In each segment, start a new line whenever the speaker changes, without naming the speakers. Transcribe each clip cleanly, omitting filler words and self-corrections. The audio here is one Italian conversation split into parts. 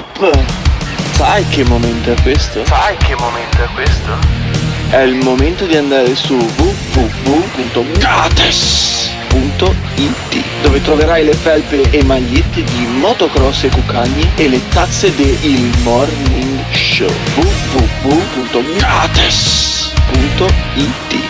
Stop! Sai che momento è questo? È il momento di andare su www.gates.it, dove troverai le felpe e magliette di motocross e cucagni e le tazze de Il Morning Show. www.gates.it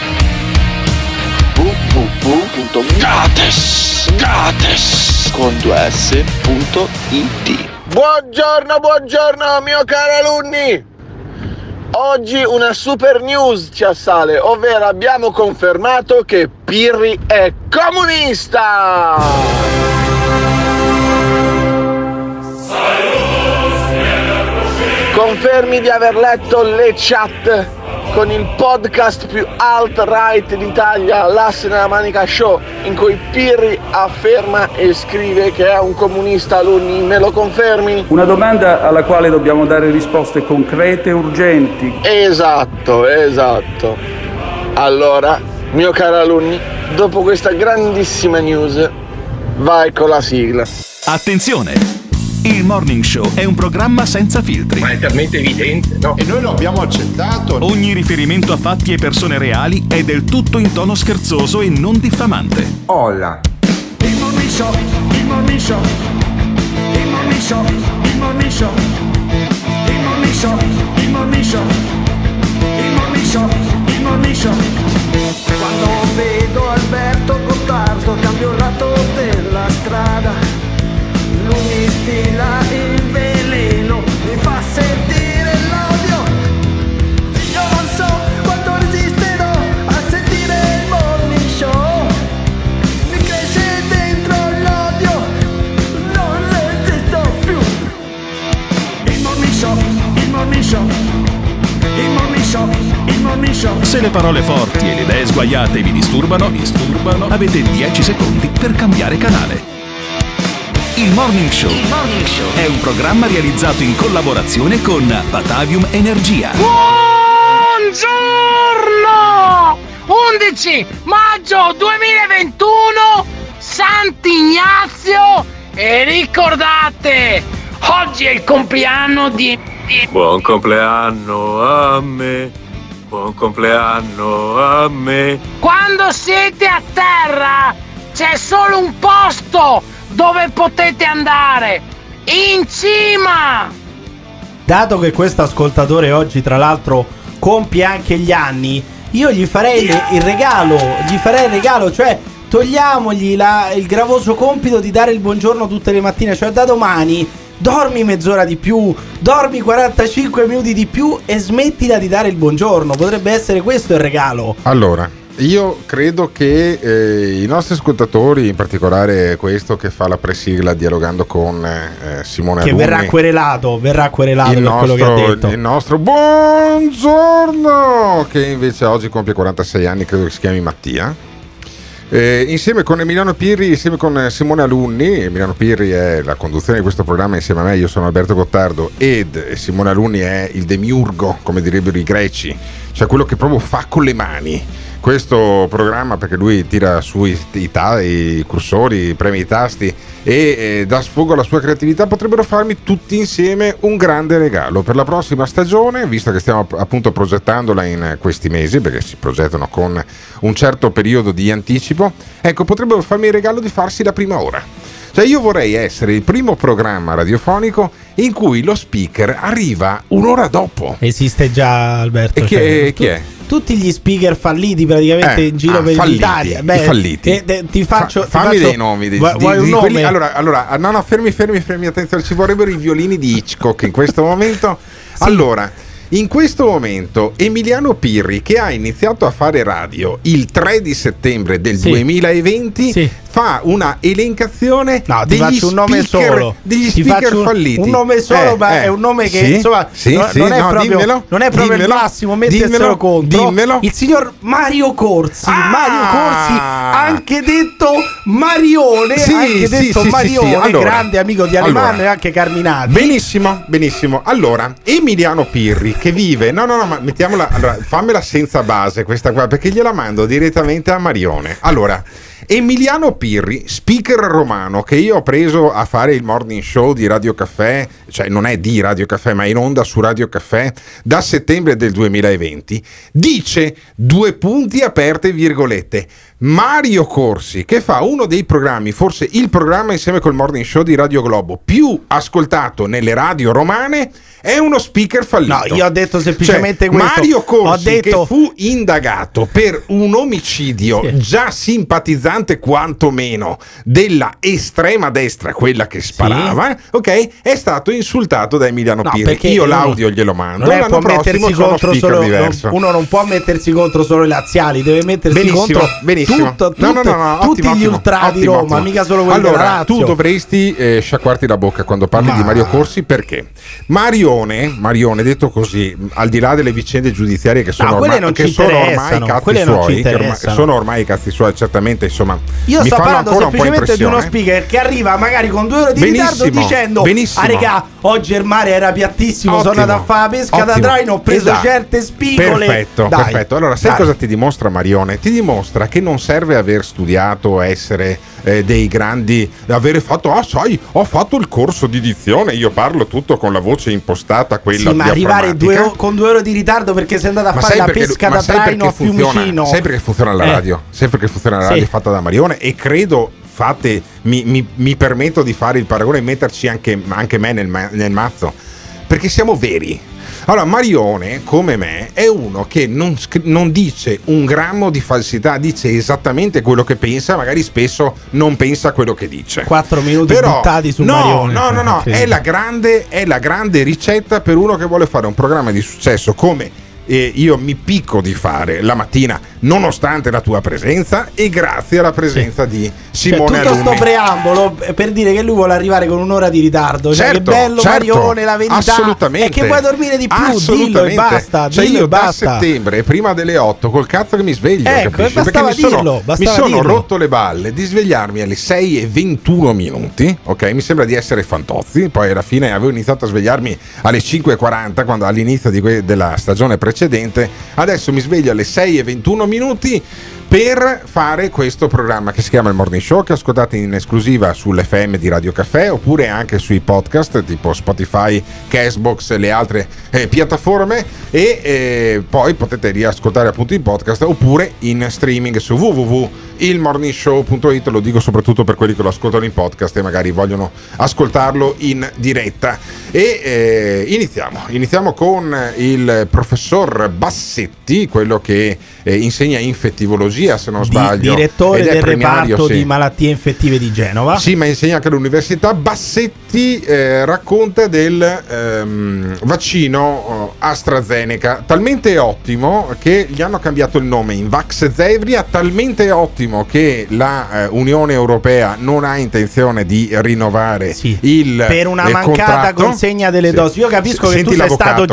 www.gates con 2s.it.
Buongiorno mio caro alunni! Oggi una super news ci assale, ovvero abbiamo confermato che Pirri è comunista! Confermi di aver letto le chat con il podcast più alt-right d'Italia, l'Asse nella Manica Show, in cui Pirri afferma e scrive che è un comunista, alunni, me lo confermi?
Una domanda alla quale dobbiamo dare risposte concrete e urgenti.
Esatto. Allora, mio caro alunni, dopo questa grandissima news, vai con la sigla.
Attenzione! Il Morning Show è un programma senza filtri.
Ma è talmente evidente, no?
E noi lo abbiamo accettato.
Ogni riferimento a fatti e persone reali è del tutto in tono scherzoso e non diffamante.
Hola.
Il Morning Show, il Morning Show, il Morning Show, il Morning Show, il Morning Show, il Morning Show, il Morning Show, il Morning Show. Quando vedo Alberto Gottardo cambio lato della strada. Lui mi stila il veleno, mi fa sentire l'odio. Io non so quanto resisterò a sentire il Morning Show. Mi cresce dentro l'odio, non resisto più. Il Morning Show, il Morning Show, il Morning Show, il Morning Show.
Se le parole forti e le idee sguaiate vi disturbano, avete 10 secondi per cambiare canale. Il Morning Show è un programma realizzato in collaborazione con Batavium Energia.
Buongiorno! 11 maggio 2021, Sant'Ignazio, e ricordate, oggi è il compleanno di...
Buon compleanno a me, buon compleanno a me.
Quando siete a terra c'è solo un posto dove potete andare, in cima!
Dato che questo ascoltatore oggi tra l'altro compie anche gli anni, io gli farei il regalo, cioè togliamogli il gravoso compito di dare il buongiorno tutte le mattine, cioè da domani dormi mezz'ora di più, dormi 45 minuti di più e smettila di dare il buongiorno. Potrebbe essere questo il regalo.
Allora, io credo che i nostri ascoltatori, in particolare questo che fa la presigla dialogando con Simone
che
Alunni,
verrà querelato per quello che ha detto.
Il nostro buongiorno, che invece oggi compie 46 anni, credo che si chiami Mattia, insieme con Emiliano Pirri, insieme con Simone Alunni. Emiliano Pirri è la conduzione di questo programma insieme a me, io sono Alberto Gottardo, ed Simone Alunni è il demiurgo, come direbbero i greci, cioè quello che proprio fa con le mani questo programma, perché lui tira su i cursori, preme i tasti e dà sfogo alla sua creatività. Potrebbero farmi tutti insieme un grande regalo per la prossima stagione, visto che stiamo appunto progettandola in questi mesi, perché si progettano con un certo periodo di anticipo. Ecco, potrebbero farmi il regalo di farsi la prima ora. Cioè io vorrei essere il primo programma radiofonico in cui lo speaker arriva un'ora dopo.
Esiste già, Alberto.
E chi è?
Tutti gli speaker falliti praticamente in giro per l'Italia.
I falliti.
Ti faccio
dei nomi.
Vuoi un nome?
Quelli, allora, no, fermi, attenzione, ci vorrebbero i violini di Hitchcock in questo momento. Sì. Allora, in questo momento Emiliano Pirri, che ha iniziato a fare radio il 3 di settembre del 2020, fa una elencazione degli speaker falliti.
Un nome solo, ma è un nome che insomma non è proprio il massimo metterselo contro.
Dimmelo.
Il signor Mario Corsi, anche detto Marione, Marione, grande amico di Alemanno e anche Carminati.
Benissimo. Allora, Emiliano Pirri, che vive, ma mettiamola, allora, fammela senza base questa qua, perché gliela mando direttamente a Marione. Allora, Emiliano Pirri, speaker romano che io ho preso a fare il morning show di Radio Caffè, cioè non è di Radio Caffè ma in onda su Radio Caffè da settembre del 2020, dice, due punti aperte virgolette, Mario Corsi, che fa uno dei programmi, forse il programma insieme col morning show di Radio Globo più ascoltato nelle radio romane, è uno speaker fallito.
No, io ho detto semplicemente questo.
Mario Corsi,
ho detto...
che fu indagato per un omicidio già simpatizzante quantomeno della estrema destra, quella che sparava, ok, è stato insultato da Emiliano Pirri. Io l'audio glielo mando. L'anno prossimo sono speaker diverso.
Uno non può mettersi contro solo i laziali, deve mettersi contro tutti gli ultra di Roma, mica solo quelli della Lazio.
Tu dovresti sciacquarti la bocca quando parli di Mario Corsi, perché Marione, detto così, al di là delle vicende giudiziarie che sono ormai i cazzi suoi, certamente, insomma,
io
mi
sto
fanno
parlando
ancora un po'
semplicemente di uno
impressione.
speaker che arriva magari con 2 ore di ritardo dicendo regà, oggi il mare era piattissimo, sono andato a fare la pesca da traino, ho preso certe spigole.
Perfetto. Allora, sai cosa ti dimostra Marione? Ti dimostra che non serve aver studiato, essere dei grandi, avere fatto ho fatto il corso di dizione, io parlo tutto con la voce impostata, quella
ma arrivare con 2 ore di ritardo perché sei andato a fare la pesca da traino a Fiumicino.
Sai perché funziona la radio? Sempre che funziona la radio fatta da Marione, e credo mi permetto di fare il paragone e metterci anche me nel mazzo, perché siamo veri. Allora, Marione, come me, è uno che non dice un grammo di falsità, dice esattamente quello che pensa, magari spesso non pensa quello che dice.
4 minuti buttati su Marione.
No, è la grande ricetta per uno che vuole fare un programma di successo come io mi picco di fare la mattina, nonostante la tua presenza e grazie alla presenza di Simone
Alunni. Tutto sto preambolo per dire che lui vuole arrivare con un'ora di ritardo. Che bello, Marione, la verità
assolutamente,
è che vuoi dormire di più, dillo e basta.
Io da settembre, prima delle 8, col cazzo che mi sveglio, capisci? Perché mi sono rotto le balle di svegliarmi alle 6:21 minuti, ok? Mi sembra di essere Fantozzi, poi alla fine avevo iniziato a svegliarmi alle 5:40 quando all'inizio della stagione precedente. Adesso mi sveglio alle 6:21 minuti per fare questo programma che si chiama il Morning Show, che ascoltate in esclusiva sull'FM di Radio Caffè oppure anche sui podcast tipo Spotify, Castbox e le altre piattaforme, e poi potete riascoltare appunto in podcast oppure in streaming su www.ilmorningshow.it. Lo dico soprattutto per quelli che lo ascoltano in podcast e magari vogliono ascoltarlo in diretta. E iniziamo con il professor Bassetti, quello che insegna infettivologia, se non sbaglio,
direttore del reparto di malattie infettive di Genova.
Sì, ma insegna anche all'università. Bassetti racconta del vaccino AstraZeneca, talmente ottimo che gli hanno cambiato il nome in Vaxzevria, talmente ottimo che la Unione Europea non ha intenzione di rinnovare
per una mancata consegna delle dosi. Io capisco che tu sei stato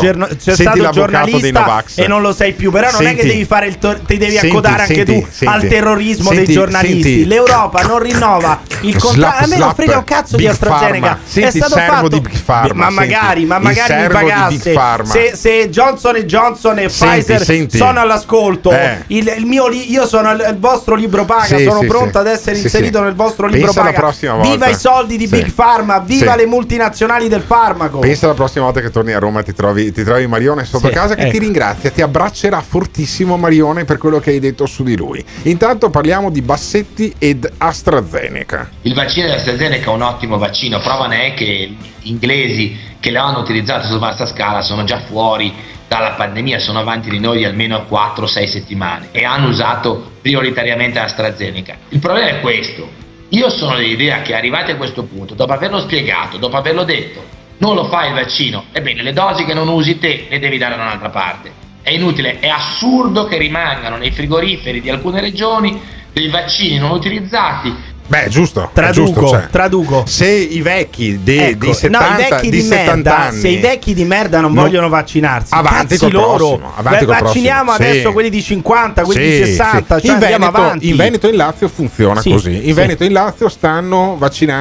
giornalista e non lo sei più, però non è che devi fare ti devi accodare anche tu al terrorismo dei giornalisti. L'Europa non rinnova il contratto. A me non frega un cazzo di AstraZeneca. È stato fatto
di Big Pharma,
ma magari mi pagasse. Se Johnson & Johnson e Pfizer sono all'ascolto, io sono il vostro libro paga, sono pronto ad essere inserito nel vostro libro paga. Viva i soldi di Big Pharma, viva le multinazionali del farmaco.
Pensa la prossima volta che torni a Roma ti trovi Marione sotto casa che ti ringrazia, ti abbraccerà fortissimo Marione per quello che hai detto su di lui. Intanto parliamo di Bassetti ed AstraZeneca.
Il vaccino di AstraZeneca è un ottimo vaccino, prova ne è che gli inglesi che lo hanno utilizzato su vasta scala sono già fuori dalla pandemia, sono avanti di noi di almeno 4-6 settimane e hanno usato prioritariamente AstraZeneca. Il problema è questo: io sono dell'idea che arrivati a questo punto, dopo averlo spiegato, dopo averlo detto, non lo fai il vaccino, ebbene le dosi che non usi te le devi dare da un'altra parte. È inutile, è assurdo che rimangano nei frigoriferi di alcune regioni dei vaccini non utilizzati
Beh, giusto.
Traduco.
Se i vecchi di 70 anni,
se i vecchi di merda non vogliono vaccinarsi,
avanti
cazzi
col
loro.
prossimo, avanti col
vacciniamo
prossimo.
adesso quelli di 50, quelli di 60, cioè andiamo avanti.
In Veneto e in Lazio funziona così. In Veneto e in Lazio stanno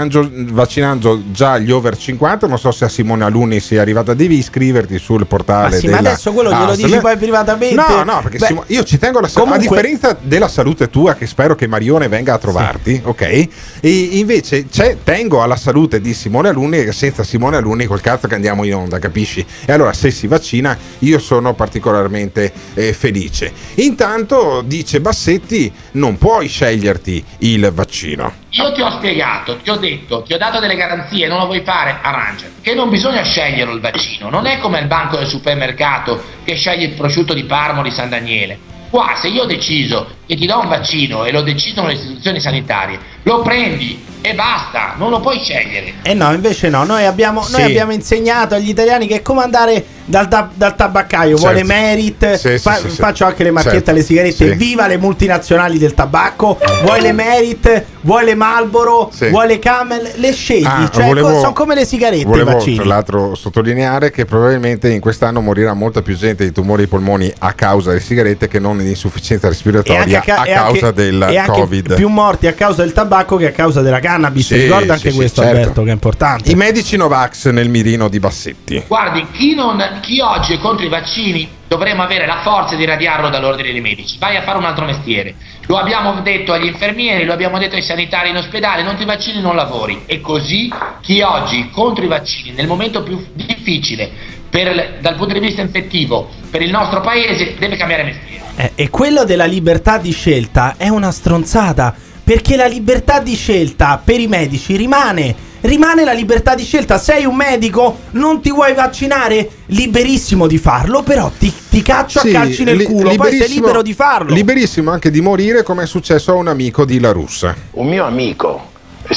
vaccinando già gli over 50. Non so se a Simone Alunni sia arrivata, devi iscriverti sul portale
ma adesso quello glielo dici poi privatamente.
No, perché io ci tengo alla salute, a differenza della salute tua, che spero che Marione venga a trovarti, ok? E invece tengo alla salute di Simone Alunni, che senza Simone Alunni col cazzo che andiamo in onda, capisci? E allora se si vaccina io sono particolarmente felice. Intanto dice Bassetti, non puoi sceglierti il vaccino.
Io ti ho spiegato, ti ho detto, ti ho dato delle garanzie, non lo vuoi fare, arrangiati. Che non bisogna sceglierlo il vaccino, non è come il banco del supermercato che sceglie il prosciutto di Parma o di San Daniele. Qua se io ho deciso che ti do un vaccino e lo decidono le istituzioni sanitarie, lo prendi e basta, non lo puoi scegliere.
No, invece no, noi abbiamo insegnato agli italiani che è come andare dal tabaccaio, vuole Merit, faccio anche le marchette alle sigarette, viva le multinazionali del tabacco, vuoi le Merit, vuoi le Marlboro, vuoi le Camel, le scegli, sono come le sigarette.
Volevo
i vaccini.
tra l'altro sottolineare che probabilmente in quest'anno morirà molta più gente di tumori ai polmoni a causa delle sigarette che non di insufficienza respiratoria a causa del Covid.
Più morti a causa del tabacco che a causa della cannabis, ricorda anche questo, certo. Alberto, che è importante.
I medici Novax nel mirino di Bassetti.
Guardi, chi oggi è contro i vaccini dovremmo avere la forza di radiarlo dall'ordine dei medici. Vai a fare un altro mestiere. Lo abbiamo detto agli infermieri, lo abbiamo detto ai sanitari in ospedale, non ti vaccini non lavori. E così chi oggi contro i vaccini nel momento più difficile dal punto di vista infettivo per il nostro paese deve cambiare mestiere.
E quello della libertà di scelta è una stronzata, perché la libertà di scelta per i medici rimane la libertà di scelta. Sei un medico, non ti vuoi vaccinare, liberissimo di farlo, però ti caccio a calci nel culo, poi sei libero di farlo.
Liberissimo anche di morire, come è successo a un amico di La Russa.
Un mio amico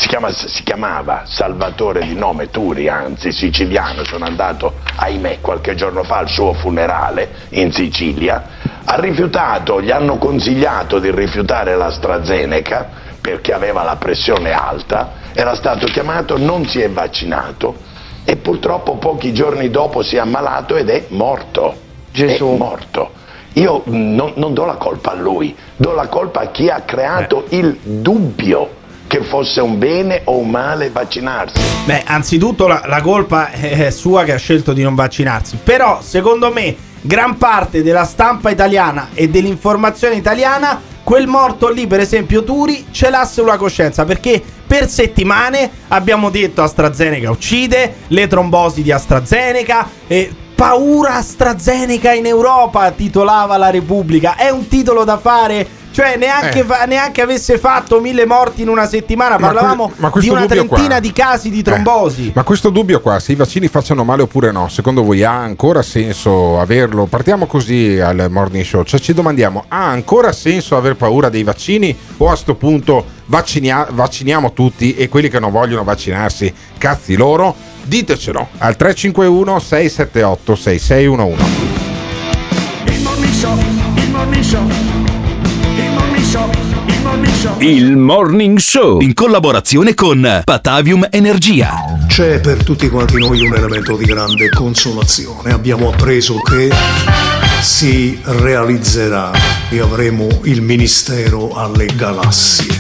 si chiamava Salvatore, di nome Turi, anzi siciliano. Sono andato, ahimè, qualche giorno fa al suo funerale in Sicilia. Ha rifiutato, gli hanno consigliato di rifiutare l'AstraZeneca perché aveva la pressione alta, era stato chiamato, non si è vaccinato e purtroppo pochi giorni dopo si è ammalato ed è morto. Gesù. È morto. Io non do la colpa a lui, do la colpa a chi ha creato il dubbio che fosse un bene o un male vaccinarsi.
Beh, anzitutto la colpa è sua che ha scelto di non vaccinarsi, però secondo me gran parte della stampa italiana e dell'informazione italiana quel morto lì, per esempio Turi, ce l'ha sulla coscienza, perché per settimane abbiamo detto AstraZeneca uccide, le trombosi di AstraZeneca, paura AstraZeneca in Europa, titolava la Repubblica. È un titolo da fare, cioè neanche avesse fatto 1000 morti in una settimana. Parlavamo di una trentina di casi di trombosi.
Ma questo dubbio qua, se i vaccini facciano male oppure no, secondo voi ha ancora senso averlo? Partiamo così al Morning Show, cioè ci domandiamo, ha ancora senso aver paura dei vaccini o a sto punto vacciniamo tutti e quelli che non vogliono vaccinarsi cazzi loro? Ditecelo al 351 678 6611.
Il Morning Show, il Morning Show, il Morning Show, il Morning Show.
Il Morning Show in collaborazione con Patavium Energia.
C'è per tutti quanti noi un elemento di grande consolazione. Abbiamo appreso che si realizzerà e avremo il ministero alle galassie.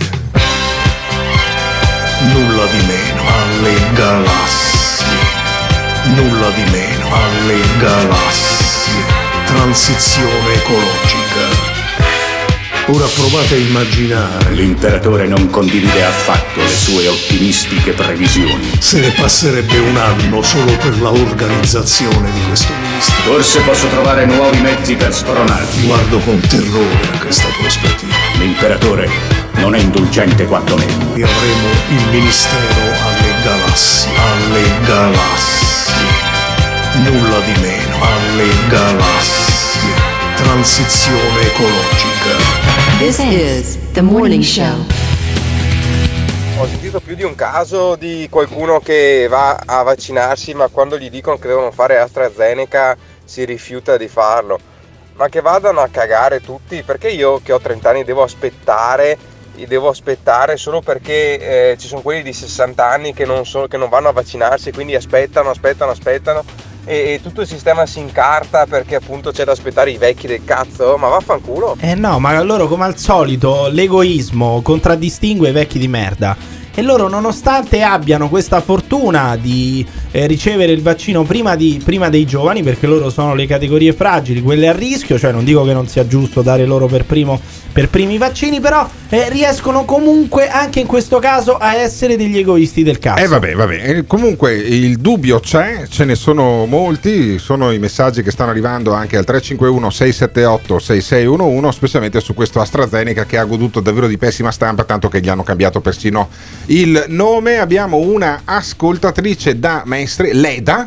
Nulla di meno, alle galassie. Nulla di meno, alle galassie. Transizione ecologica. Ora provate a immaginare.
L'imperatore non condivide affatto le sue ottimistiche previsioni.
Se ne passerebbe un anno solo per la organizzazione di questo ministero.
Forse posso trovare nuovi mezzi per spronarti.
Guardo con terrore a questa prospettiva.
L'imperatore non è indulgente quantomeno.
E avremo il ministero alle galassie. Alle galassie. Nulla di meno. Alle galassie. Transizione ecologica.
This is the Morning Show.
Ho sentito più di un caso di qualcuno che va a vaccinarsi, ma quando gli dicono che devono fare AstraZeneca si rifiuta di farlo. Ma che vadano a cagare tutti, perché io che ho 30 anni devo aspettare devo aspettare solo perché ci sono quelli di 60 anni che non vanno a vaccinarsi, quindi aspettano e tutto il sistema si incarta perché appunto c'è da aspettare i vecchi del cazzo, ma vaffanculo.
No, ma loro come al solito l'egoismo contraddistingue i vecchi di merda. E loro, nonostante abbiano questa fortuna di ricevere il vaccino prima dei giovani, perché loro sono le categorie fragili, quelle a rischio, cioè non dico che non sia giusto dare loro per primi i vaccini, però riescono comunque anche in questo caso a essere degli egoisti del cazzo.
Vabbè. Comunque il dubbio c'è, ce ne sono molti, sono i messaggi che stanno arrivando anche al 351 678 6611, specialmente su questo AstraZeneca che ha goduto davvero di pessima stampa, tanto che gli hanno cambiato persino il nome. Abbiamo una ascoltatrice da Mestre, Leda.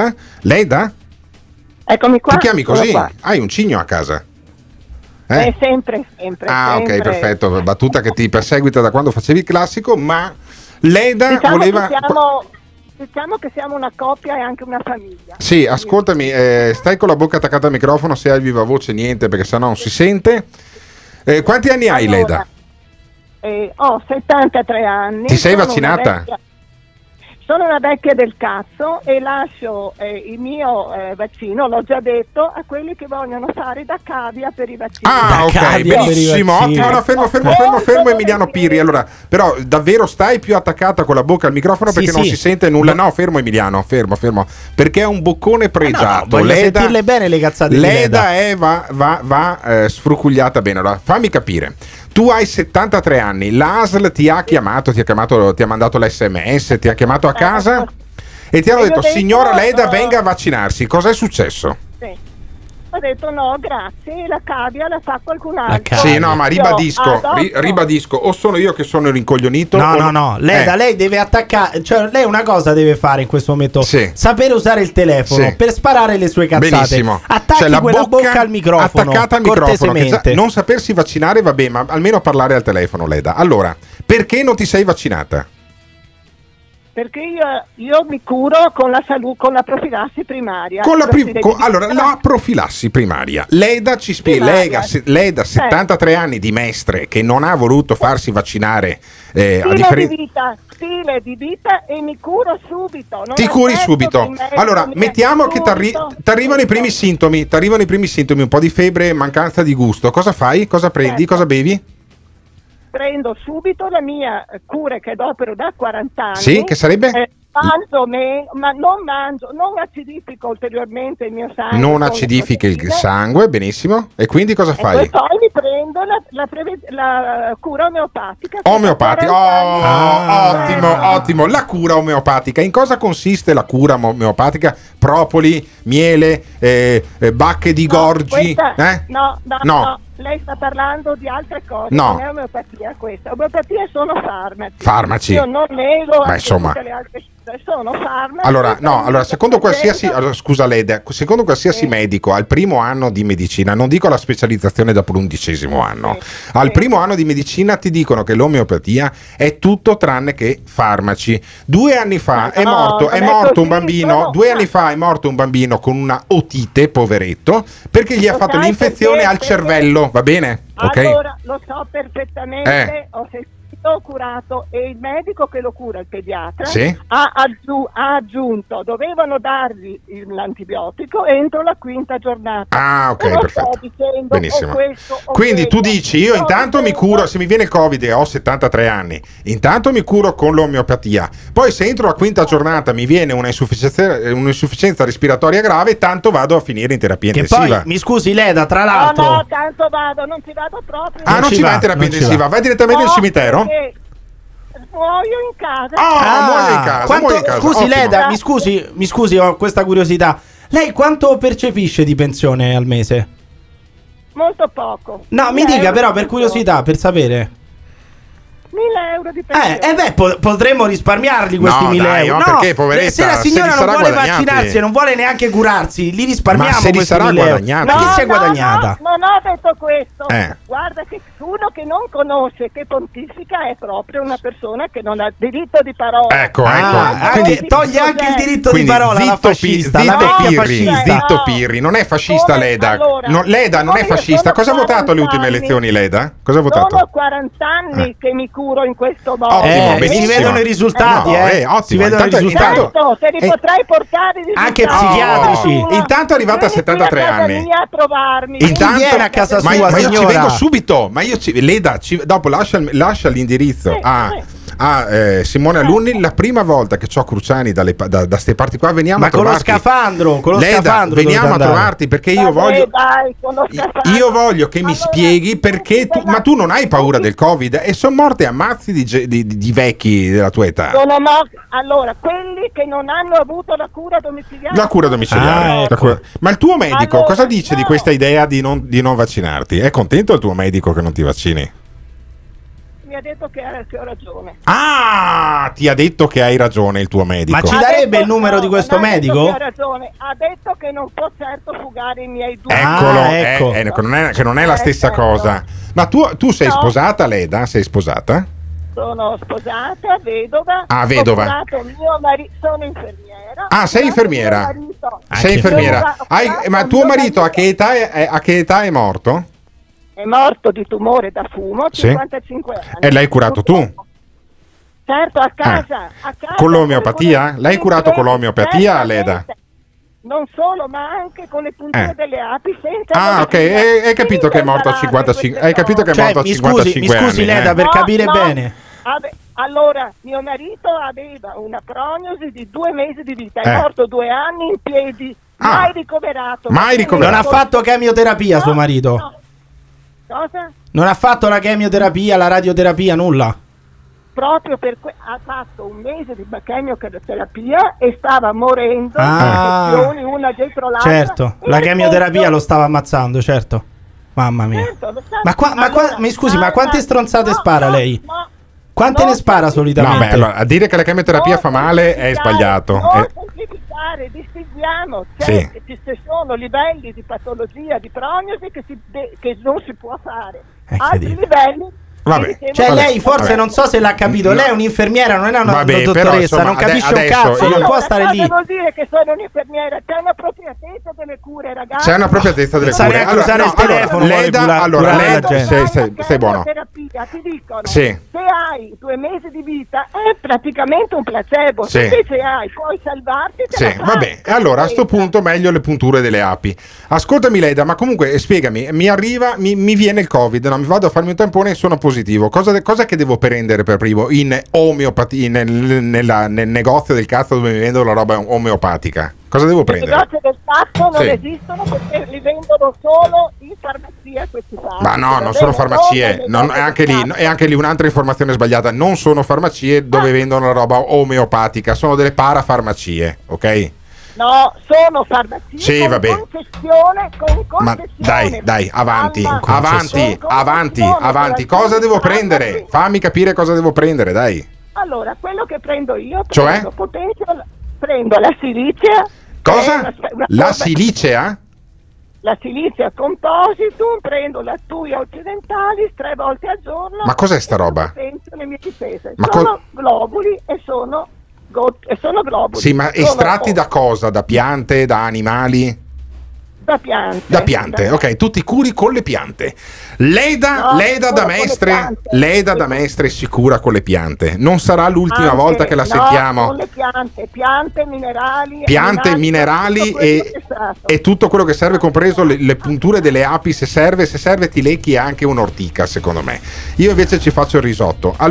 Eccomi qua.
Ti chiami così?
Qua.
Hai un cigno a casa?
Sempre.
Ah,
sempre.
ok, perfetto. Battuta che ti perseguita da quando facevi il classico, ma Leda voleva...
Diciamo che siamo una coppia e anche una famiglia.
Sì, ascoltami, stai con la bocca attaccata al microfono, se hai il viva voce niente, perché sennò non si sente. Quanti anni hai, Leda?
Ho 73 anni.
Ti sei vaccinata?
Sono una vecchia del cazzo e lascio il mio vaccino, l'ho già detto, a quelli che vogliono fare da cavia per i vaccini.
Ah, ok, benissimo, ottimo. No, fermo Emiliano Pirri. Allora, però davvero stai più attaccata con la bocca al microfono perché non si sente nulla. No, fermo Emiliano, fermo. Perché è un boccone pregiato.
Voglio sentirle bene le cazzate di Leda.
Va sfrucugliata bene. Allora, fammi capire. Tu hai 73 anni, l'ASL ti ha chiamato, ti ha mandato l'SMS, ti ha chiamato a casa e ti hanno detto signora Leda venga a vaccinarsi. Cos'è successo?
Sì. Ho detto no, grazie, la cavia la fa qualcun altro.
Sì, no, ma ribadisco, o sono io che sono rincoglionito.
No, lei deve attaccare, cioè lei una cosa deve fare in questo momento, sapere usare il telefono per sparare le sue cazzate.
Benissimo.
Attacchi
la
quella bocca al microfono,
attaccata al microfono, che non sapersi vaccinare va bene, ma almeno parlare al telefono, Leda. Allora, perché non ti sei vaccinata?
Perché io mi curo con la profilassi primaria.
La profilassi primaria. Leda ci spiega. Leda 73 anni di Mestre che non ha voluto farsi vaccinare.
Stile di vita e mi curo subito.
Ti curi subito. Allora, mettiamo che t'arrivano i primi sintomi. Un po' di febbre, mancanza di gusto. Cosa fai? Cosa prendi? Cosa bevi?
Prendo subito la mia cura che adopero da 40 anni.
Sì, che sarebbe?
Non acidifico ulteriormente il mio sangue.
Non acidifichi il sangue, benissimo. E quindi cosa fai?
E poi mi prendo la cura omeopatica.
Ottimo. La cura omeopatica. In cosa consiste la cura omeopatica? Propoli, miele, bacche di gorgi?
No. Lei sta parlando di altre cose.
No.
Non è omeopatia questa. Omeopatia sono
farmaci.
Io non nego
insomma.
tutte le altre cose. Sono farmaci.
Allora, secondo qualsiasi medico al primo anno di medicina, non dico la specializzazione dopo l'11° anno, al primo anno di medicina ti dicono che l'omeopatia è tutto tranne che farmaci. 2 anni fa è morto un bambino. 2 anni fa è morto un bambino con una otite, poveretto, perché gli ha fatto l'infezione al cervello. Va bene?
Allora, lo so perfettamente, ho curato e il medico che lo cura, il pediatra, ha aggiunto, dovevano dargli l'antibiotico entro la 5ª giornata.
Ah, ok, perfetto. Benissimo. Quindi tu dici, io intanto mi curo, se mi viene il Covid e ho 73 anni, intanto mi curo con l'omeopatia, poi se entro la 5ª giornata mi viene un'insufficienza respiratoria grave, tanto vado a finire in terapia intensiva.
Poi, mi scusi Leda, tra l'altro...
No, tanto non ci vado proprio.
Non ci vai in terapia intensiva, vai direttamente in cimitero?
Muoio in casa.
Muoio in casa.
Scusi Leda, mi scusi, ho questa curiosità. Lei quanto percepisce di pensione al mese?
Molto poco.
No, mi dica però per curiosità, per sapere.
1.000 di pensione.
Potremmo risparmiarli questi 1.000 euro.
No, perché, poveretta,
se la signora non vuole vaccinarsi e non vuole neanche curarsi, li risparmiamo.
Ma se li sarà guadagnati?
Ma chi si è guadagnata?
No, non ho detto questo. Guarda che uno che non conosce, che pontifica, è proprio una persona che non ha diritto di parola.
Ecco.
Quindi toglie anche il diritto di parola alla fascista, la vecchia fascista.
Zitto Pirri, non è fascista Leda. Leda non è fascista. Cosa ha votato alle ultime elezioni Leda? Cosa ha votato?
Sono 40 anni che mi curo in questo modo.
Ottimo,
si vedono i risultati,
ottimo.
Si vedono i risultati.
Certo, te li potrai portare di
anche psichiatrici.
Intanto è arrivata a 73 anni.
A trovarmi.
Intanto
viene a casa sua,
ma io ci
signora?
vengo subito. Leda, dopo lascia l'indirizzo a Simone Alunni. La prima volta che c'ho Cruciani da ste parti qua, veniamo a trovarti.
Con lo scafandro
veniamo a trovarti, perché io voglio che mi spieghi perché tu non hai paura del Covid, e sono morte ammazzi di vecchi della tua età.
Allora, quelli che non hanno avuto la cura domiciliare.
La cura domiciliare. Ma il tuo medico cosa dice di questa idea di non vaccinarti? È contento il tuo medico che non ti vaccini?
Mi ha detto che ho ragione.
Ti ha detto che hai ragione il tuo medico.
Ma ci darebbe il numero di questo medico?
Ha ragione. Ha detto che non può certo fugare i miei dubbi.
Ecco. Che non è la stessa cosa. Ma tu sei sposata, Leda? Sei sposata?
Sono sposata, vedova.
Vedova.
Mio marito, sono infermiera.
Sei infermiera. Sei infermiera. Ma tuo marito a che età è morto?
È morto di tumore da fumo, 55 anni.
E l'hai curato tu?
Certo, a casa.
Con l'omeopatia? L'hai curato con l'omeopatia, Leda?
Non solo, ma anche con le punture delle api senza.
Ok, hai capito che è morto a 55. Hai capito che è morto a 55 anni?
Mi scusi, Leda, per capire bene.
Allora, mio marito aveva una prognosi di 2 mesi di vita, è morto 2 anni in piedi, mai ricoverato.
Non ha fatto chemioterapia suo marito?
Cosa?
Non ha fatto la chemioterapia, la radioterapia, nulla?
Proprio ha fatto 1 mese di chemioterapia e stava morendo di infezioni una dietro l'altra.
Certo, la chemioterapia lo stava ammazzando, certo. Mamma mia.
Certo,
mi scusi, ma quante stronzate spara lei? Quante ne spara solitamente?
Allora, a dire che la chemioterapia fa male è sbagliato.
Non semplificare, distinguiamo. Ci sono livelli di patologia, di prognosi che non si può fare. Altri livelli.
Lei forse non so se l'ha capito. Lei è un'infermiera, non è una dottoressa, però, insomma, non capisce un cazzo, non può stare lì.
Vuol dire che sono un'infermiera, c'è un'appropriatezza delle cure, ragazzi.
C'è un'appropriatezza delle cure.
Usare il telefono.
Leda, sei buono.
Ti dicono se hai 2 mesi di vita è praticamente un placebo. Se invece puoi salvarti.
Vabbè, allora a sto punto meglio le punture delle api. Ascoltami, Leda, ma comunque spiegami, mi viene il Covid, mi vado a farmi un tampone e sono positivo. Cosa che devo prendere per primo in omeopatia, nel negozio del cazzo dove mi vendono la roba omeopatica? Cosa devo prendere?
I negozi del cazzo non esistono perché li vendono solo in farmacia questi farmaci.
Ma no, non sono farmacie. È anche lì un'altra informazione sbagliata. Non sono farmacie dove vendono la roba omeopatica, sono delle parafarmacie, ok?
No, sono farmacie con concessione.
Dai, avanti. Cosa devo prendere? Fammi capire cosa devo prendere, dai.
Allora, quello che prendo io,
prendo
la silicea.
Cosa? La silicea?
La silicea compositum, prendo la tuia occidentalis 3 volte al giorno.
Ma cos'è sta roba?
Potenzio le mie difese. Sono globuli e sono globuli.
Sì, ma estratti da cosa? Da piante, da animali?
Da piante.
Da piante, ok, tu ti curi con le piante. Leda da Mestre è sicura con le piante. Non sarà l'ultima volta che la sentiamo.
Con le piante
minerali e tutto quello che serve, compreso le punture delle api, se serve ti lecchi anche un'ortica, secondo me. Io invece ci faccio il risotto. Allora,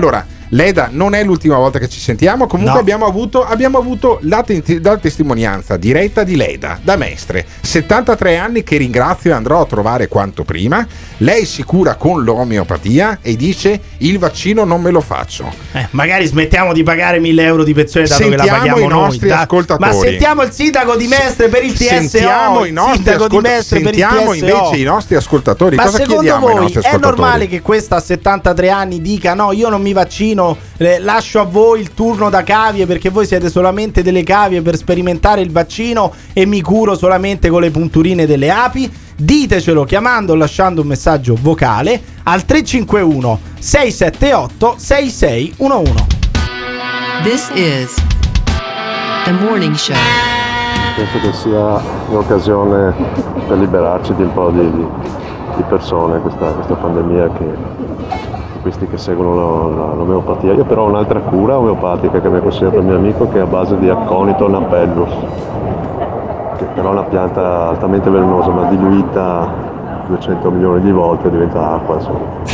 Leda, non è l'ultima volta che ci sentiamo. Comunque abbiamo avuto la testimonianza diretta di Leda, da Mestre, 73 anni, che ringrazio e andrò a trovare quanto prima. Lei si cura con l'omeopatia e dice: il vaccino non me lo faccio.
Magari smettiamo di pagare 1.000 euro di pensione, dato che la paghiamo
i nostri ascoltatori.
Ma sentiamo il sindaco di Mestre per il TSO.
Sentiamo invece i nostri ascoltatori.
Ma
cosa
secondo
chiediamo ai
voi
nostri
è
ascoltatori?
normale che questa a 73 anni dica: no, io non mi vaccino, lascio a voi il turno da cavie, perché voi siete solamente delle cavie per sperimentare il vaccino e mi curo solamente con le punturine delle api? Ditecelo chiamando o lasciando un messaggio vocale al 351 678 6611.
This is The Morning Show.
Penso che sia un'occasione per liberarci di un po' di persone, questa pandemia, questi che seguono l'omeopatia. Io però ho un'altra cura omeopatica che mi ha consigliato il mio amico, che è a base di acconito napellus, che però è una pianta altamente velenosa, ma diluita 200 milioni di volte diventa acqua, insomma.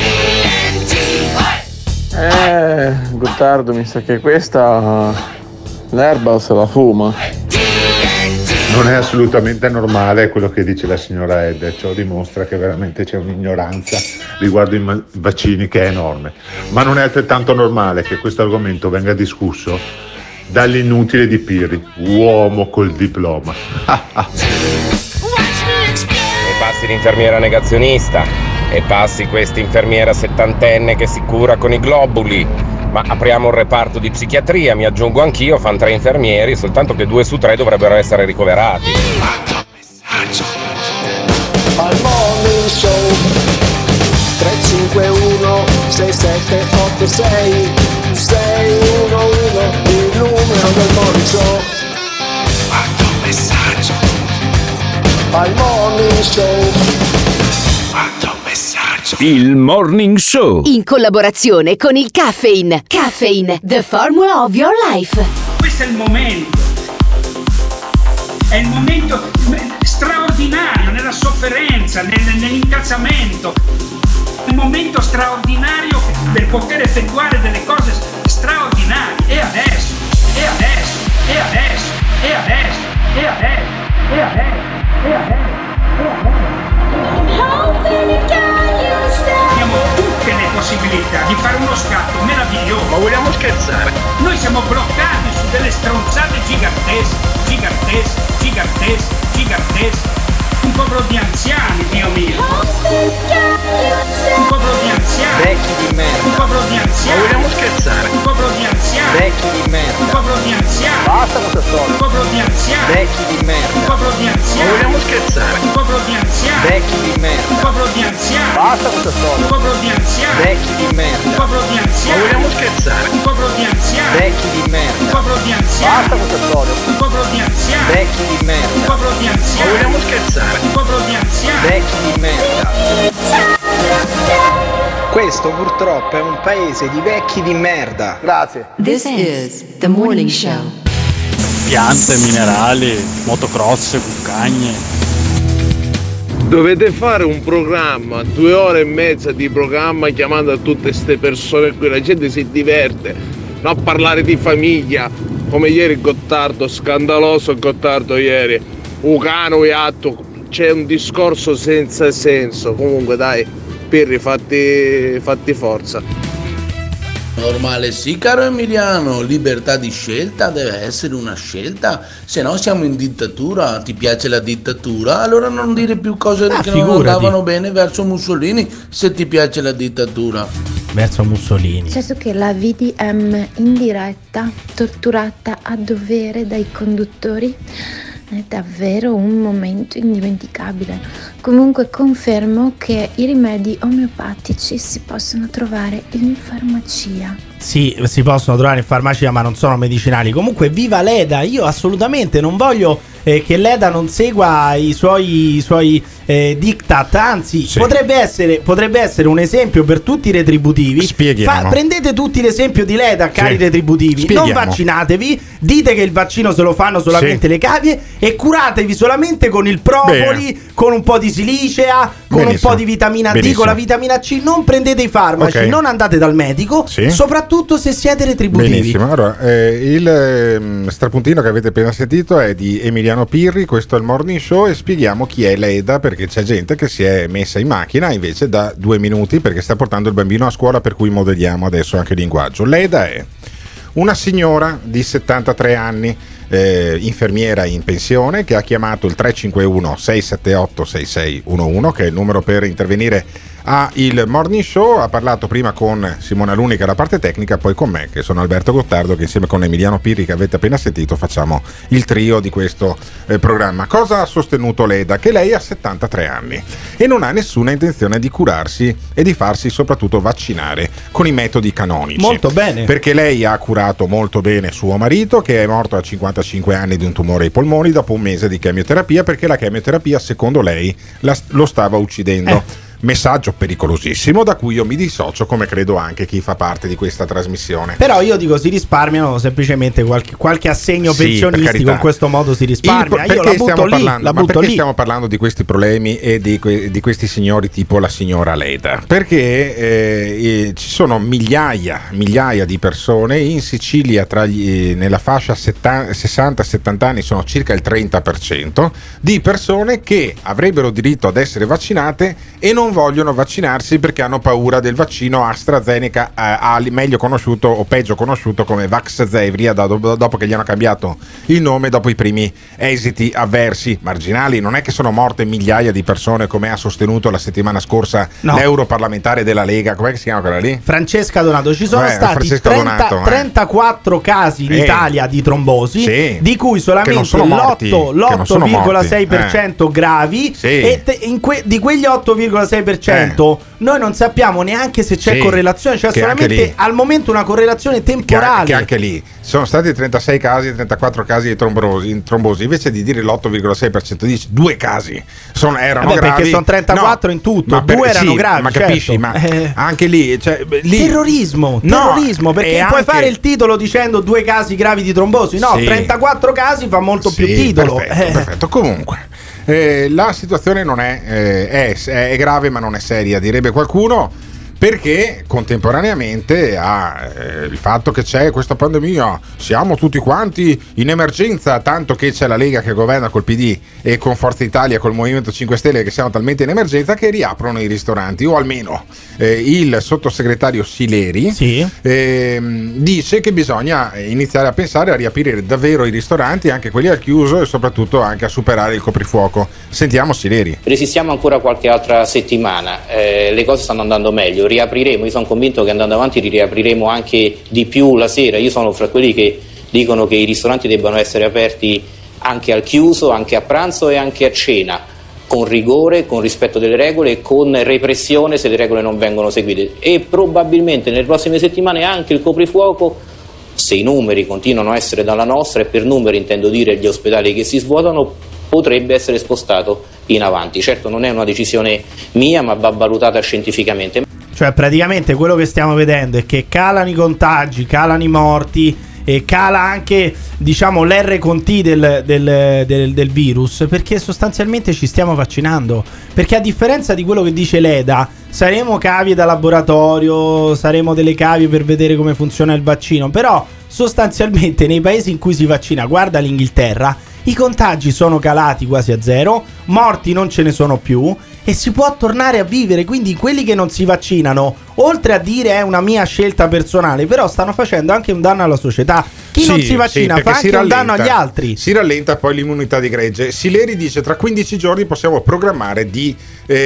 Gottardo, mi sa che questa l'erba se la fuma.
Non è assolutamente normale quello che dice la signora Edda, ciò dimostra che veramente c'è un'ignoranza riguardo i vaccini che è enorme, ma non è altrettanto normale che questo argomento venga discusso dall'inutile di Pirri, uomo col diploma.
E passi l'infermiera negazionista, e passi questa infermiera settantenne che si cura con i globuli. Ma apriamo un reparto di psichiatria, mi aggiungo anch'io, fan 3 infermieri, soltanto che 2 su 3 dovrebbero essere ricoverati.
Al Morning Show 351 6786 611, il numero del Morning Show. Quanto messaggio. Al Morning Show. Quanto messaggio.
Il Morning Show,
in collaborazione con il Caffeine. Caffeine, the formula of your life.
Questo è il momento straordinario nella sofferenza, nell'incazzamento, un momento straordinario per poter effettuare delle cose straordinarie. E adesso. Abbiamo tutte le possibilità di fare uno scatto meraviglioso.
Ma vogliamo scherzare?
Noi siamo bloccati su delle stronzate gigantesche. Un popolo di anziani, Dio mio. Un popolo di anziani.
Vecchi di merda.
Un popolo di anziani.
Ma vogliamo scherzare?
Un popolo di anziani.
Vecchi di merda.
Un popolo di anziani.
Basta con questa storia.
Un popolo di anziani.
Vecchi di merda.
Un popolo di anziani.
Ma vogliamo scherzare?
Un popolo di anziani.
Vecchi di merda.
Un popolo di anziani.
Basta con questa storia.
Un popolo di anziani.
Vecchi di merda.
Un popolo di anziani.
Ma vogliamo scherzare?
Un popolo di anziani.
Vecchi di merda.
Un popolo di anziani.
Basta con questa storia.
Un popolo di anziani.
Vecchi di merda.
Un popolo di anziani.
Ma vogliamo scherzare?
Un popolo di anziani.
Vecchi di merda.
Questo purtroppo è un paese di vecchi di merda.
Grazie.
This is The Morning Show.
Piante, minerali, motocross, cuccagne.
Dovete fare un programma, 2 ore e mezza di programma, chiamando a tutte ste persone qui, la gente si diverte, non a parlare di famiglia, come ieri Gottardo, scandaloso Gottardo ieri, Ucano e Atto, c'è un discorso senza senso. Comunque dai, Pirri, fatti forza.
Normale sì, caro Emiliano, libertà di scelta deve essere una scelta, se no siamo in dittatura. Ti piace la dittatura? Allora non dire più cose che non andavano bene verso Mussolini, se ti piace la dittatura.
Verso Mussolini.
Certo che la VDM in diretta, torturata a dovere dai conduttori, è davvero un momento indimenticabile. Comunque confermo che i rimedi omeopatici si possono trovare in farmacia.
Sì, si possono trovare in farmacia, ma non sono medicinali. Comunque viva Leda, io assolutamente non voglio che Leda non segua i suoi diktat, anzi sì. potrebbe essere un esempio per tutti i retributivi.
Spieghiamo.
Prendete tutti l'esempio di Leda, cari retributivi.
Spieghiamo.
Non vaccinatevi, dite che il vaccino se lo fanno solamente le cavie e curatevi solamente con il propoli, con un po' di silicea, con un po' di vitamina D, con la vitamina C. Non prendete i farmaci, non andate dal medico, soprattutto soprattutto se siete retributivi.
Benissimo, allora il strapuntino che avete appena sentito è di Emiliano Pirri, questo è il Morning Show, e spieghiamo chi è Leda, perché c'è gente che si è messa in macchina invece da 2 minuti perché sta portando il bambino a scuola, per cui modelliamo adesso anche il linguaggio. Leda è una signora di 73 anni, infermiera in pensione, che ha chiamato il 351 678 6611, che è il numero per intervenire a il Morning Show. Ha parlato prima con Simone Alunni, che è la parte tecnica, poi con me, che sono Alberto Gottardo, che insieme con Emiliano Pirri, che avete appena sentito, facciamo il trio di questo programma. Cosa ha sostenuto Leda? Che lei ha 73 anni e non ha nessuna intenzione di curarsi e di farsi soprattutto vaccinare con i metodi canonici.
Molto bene.
Perché lei ha curato molto bene suo marito, che è morto a 55 anni di un tumore ai polmoni dopo un mese di chemioterapia, perché la chemioterapia, secondo lei, lo stava uccidendo. Messaggio pericolosissimo da cui io mi dissocio, come credo anche chi fa parte di questa trasmissione.
Però io dico, si risparmiano semplicemente qualche assegno pensionistico, in questo modo si risparmia. Io la butto lì,
perché stiamo parlando di questi problemi e di questi signori tipo la signora Leda? Perché ci sono migliaia di persone in Sicilia, nella fascia 60-70 anni sono circa il 30% di persone che avrebbero diritto ad essere vaccinate e non vogliono vaccinarsi perché hanno paura del vaccino AstraZeneca, meglio conosciuto o peggio conosciuto come Vaxzevria, dopo che gli hanno cambiato il nome dopo i primi esiti avversi marginali. Non è che sono morte migliaia di persone, come ha sostenuto la settimana scorsa l'europarlamentare della Lega, com'è che si chiama quella lì?
Francesca Donato. Ci sono stati 34 casi in Italia di trombosi, di cui solamente l'8,6% gravi, e di quegli 8,6% noi non sappiamo neanche se c'è correlazione, cioè solamente al momento una correlazione temporale.
Che anche lì sono stati 34 casi di trombosi, invece di dire l'8,6% dice 2 casi erano gravi,
perché sono 34 in tutto, 2 erano gravi,
ma capisci, ma anche lì,
terrorismo, perché puoi fare il titolo dicendo 2 casi gravi di trombosi, 34 casi fa molto più titolo.
Perfetto. Comunque la situazione non è grave, ma non è seria, direbbe qualcuno, perché contemporaneamente il fatto che c'è questa pandemia, siamo tutti quanti in emergenza, tanto che c'è la Lega che governa col PD e con Forza Italia col Movimento 5 Stelle, che siamo talmente in emergenza che riaprono i ristoranti, o almeno il sottosegretario Sileri dice che bisogna iniziare a pensare a riaprire davvero i ristoranti, anche quelli al chiuso, e soprattutto anche a superare il coprifuoco. Sentiamo Sileri.
Resistiamo ancora qualche altra settimana, le cose stanno andando meglio, riapriremo, io sono convinto che andando avanti riapriremo anche di più la sera. Io sono fra quelli che dicono che i ristoranti debbano essere aperti anche al chiuso, anche a pranzo e anche a cena, con rigore, con rispetto delle regole e con repressione se le regole non vengono seguite, e probabilmente nelle prossime settimane anche il coprifuoco, se i numeri continuano a essere dalla nostra, e per numeri intendo dire gli ospedali che si svuotano, potrebbe essere spostato in avanti. Certo non è una decisione mia, ma va valutata scientificamente.
Cioè praticamente quello che stiamo vedendo è che calano i contagi, calano i morti e cala anche, diciamo, l'R/T del virus, perché sostanzialmente ci stiamo vaccinando. Perché a differenza di quello che dice Leda, saremo cavie da laboratorio, saremo delle cavie per vedere come funziona il vaccino, però sostanzialmente nei paesi in cui si vaccina, guarda l'Inghilterra, i contagi sono calati quasi a zero, morti non ce ne sono più e si può tornare a vivere. Quindi quelli che non si vaccinano, oltre a dire è una mia scelta personale, però stanno facendo anche un danno alla società. Chi non si vaccina fa anche un danno agli altri.
Si rallenta poi l'immunità di gregge. Sileri dice tra 15 giorni possiamo programmare di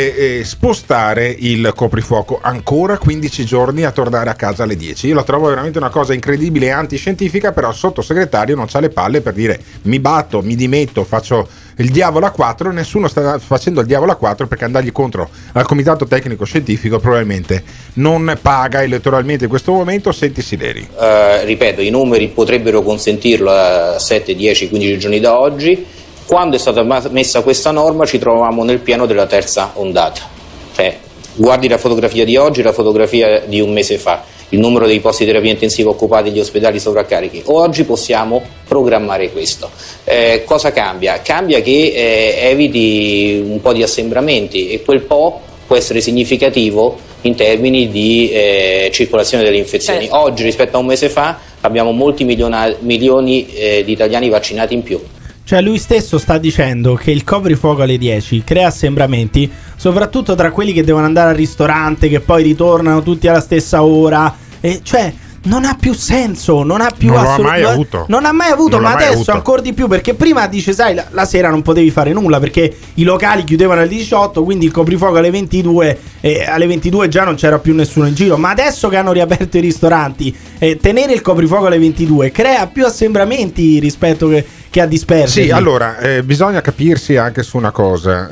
spostare il coprifuoco ancora 15 giorni a tornare a casa alle 10. Io la trovo veramente una cosa incredibile e antiscientifica, però il sottosegretario non c'ha le palle per dire mi batto, mi dimetto, faccio il diavolo a 4. Nessuno sta facendo il diavolo a 4, perché andargli contro al comitato tecnico scientifico probabilmente non paga elettoralmente in questo momento. Senti Sileri.
Ripeto, i numeri potrebbero consentirlo a 7, 10, 15 giorni da oggi. Quando è stata messa questa norma ci trovavamo nel pieno della terza ondata. Cioè, guardi la fotografia di oggi, la fotografia di un mese fa, il numero dei posti di terapia intensiva occupati, gli ospedali sovraccarichi. Oggi possiamo programmare questo. Cosa cambia? Cambia che eviti un po' di assembramenti, e quel po' può essere significativo in termini di circolazione delle infezioni. Oggi rispetto a un mese fa abbiamo molti milioni di italiani vaccinati in più.
Cioè lui stesso sta dicendo che il coprifuoco alle 10 crea assembramenti, soprattutto tra quelli che devono andare al ristorante, che poi ritornano tutti alla stessa ora, e cioè non ha più senso, non ha più assolutamente. Non ha mai avuto, ma adesso ancora di più, perché prima dice, sai, la sera non potevi fare nulla perché i locali chiudevano alle 18, quindi il coprifuoco alle 22, e alle 22 già non c'era più nessuno in giro. Ma adesso che hanno riaperto i ristoranti, tenere il coprifuoco alle 22 crea più assembramenti rispetto che a dispersi.
Sì, allora bisogna capirsi anche su una cosa.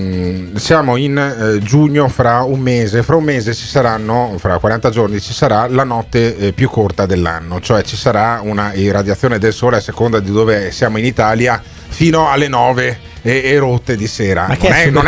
Siamo in giugno, fra un mese ci saranno, fra 40 giorni ci sarà la notte più corta dell'anno, cioè ci sarà una irradiazione del sole a seconda di dove siamo in Italia fino alle 9 e rotte di sera. Ma non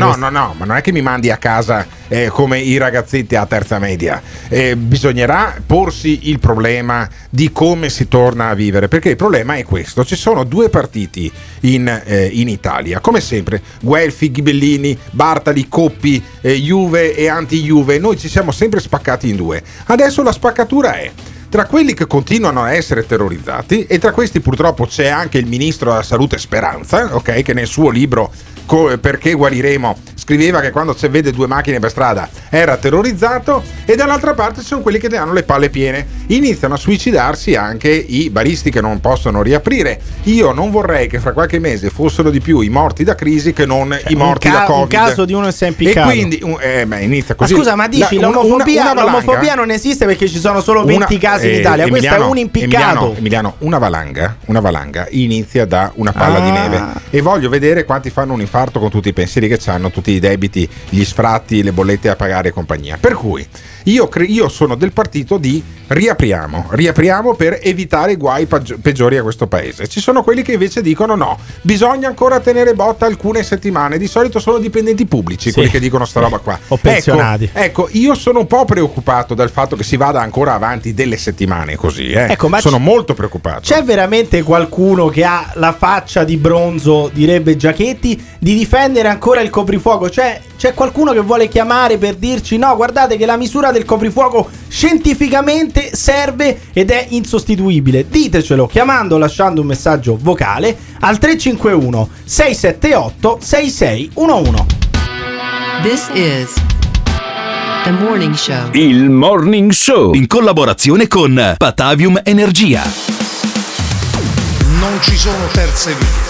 è che mi mandi a casa come i ragazzetti a terza media. Bisognerà porsi il problema di come si torna a vivere, perché il problema è questo: ci sono due partiti in Italia, come sempre, Guelfi, Ghibellini, Bartali, Coppi, Juve e anti-Juve. Noi ci siamo sempre spaccati in due. Adesso la spaccatura è tra quelli che continuano a essere terrorizzati, e tra questi purtroppo c'è anche il ministro della salute Speranza, ok, che nel suo libro Perché guariremo scriveva che quando si vede due macchine per strada era terrorizzato, e dall'altra parte ci sono quelli che hanno le palle piene. Iniziano a suicidarsi anche i baristi che non possono riaprire. Io non vorrei che fra qualche mese fossero di più i morti da crisi che non i morti da Covid.
Un caso di uno si è impiccato.
E quindi inizia così.
Ma scusa, ma dici l'omofobia non esiste perché ci sono solo 20 casi in Italia. Questo è un impiccato.
Emiliano, una valanga inizia da una palla di neve, e voglio vedere quanti fanno un infarto con tutti i pensieri che hanno, tutti i debiti, gli sfratti, le bollette a pagare e compagnia. Per cui io sono del partito di riapriamo per evitare guai peggiori a questo paese. Ci sono quelli che invece dicono no, bisogna ancora tenere botta alcune settimane. Di solito sono dipendenti pubblici, quelli che dicono sta roba qua,
o pensionati.
Ecco, io sono un po' preoccupato dal fatto che si vada ancora avanti delle settimane così,
Ecco, ma
sono molto preoccupato.
C'è veramente qualcuno che ha la faccia di bronzo, direbbe Giachetti, di difendere ancora il coprifuoco? Cioè, c'è qualcuno che vuole chiamare per dirci no, guardate che la misura del coprifuoco scientificamente serve ed è insostituibile? Ditecelo chiamando o lasciando un messaggio vocale al 351 678 6611.
This is The Morning Show.
Il Morning Show in collaborazione con Patavium Energia.
Non ci sono terze vie.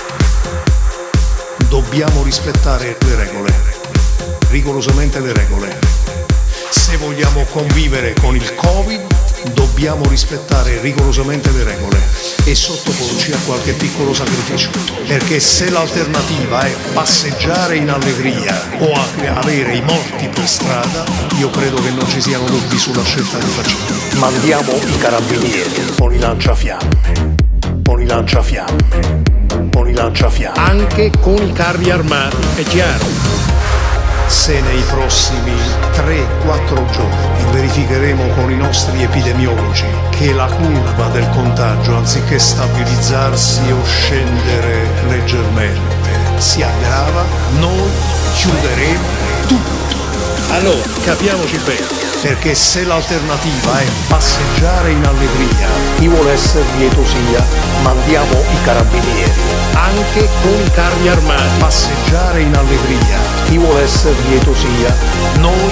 Dobbiamo rispettare le regole, rigorosamente le regole. Se vogliamo convivere con il Covid, dobbiamo rispettare rigorosamente le regole e sottoporci a qualche piccolo sacrificio. Perché se l'alternativa è passeggiare in allegria o avere i morti per strada, io credo che non ci siano dubbi sulla scelta che facciamo. Mandiamo i carabinieri con i lanciafiamme, con i lanciafiamme, con i lanciafiamme, anche con i carri armati, è chiaro. Se nei prossimi 3-4 giorni verificheremo con i nostri epidemiologi che la curva del contagio, anziché stabilizzarsi o scendere leggermente, si aggrava, noi chiuderemo tutto. Allora, capiamoci bene, perché se l'alternativa è passeggiare in allegria, chi vuole essere lieto sia, mandiamo i carabinieri, anche con i carri armati. Passeggiare in allegria, chi vuole essere lieto sia, noi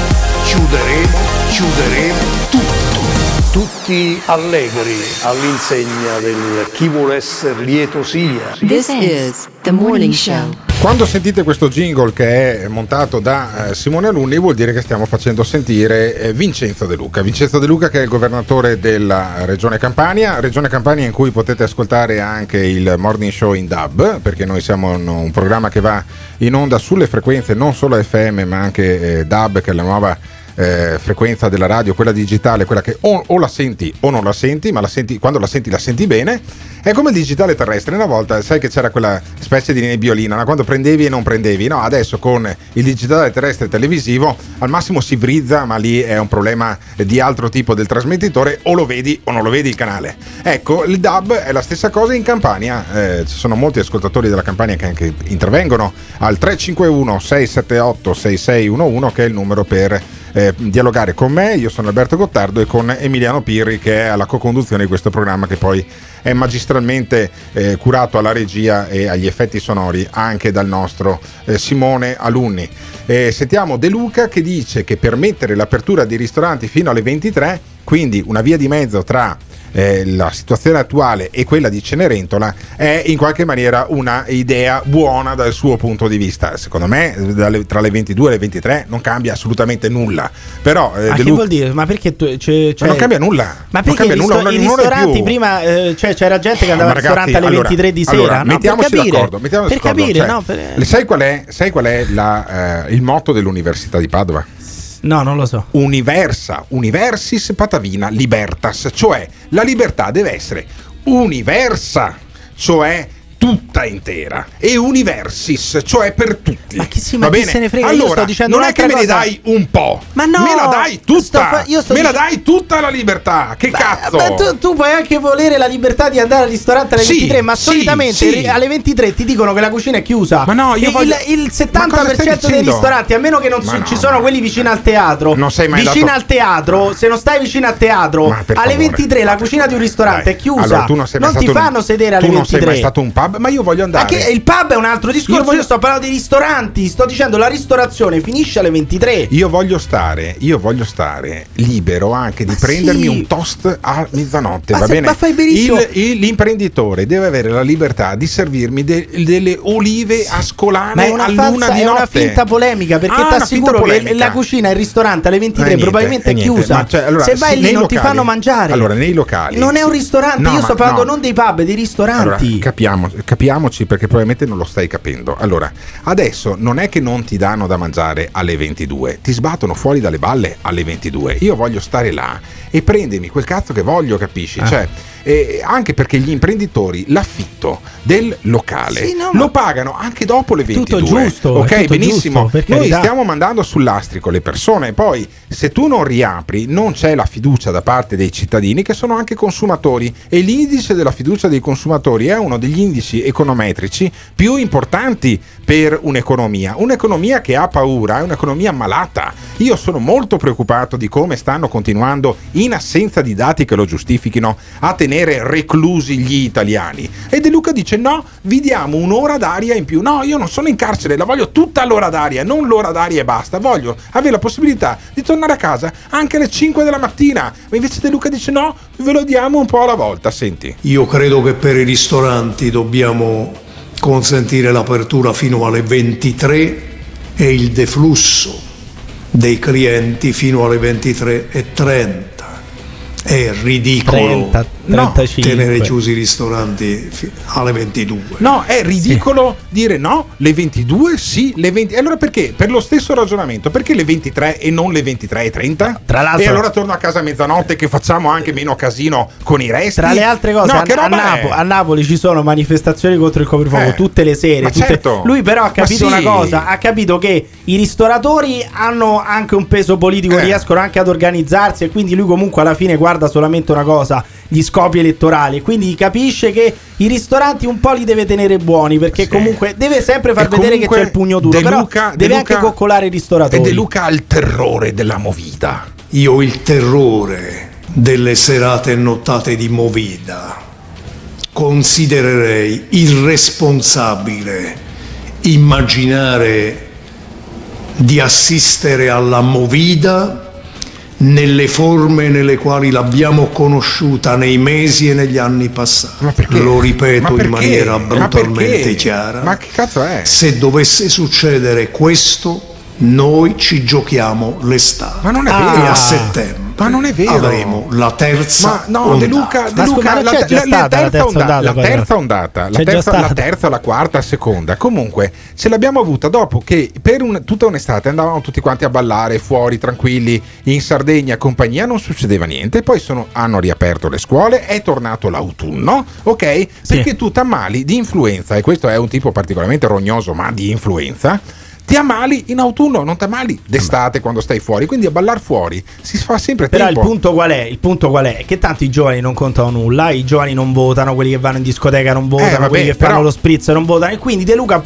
chiuderemo tutto. Tutti allegri all'insegna del chi vuole essere lieto sia.
This is The Morning Show.
Quando sentite questo jingle che è montato da Simone Alunni, vuol dire che stiamo facendo sentire Vincenzo De Luca. Vincenzo De Luca, che è il governatore della Regione Campania in cui potete ascoltare anche il Morning Show in DAB, perché noi siamo un programma che va in onda sulle frequenze non solo FM ma anche DAB, che è la nuova frequenza della radio, quella digitale, quella che o la senti o non la senti, ma quando la senti bene. È come il digitale terrestre. Una volta sai che c'era quella specie di nebbiolina, quando prendevi e non prendevi, no? Adesso con il digitale terrestre televisivo al massimo si brizza, ma lì è un problema di altro tipo del trasmettitore, o lo vedi o non lo vedi il canale. Ecco, il DAB è la stessa cosa in Campania. Ci sono molti ascoltatori della Campania che anche intervengono al 351 678 6611, che è il numero per dialogare con me. Io sono Alberto Gottardo e con Emiliano Pirri, che è alla co-conduzione di questo programma, che poi è magistralmente curato alla regia e agli effetti sonori anche dal nostro Simone Alunni. Sentiamo De Luca che dice che permettere l'apertura di ristoranti fino alle 23, quindi una via di mezzo tra la situazione attuale e quella di Cenerentola, è in qualche maniera una idea buona dal suo punto di vista. Secondo me tra le 22 e le 23 non cambia assolutamente nulla, però
che vuol dire? Ma perché
non cambia nulla?
Ma perché i ristoranti prima c'era gente che andava al ristorante alle 23 di sera?
Allora,
no,
mettiamoci d'accordo,
per capire,
sai qual è il motto dell'Università di Padova?
No, non lo so.
Universis Patavina Libertas, cioè la libertà deve essere universia, cioè tutta intera, e universis, cioè per tutti.
Ma chi se ne frega?
Allora,
io sto dicendo
non è che me ne dai un po',
ma no,
me la dai tutta, la dai tutta la libertà. Che cazzo?
Ma tu puoi anche volere la libertà di andare al ristorante alle 23, ma solitamente alle 23 ti dicono che la cucina è chiusa.
Ma no, io voglio...
il 70% dei ristoranti, a meno che non ci sono quelli vicino al teatro.
Non sei mai
vicino al teatro, se non stai vicino al teatro, alle 23 la cucina di un ristorante è chiusa.
Allora, tu non
ti fanno sedere alle 23.
Tu non sei mai stato un pub, ma io voglio andare.
Il pub è un altro discorso. Io sto parlando di ristoranti. Sto dicendo la ristorazione finisce alle 23.
Io voglio stare libero anche di prendermi un toast a mezzanotte. Va bene?
Ma fai benissimo.
L'imprenditore deve avere la libertà di servirmi delle olive ascolane all'una di notte.
È una finta polemica, perché ti assicuro che la cucina e il ristorante alle 23 probabilmente è chiusa. Se vai lì non ti fanno mangiare.
Allora, nei locali
non è un ristorante. Io sto parlando non dei pub, dei ristoranti.
Allora, capiamoci, perché probabilmente non lo stai capendo. Allora, adesso non è che non ti danno da mangiare alle 22, ti sbattono fuori dalle balle alle 22. Io voglio stare là e prendermi quel cazzo che voglio, capisci? Cioè, anche perché gli imprenditori l'affitto del locale lo pagano anche dopo le 22.
Tutto giusto,
ok, benissimo.
Giusto,
noi stiamo mandando sul lastrico le persone, poi se tu non riapri non c'è la fiducia da parte dei cittadini, che sono anche consumatori, e l'indice della fiducia dei consumatori è uno degli indici econometrici più importanti per un'economia che ha paura, è un'economia malata. Io sono molto preoccupato di come stanno continuando, in assenza di dati che lo giustifichino, a tenere reclusi gli italiani. E De Luca dice no, vi diamo un'ora d'aria in più. No, io non sono in carcere, la voglio tutta l'ora d'aria, non l'ora d'aria e basta. Voglio avere la possibilità di tornare a casa anche alle 5 della mattina. Ma invece De Luca dice no, ve lo diamo un po' alla volta. Senti,
io credo che per i ristoranti dobbiamo consentire l'apertura fino alle 23 e il deflusso dei clienti fino alle 23:30. È ridicolo
35.
Tenere chiusi i ristoranti alle 22.
No, è ridicolo dire no, le 22 sì, le 20. Allora perché? Per lo stesso ragionamento, perché le 23 e non le 23:30?
Tra l'altro,
e allora torno a casa a mezzanotte, che facciamo anche meno casino con i resti.
Tra le altre cose, a Napoli ci sono manifestazioni contro il coprifuoco tutte le sere.
Certo.
Lui però ha capito una cosa, ha capito che i ristoratori hanno anche un peso politico, riescono anche ad organizzarsi, e quindi lui comunque alla fine guarda solamente una cosa, gli scopi elettorali, quindi capisce che i ristoranti un po' li deve tenere buoni, perché comunque deve sempre far vedere che c'è il pugno duro, però deve anche coccolare i ristoratori.
E De Luca ha il terrore della movida.
Io ho il terrore delle serate e nottate di movida. Considererei irresponsabile immaginare di assistere alla movida nelle forme nelle quali l'abbiamo conosciuta nei mesi e negli anni passati. Lo ripeto in maniera brutalmente chiara.
Ma che cazzo è?
Se dovesse succedere questo, noi ci giochiamo l'estate.
Ma non è vero.
E a settembre
Ma non è vero.
Avremo la terza ondata.
De Luca, la terza ondata, la terza, la quarta, la seconda. Comunque ce l'abbiamo avuta dopo che per tutta un'estate andavamo tutti quanti a ballare fuori tranquilli in Sardegna e compagnia, non succedeva niente. Poi hanno riaperto le scuole, è tornato l'autunno, ok? Perché tu t'ammali di influenza, e questo è un tipo particolarmente rognoso, ma di influenza. Ti ammali in autunno, non ti ammali d'estate quando stai fuori, quindi a ballare fuori si fa sempre tempo.
Però il punto qual è? Che tanto i giovani non contano nulla, i giovani non votano, quelli che vanno in discoteca non votano, quelli che fanno lo spritz non votano, e quindi De Luca può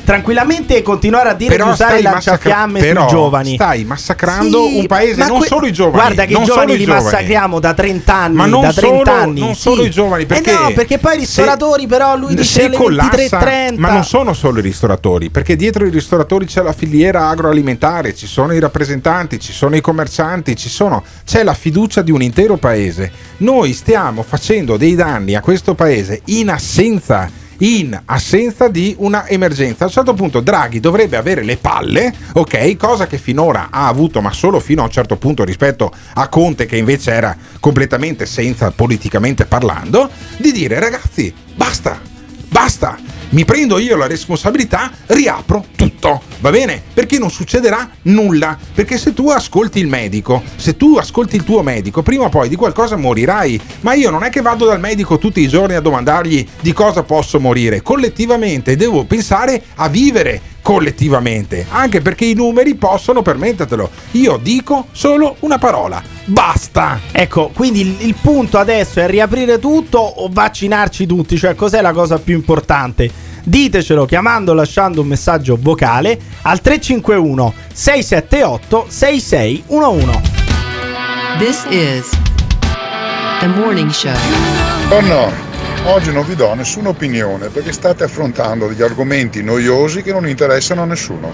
tranquillamente continuare a dire di usare lanciafiamme sui giovani.
Stai massacrando un paese, non solo i giovani.
Guarda che i giovani li massacriamo da 30 anni.
Ma non,
da 30 anni.
Non solo i giovani, perché
no, perché poi i ristoratori però lui dice alle 23:30.
Ma non sono solo i ristoratori, perché dietro i ristoratori c'è la filiera agroalimentare, ci sono i rappresentanti, ci sono i commercianti, c'è la fiducia di un intero paese. Noi stiamo facendo dei danni a questo paese in assenza di una emergenza. A un certo punto Draghi dovrebbe avere le palle, ok, cosa che finora ha avuto, ma solo fino a un certo punto rispetto a Conte, che invece era completamente senza politicamente parlando, di dire: ragazzi, basta, mi prendo io la responsabilità, riapro tutto, va bene? Perché non succederà nulla, perché se tu ascolti il medico, se tu ascolti il tuo medico, prima o poi di qualcosa morirai. Ma io non è che vado dal medico tutti i giorni a domandargli di cosa posso morire. Collettivamente devo pensare a vivere collettivamente, anche perché i numeri possono permettertelo. Io dico solo una parola: basta.
Ecco, quindi il punto adesso è riaprire tutto o vaccinarci tutti? Cioè, cos'è la cosa più importante? Ditecelo chiamando o lasciando un messaggio vocale al 351 678 6611.
This is The Morning Show.
Oh no, oggi non vi do nessuna opinione perché state affrontando degli argomenti noiosi che non interessano a nessuno.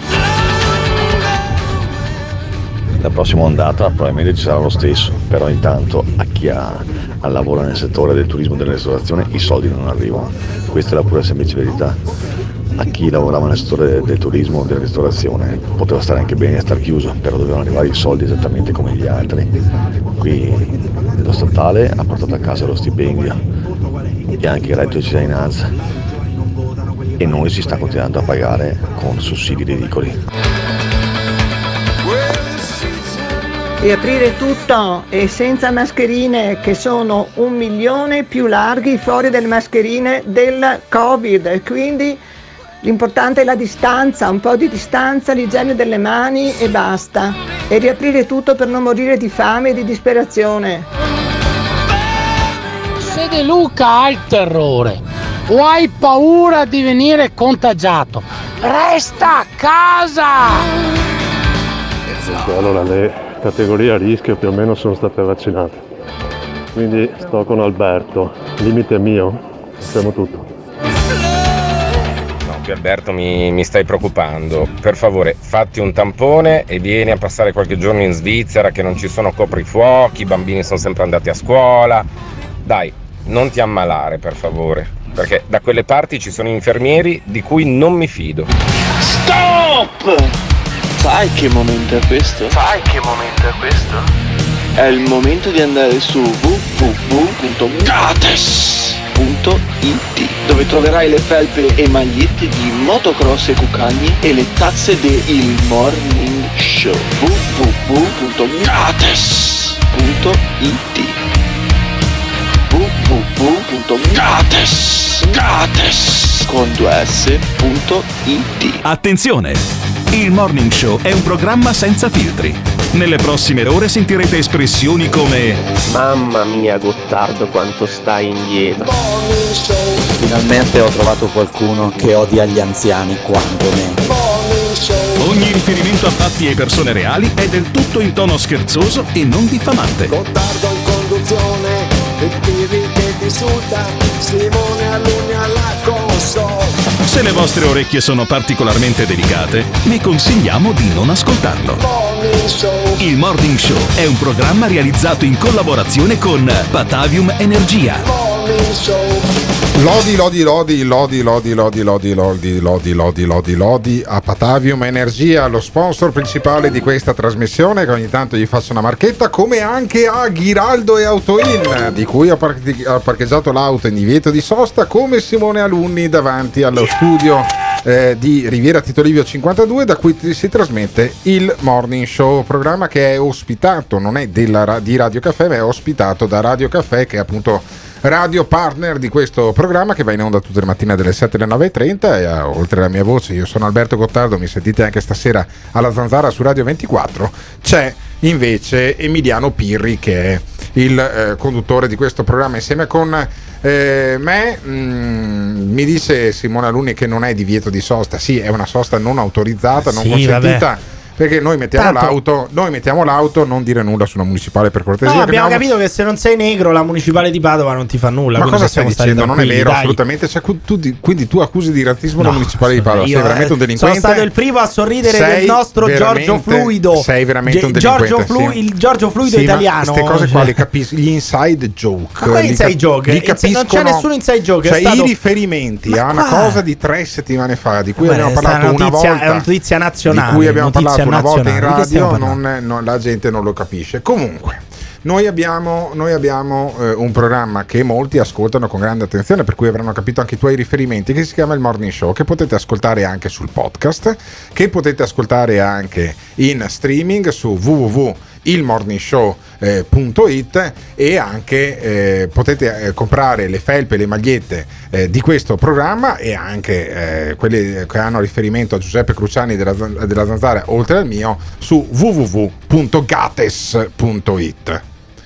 La prossima ondata probabilmente ci sarà lo stesso, però intanto a chi lavora nel settore del turismo e della ristorazione i soldi non arrivano. Questa è la pura e semplice verità. A chi lavorava nel settore del turismo e della ristorazione poteva stare anche bene a star chiuso, però dovevano arrivare i soldi esattamente come gli altri. Qui lo statale ha portato a casa lo stipendio e anche il reddito di cittadinanza, e noi si sta continuando a pagare con sussidi ridicoli.
Riaprire tutto e senza mascherine, che sono 1 milione più larghi fuori delle mascherine del Covid, quindi l'importante è la distanza, un po' di distanza, l'igiene delle mani e basta. E riaprire tutto per non morire di fame e di disperazione.
Se De Luca ha il terrore o hai paura di venire contagiato, resta a casa!
Allora le categorie a rischio più o meno sono state vaccinate, quindi sto con Alberto. Limite mio, facciamo tutto.
No, più Alberto, mi stai preoccupando. Per favore, fatti un tampone e vieni a passare qualche giorno in Svizzera, che non ci sono coprifuochi, i bambini sono sempre andati a scuola. Dai, non ti ammalare, per favore, perché da quelle parti ci sono infermieri di cui non mi fido.
Stop! Sai che momento è questo? È il momento di andare su www.gates.it, dove troverai le felpe e magliette di motocross e cucagni e le tazze del Morning Show. www.gates.it www.gates con 2s.it.
Attenzione! Il Morning Show è un programma senza filtri. Nelle prossime ore sentirete espressioni come:
mamma mia Gottardo, quanto stai indietro. Finalmente ho trovato qualcuno che odia gli anziani quanto me.
Ogni riferimento a fatti e persone reali è del tutto in tono scherzoso e non diffamante.
Gottardo in conduzione, il Pirri che ti insulta, Simone Alunni alla console.
Se le vostre orecchie sono particolarmente delicate, vi consigliamo di non ascoltarlo. Il Morning Show è un programma realizzato in collaborazione con Patavium Energia.
Lodi a Patavium Energia, lo sponsor principale di questa trasmissione, che ogni tanto gli faccio una marchetta, come anche a Ghiraldo e Autoin, di cui ho parcheggiato l'auto in divieto di sosta, come Simone Alunni davanti allo studio di Riviera Tito Livio 52, da cui si trasmette il Morning Show, programma che è ospitato, non è di Radio Caffè, ma è ospitato da Radio Caffè, che è appunto radio partner di questo programma, che va in onda tutte le mattine dalle 7 alle 9:30. E oltre alla mia voce, io sono Alberto Gottardo, mi sentite anche stasera alla Zanzara su Radio 24. C'è invece Emiliano Pirri, che il conduttore di questo programma insieme con me. Mi dice Simone Alunni che non è divieto di sosta. Sì, è una sosta non autorizzata, non consentita. Vabbè. Perché noi mettiamo l'auto, non dire nulla sulla municipale, per cortesia.
No, abbiamo capito che se non sei negro la municipale di Padova non ti fa nulla.
Ma cosa stai dicendo? Non è vero, assolutamente. Cioè, quindi tu accusi di razzismo la municipale di Padova. Sei veramente un delinquente.
Sono stato il primo a sorridere del nostro Giorgio Fluido.
Sei veramente un delinquente.
Il Giorgio Fluido italiano.
Queste cose qua le capisco. Gli inside joke.
Ma quali inside joke? Non c'è nessun inside joke.
Cioè i riferimenti a una cosa di 3 settimane fa, di cui abbiamo parlato una volta.
È una notizia nazionale.
Di cui abbiamo parlato una volta in radio, la gente non lo capisce. Comunque noi abbiamo un programma che molti ascoltano con grande attenzione, per cui avranno capito anche i tuoi riferimenti, che si chiama il Morning Show, che potete ascoltare anche sul podcast, che potete ascoltare anche in streaming su www.ilmorningshow.it e anche potete comprare le felpe e le magliette di questo programma, e anche quelle che hanno riferimento a Giuseppe Cruciani della Zanzara oltre al mio su www.gates.it.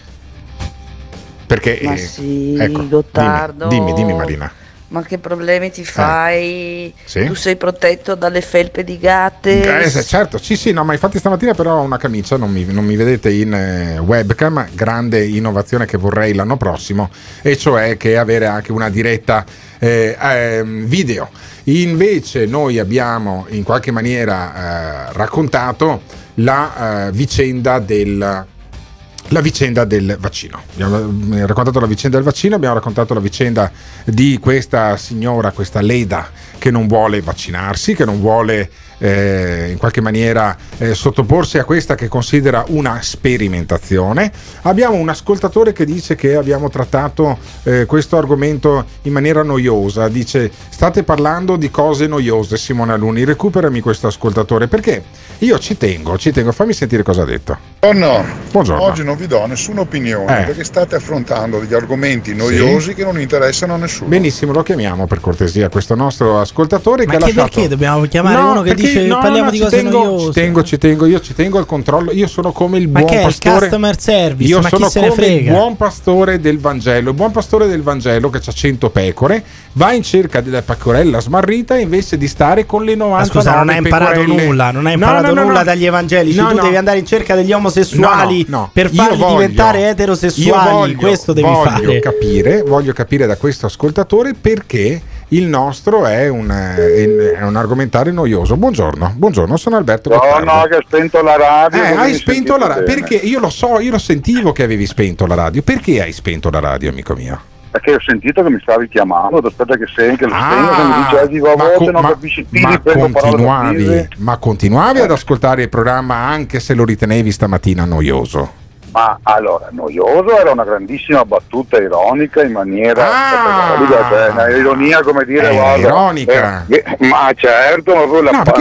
Perché
ma sì,
ecco,
Gottardo,
dimmi Marina.
Ma che problemi ti fai? Sì? Tu sei protetto dalle felpe di Gates?
Certo, sì, no, ma infatti stamattina però ho una camicia, non mi vedete in webcam, grande innovazione che vorrei l'anno prossimo, e cioè che avere anche una diretta video. Invece noi abbiamo in qualche maniera raccontato la vicenda del vaccino. Abbiamo raccontato la vicenda del vaccino, abbiamo raccontato la vicenda di questa signora, questa Leda, che non vuole vaccinarsi, che non vuole in qualche maniera sottoporsi a questa che considera una sperimentazione. Abbiamo un ascoltatore che dice che abbiamo trattato questo argomento in maniera noiosa, dice: state parlando di cose noiose. Simone Alunni, recuperami questo ascoltatore, perché io ci tengo, fammi sentire cosa ha detto.
Buongiorno. Oggi non vi do nessuna opinione perché state affrontando degli argomenti noiosi che non interessano a nessuno.
Benissimo, lo chiamiamo per cortesia questo nostro ascoltatore.
Ma
che ha lasciato...
perché dobbiamo chiamare uno che dice parliamo di cose noiose?
Ci tengo al controllo. Io sono come il buon pastore.
Il customer service,
io
ma
sono
chi se ne
come
frega?
Il buon pastore del Vangelo. Il buon pastore del Vangelo che ha 100 pecore va in cerca della pecorella smarrita invece di stare con le 99
pecorelle. Ma scusa, non hai imparato nulla, non hai imparato nulla dagli evangelici. Tu devi andare in cerca degli omosessuali per farli diventare eterosessuali. Questo devi fare.
Voglio capire da questo ascoltatore perché il nostro è un argomentare noioso. Buongiorno, sono Alberto Gottardo.
No, che hai spento la radio.
Hai spento la radio. Perché? Io lo so, io lo sentivo che avevi spento la radio. Perché hai spento la radio, amico mio?
Perché ho sentito che mi stavi chiamando, aspetta che sei che lo spengo, che mi dice viva voce, non capisci più,
ma continuavi ad ascoltare il programma anche se lo ritenevi stamattina noioso?
Ma allora, noioso era una grandissima battuta ironica in maniera una ironia, come dire, guarda,
ironica.
Ma certo, ma poi
perché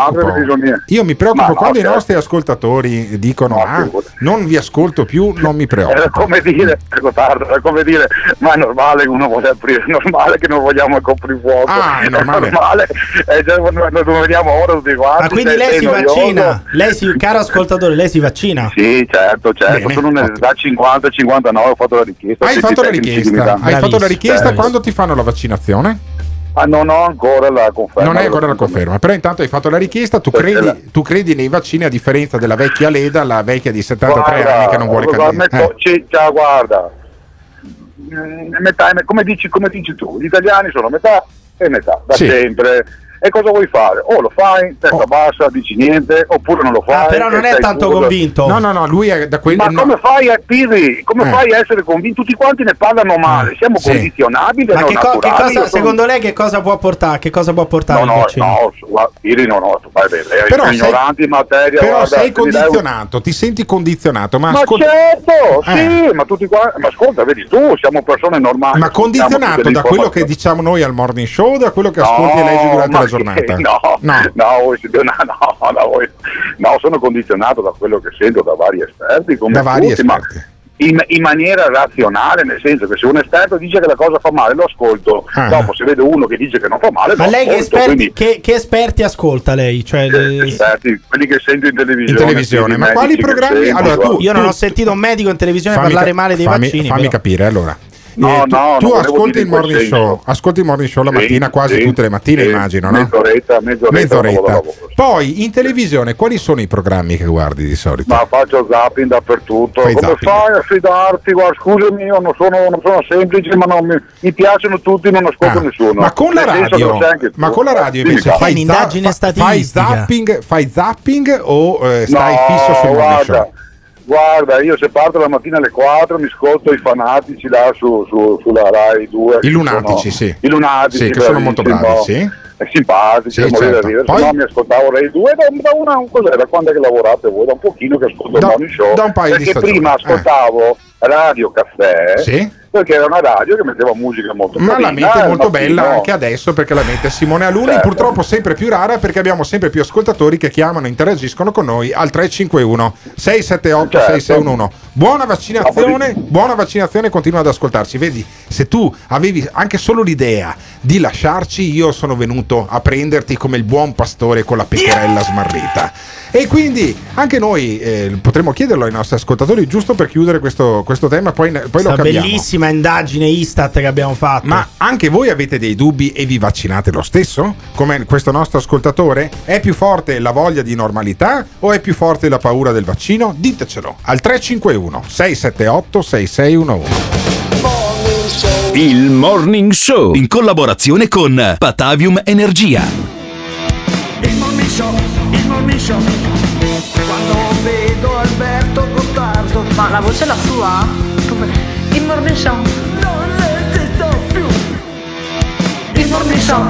io mi preoccupo quando i nostri ascoltatori dicono non vi ascolto più, non mi preoccupo.
Era come dire, ma è normale che uno voglia aprire, è normale che non vogliamo il coprifuoco.
È normale.
Noi veniamo ora tutti quanti.
Ma quindi lei si vaccina? Caro ascoltatore, lei si vaccina?
Sì, certo. Sono un'età 50-59, ho fatto la richiesta.
Hai fatto la richiesta? Quando ti fanno la vaccinazione?
Non ho ancora la conferma.
Non hai ancora la conferma, però intanto hai fatto la richiesta. Tu credi nei vaccini, a differenza della vecchia Leda, la vecchia di 73 anni che non vuole cambiare.
Guarda, metà, come dici tu, gli italiani sono metà e metà, da sempre. E cosa vuoi fare? O lo fai, testa bassa, dici niente, oppure non lo fai.
Però non è tanto convinto.
No, lui è da quelli.
Ma come fai a fai a essere convinto? Tutti quanti ne parlano male, siamo condizionabili.
Ma secondo lei che cosa può portare? Che cosa può portare?
Piri no, però ignoranti in materia.
Però sei condizionato, ti senti condizionato.
Ma certo, sì, ma tutti quanti. Ma ascolta, vedi tu, siamo persone normali.
Ma condizionato da quello che diciamo noi al morning show, da quello che ascolti e leggi durante la giornata?
No, sono condizionato da quello che sento da vari esperti, come
da vari esperti.
in maniera razionale, nel senso che se un esperto dice che la cosa fa male lo ascolto, dopo se vedo uno che dice che non fa male
ma
lo
lei
ascolto,
che esperti ascolta lei? Cioè,
esperti, quelli che sento in televisione,
ma quali programmi? Allora,
io non ho sentito un medico in televisione parlare male dei vaccini.
Fammi capire allora.
Tu
ascolti il morning show, la mattina quasi tutte le mattine, immagino, no?
Mezz'oretta.
Poi in televisione quali sono i programmi che guardi di solito?
Ma faccio zapping dappertutto. Come fai a fidarti? Guarda, scusami, io non sono semplice, ma mi piacciono tutti, non ascolto nessuno.
Ma con la radio, invece fai
un'indagine statistica.
Fai zapping o stai fisso sul morning show?
Guarda, io se parto la mattina alle 4 mi ascolto i fanatici là sulla Rai 2.
I lunatici, sì.
I lunatici,
che sono molto bravi, sì.
Simpatici,
certo.
Poi no, mi ascoltavo Rai 2 da quando è che lavorate voi? Da un pochino che ascolto il morning show.
Da un paio di stagioni.
Perché prima ascoltavo Radio Caffè, perché era una radio che metteva musica molto carina.
Ma la mette molto bella anche adesso, perché la mette Simone Alunni, purtroppo sempre più rara perché abbiamo sempre più ascoltatori che chiamano, interagiscono con noi al 351 678 6611. Buona vaccinazione, continua ad ascoltarci. Vedi, se tu avevi anche solo l'idea di lasciarci, io sono venuto a prenderti come il buon pastore con la pecorella smarrita. E quindi anche noi potremmo chiederlo ai nostri ascoltatori, giusto per chiudere questo tema, poi lo capiamo.
Bellissima indagine Istat che abbiamo fatto.
Ma anche voi avete dei dubbi e vi vaccinate lo stesso? Come questo nostro ascoltatore? È più forte la voglia di normalità o è più forte la paura del vaccino? Ditecelo al 351 678 6611.
Il Morning Show in collaborazione con Patavium Energia.
Il Morning Show. Quando vedo Alberto Gottardo.
Ma la voce è la sua? Come? Il Morning Show.
Non esisto più.
Il Morning Show.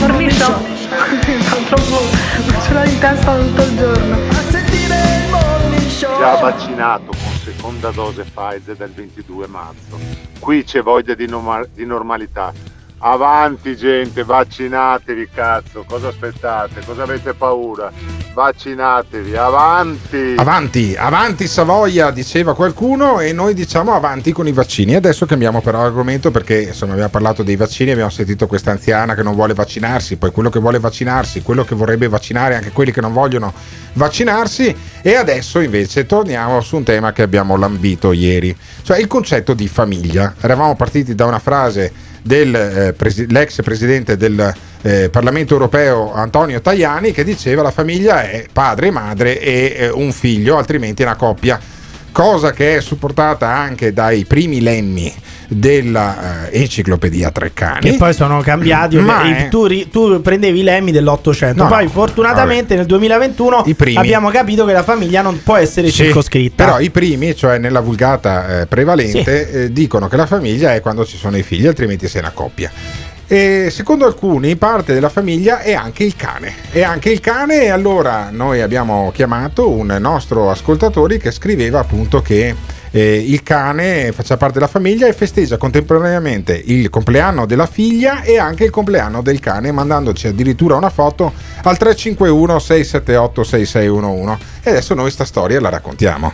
Troppo, ce l'ho in testa tutto il giorno.
A sentire il Morning Show.
Già vaccinato con seconda dose Pfizer dal 22 marzo. Qui c'è voglia di normalità. Avanti gente, vaccinatevi cazzo, cosa aspettate? Cosa avete paura? Vaccinatevi,
avanti Savoia, diceva qualcuno, e noi diciamo avanti con i vaccini. Adesso cambiamo però argomento perché insomma abbiamo parlato dei vaccini, abbiamo sentito questa anziana che non vuole vaccinarsi, poi quello che vuole vaccinarsi, quello che vorrebbe vaccinare, anche quelli che non vogliono vaccinarsi, e adesso invece torniamo su un tema che abbiamo lambito ieri, cioè il concetto di famiglia. Eravamo partiti da una frase dell'ex presidente del Parlamento europeo Antonio Tajani, che diceva la famiglia è padre, madre e un figlio, altrimenti è una coppia, cosa che è supportata anche dai primi lemmi della enciclopedia Treccani,
che poi sono cambiati. Tu prendevi i lemmi dell'800, poi fortunatamente nel 2021 abbiamo capito che la famiglia non può essere circoscritta.
Però i primi, cioè nella vulgata prevalente, dicono che la famiglia è quando ci sono i figli, altrimenti sei una coppia. E secondo alcuni parte della famiglia è anche il cane. E allora noi abbiamo chiamato un nostro ascoltatore che scriveva appunto che il cane faccia parte della famiglia e festeggia contemporaneamente il compleanno della figlia e anche il compleanno del cane, mandandoci addirittura una foto al 351 678 6611. E adesso noi sta storia la raccontiamo.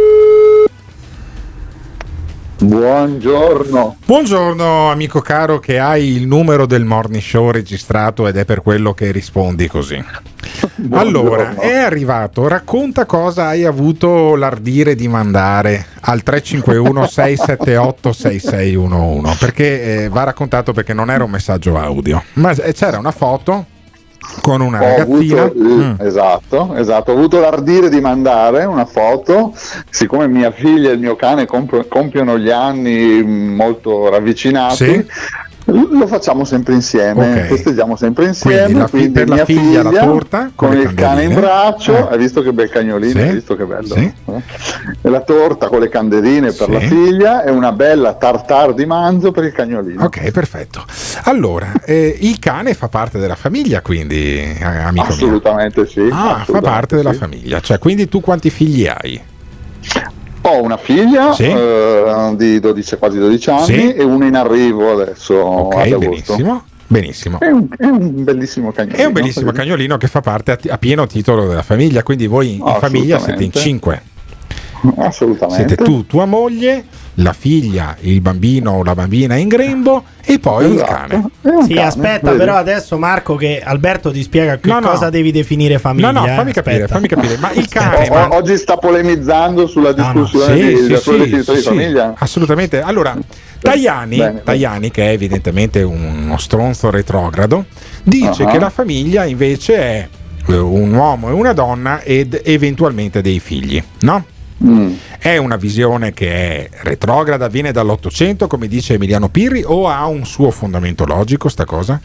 Buongiorno amico caro, che hai il numero del Morning Show registrato ed è per quello che rispondi così. Allora, è arrivato, racconta cosa hai avuto l'ardire di mandare al 351 678 6611, perché va raccontato, perché non era un messaggio audio, ma c'era una foto con una ragazzina.
Esatto, ho avuto l'ardire di mandare una foto, siccome mia figlia e il mio cane compiono gli anni molto ravvicinati. Lo facciamo sempre insieme, festeggiamo sempre insieme. Quindi
per la figlia la torta
con il cane in braccio, hai visto che bel cagnolino, hai visto che bello? E la torta con le candeline per la figlia e una bella tartare di manzo per il cagnolino.
Ok, perfetto. Allora, il cane fa parte della famiglia, quindi amico
assolutamente
mio.
Sì.
Fa parte della famiglia, cioè quindi tu quanti figli hai?
Ho una figlia di quasi 12 anni e una in arrivo adesso ad agosto.
Benissimo.
È un bellissimo cagnolino.
È un bellissimo cagnolino che fa parte a pieno titolo della famiglia, quindi voi in famiglia siete in 5.
Assolutamente.
Siete tu, tua moglie, la figlia, il bambino o la bambina in grembo e poi il cane.
Sì, aspetta, però adesso Marco che Alberto ti spiega che cosa devi definire famiglia.
No, fammi capire. Ma il cane
oggi sta polemizzando sulla discussione della sua definizione di famiglia.
Assolutamente. Allora, Tajani, che è evidentemente uno stronzo retrogrado, dice che la famiglia invece è un uomo e una donna ed eventualmente dei figli, no? È una visione che è retrograda, viene dall'Ottocento, come dice Emiliano Pirri, o ha un suo fondamento logico sta cosa?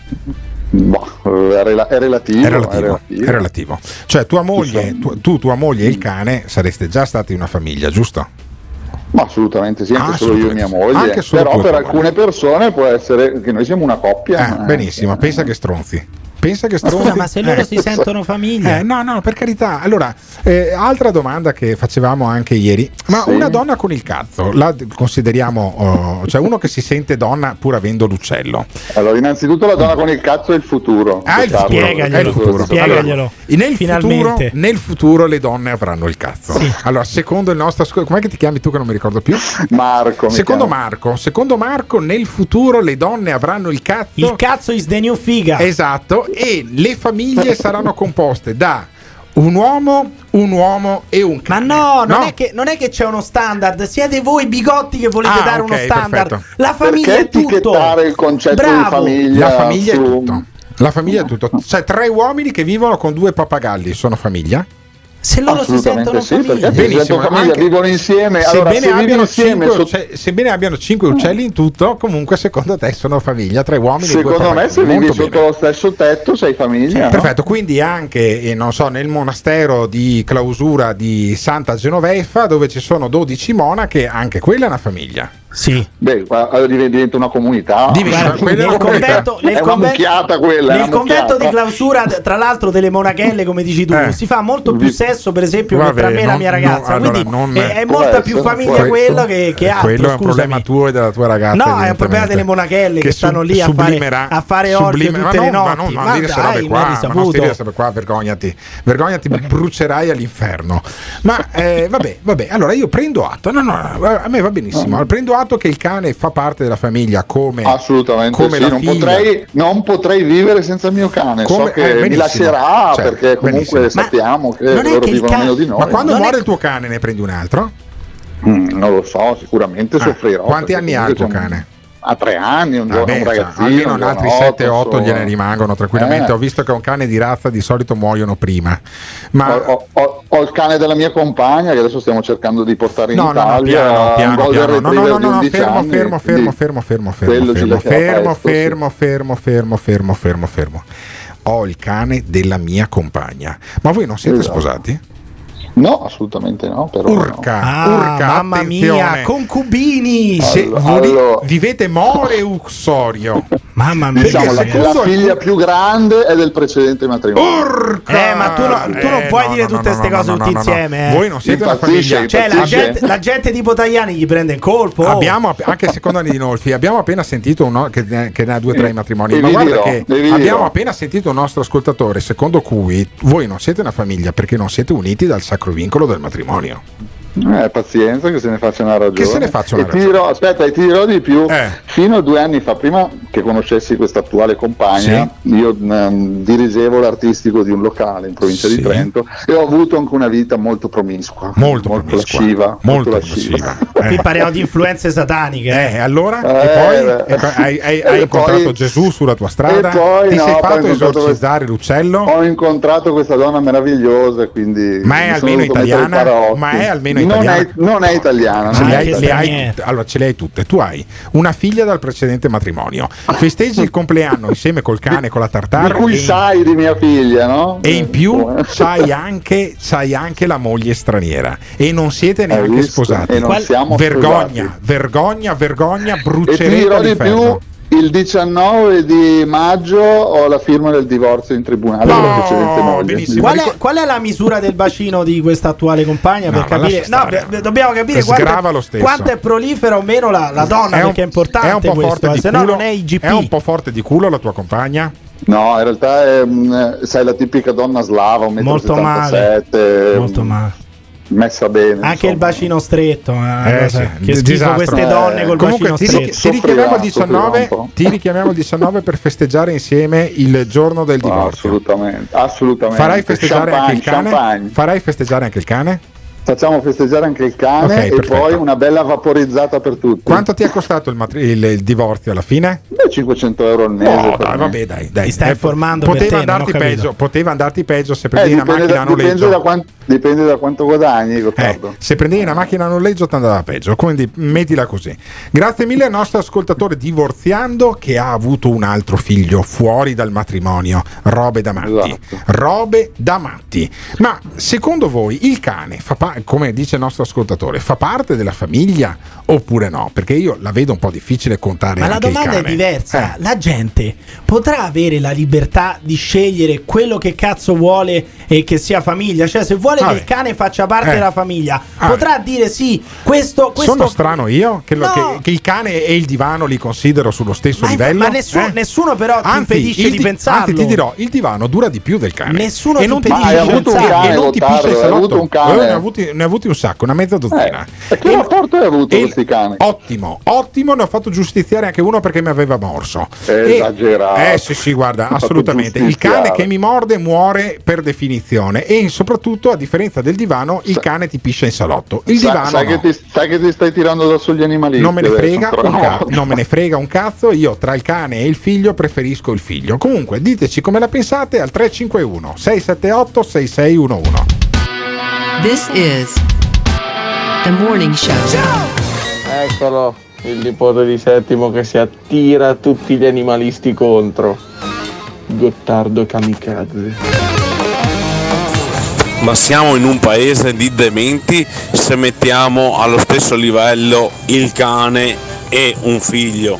È
relativo. Cioè tua moglie, tua moglie e il cane sareste già stati una famiglia, giusto?
Ma assolutamente sì, anche solo io e mia moglie. Però per alcune persone può essere che noi siamo una coppia.
Benissimo, pensa che stronzi.
Scusa, ma se loro si sentono famiglia?
No, per carità. Allora, altra domanda che facevamo anche ieri, ma una donna con il cazzo, la consideriamo, cioè uno che si sente donna pur avendo l'uccello?
Allora, innanzitutto la donna con il cazzo è il futuro.
Spiegaglielo.
Nel futuro le donne avranno il cazzo. Sì. Allora, secondo il nostro, com'è che ti chiami tu che non mi ricordo più?
Marco.
Secondo Marco, nel futuro le donne avranno il cazzo.
Il cazzo is the new figa.
Esatto. E le famiglie saranno composte da un uomo e un cane.
Ma non è che c'è uno standard. Siete voi bigotti che volete dare uno standard. Perfetto. La famiglia è tutto.
Etichettare il concetto di famiglia?
La famiglia è tutto. Cioè 3 uomini che vivono con 2 pappagalli sono famiglia?
Se loro si sentono famiglia,
benissimo, vivono insieme.
Sebbene abbiano 5 uccelli in tutto, comunque secondo te sono famiglia, 3 uomini.
Secondo me se vivi sotto lo stesso tetto sei famiglia.
Sì, perfetto, quindi anche nel monastero di clausura di Santa Genoveffa, dove ci sono 12 monache, anche quella è una famiglia.
Sì.
Diventa una comunità.
Nel convento di clausura, tra l'altro delle monachelle, come dici tu, si fa molto più sesso, per esempio, che tra me e la mia ragazza. Quindi è molta più famiglia quello che altro.
Quello è un problema tuo e della tua ragazza.
No, è un problema delle monachelle che stanno lì a fare orge tutte le notti.
Ma non dire robe qua, vergognati, brucerai all'inferno. Ma vabbè, allora io prendo atto. A me va benissimo. Prendo atto che il cane fa parte della famiglia come
assolutamente non potrei vivere senza il mio cane, so che mi lascerà, perché comunque sappiamo che loro vivono meno di noi.
Ma quando muore il tuo cane ne prendi un altro?
Non lo so, sicuramente soffrirò.
Quanti anni ha il tuo cane?
A 3 anni, un ragazzino,
almeno altri 7-8 gliene rimangono tranquillamente. Ho visto che un cane di razza di solito muoiono prima. Ma
ho il cane della mia compagna che adesso stiamo cercando di portare in Italia.
Piano. Fermo. Ho il cane della mia compagna. Ma voi non siete sposati?
No, assolutamente no. Però
urca,
mamma
attenzione.
Mia, concubini.
Vivete more uxorio.
Mamma mia,
diciamo, la figlia più grande è del precedente matrimonio.
Urca!
Ma tu non puoi dire tutte queste cose tutte insieme.
Voi non siete una famiglia.
Cioè la gente tipo Tajani gli prende il colpo.
Abbiamo anche secondo anni di Nolfi. Abbiamo appena sentito che ne ha 2 o 3 matrimoni. Ma guarda che abbiamo appena sentito un nostro ascoltatore secondo cui voi non siete una famiglia perché non siete uniti dal sacro vincolo del matrimonio.
Pazienza, che se ne faccia una ragione.
Che se ne faccia una ragione.
Ti dirò di più. Fino a 2 anni fa, prima che conoscessi questa attuale compagna, io dirigevo l'artistico di un locale in provincia di Trento e ho avuto anche una vita molto promiscua, molto lasciva.
Qui parliamo di influenze sataniche.
Allora? E poi hai incontrato Gesù sulla tua strada? Ti sei fatto esorcizzare l'uccello?
Ho incontrato questa donna meravigliosa, quindi
ma è almeno italiana? Non è
italiana.
Allora ce le hai tutte. Tu hai una figlia dal precedente matrimonio, festeggi il compleanno insieme col cane, con la tartara,
di cui sai di mia figlia, no?
E in più c'hai anche la moglie straniera e non siete neanche sposati. Vergogna, brucerete all'inferno.
Il 19 di maggio ho la firma del divorzio in tribunale della precedente moglie.
Qual è la misura del bacino di questa attuale compagna? Per capire, dobbiamo capire quanto è prolifera o meno la donna, perché è importante.
È un po'
questo,
forte di
se
culo,
no non è IGP.
È un po' forte di culo la tua compagna?
No, in realtà è, sai, la tipica donna slava, 1,77 m.
Molto male.
messa bene.
Anche
insomma.
il bacino stretto.
Sì,
che schifo queste donne col
comunque
bacino stretto.
Ti richiamiamo il 19 per festeggiare insieme il giorno del divorzio.
Assolutamente.
Farai festeggiare anche il cane? Farai festeggiare anche il cane?
Facciamo festeggiare anche il cane,
Ok,
e
perfetto.
poi una bella vaporizzata per tutti.
Quanto ti è costato il divorzio alla fine?
500 euro al mese. per me.
Vabbè, dai.
Ti stai informando per
Poteva
te, non ho capito.
poteva andarti peggio se prendevi una
Dipende
macchina a noleggio.
dipende da quanto guadagni, Gottardo.
Se prendevi una macchina a noleggio ti andava peggio, quindi mettila così. Grazie mille al nostro ascoltatore divorziando che ha avuto un altro figlio fuori dal matrimonio. Robe da matti. Robe da matti. Ma secondo voi il cane come dice il nostro ascoltatore, fa parte della famiglia oppure no? Perché io la vedo un po' difficile contare.
Ma la
anche il
domanda è
cane.
diversa. La gente potrà avere la libertà di scegliere quello che cazzo vuole e che sia famiglia? Cioè, se vuole che il cane faccia parte della famiglia, potrà dire sì, questo
Sono strano io che,
No.
che il cane e il divano li considero sullo stesso livello.
Ma nessuno però ti
Anzi,
impedisce di pensarlo.
Anzi, ti dirò, il divano dura di più del cane.
Nessuno
e
ti
non ti
impedisce
dice
di pensarlo.
e non ti piscia il
Hai
salotto.
avuto un cane?
Ne ho avuti un sacco, una mezza dozzina.
E che rapporto hai avuto con questi cani?
Ottimo, ne ho fatto giustiziare anche uno perché mi aveva morso.
Esagerato.
Sì, guarda,
Ho fatto
assolutamente. Il
giustiziare.
cane che mi morde muore per definizione e soprattutto, a differenza del divano, il cane ti piscia in salotto. Il divano
sai
no.
che ti stai tirando da sugli animalisti.
Non me ne frega
adesso,
un cazzo, non me ne frega un cazzo. Io tra il cane e il figlio preferisco il figlio. Comunque diteci come la pensate al 351 678 6611.
This is The Morning Show.
Eccolo, il nipote di Settimo che si attira tutti gli animalisti contro. Gottardo kamikaze.
Ma siamo in un paese di dementi se mettiamo allo stesso livello il cane e un figlio.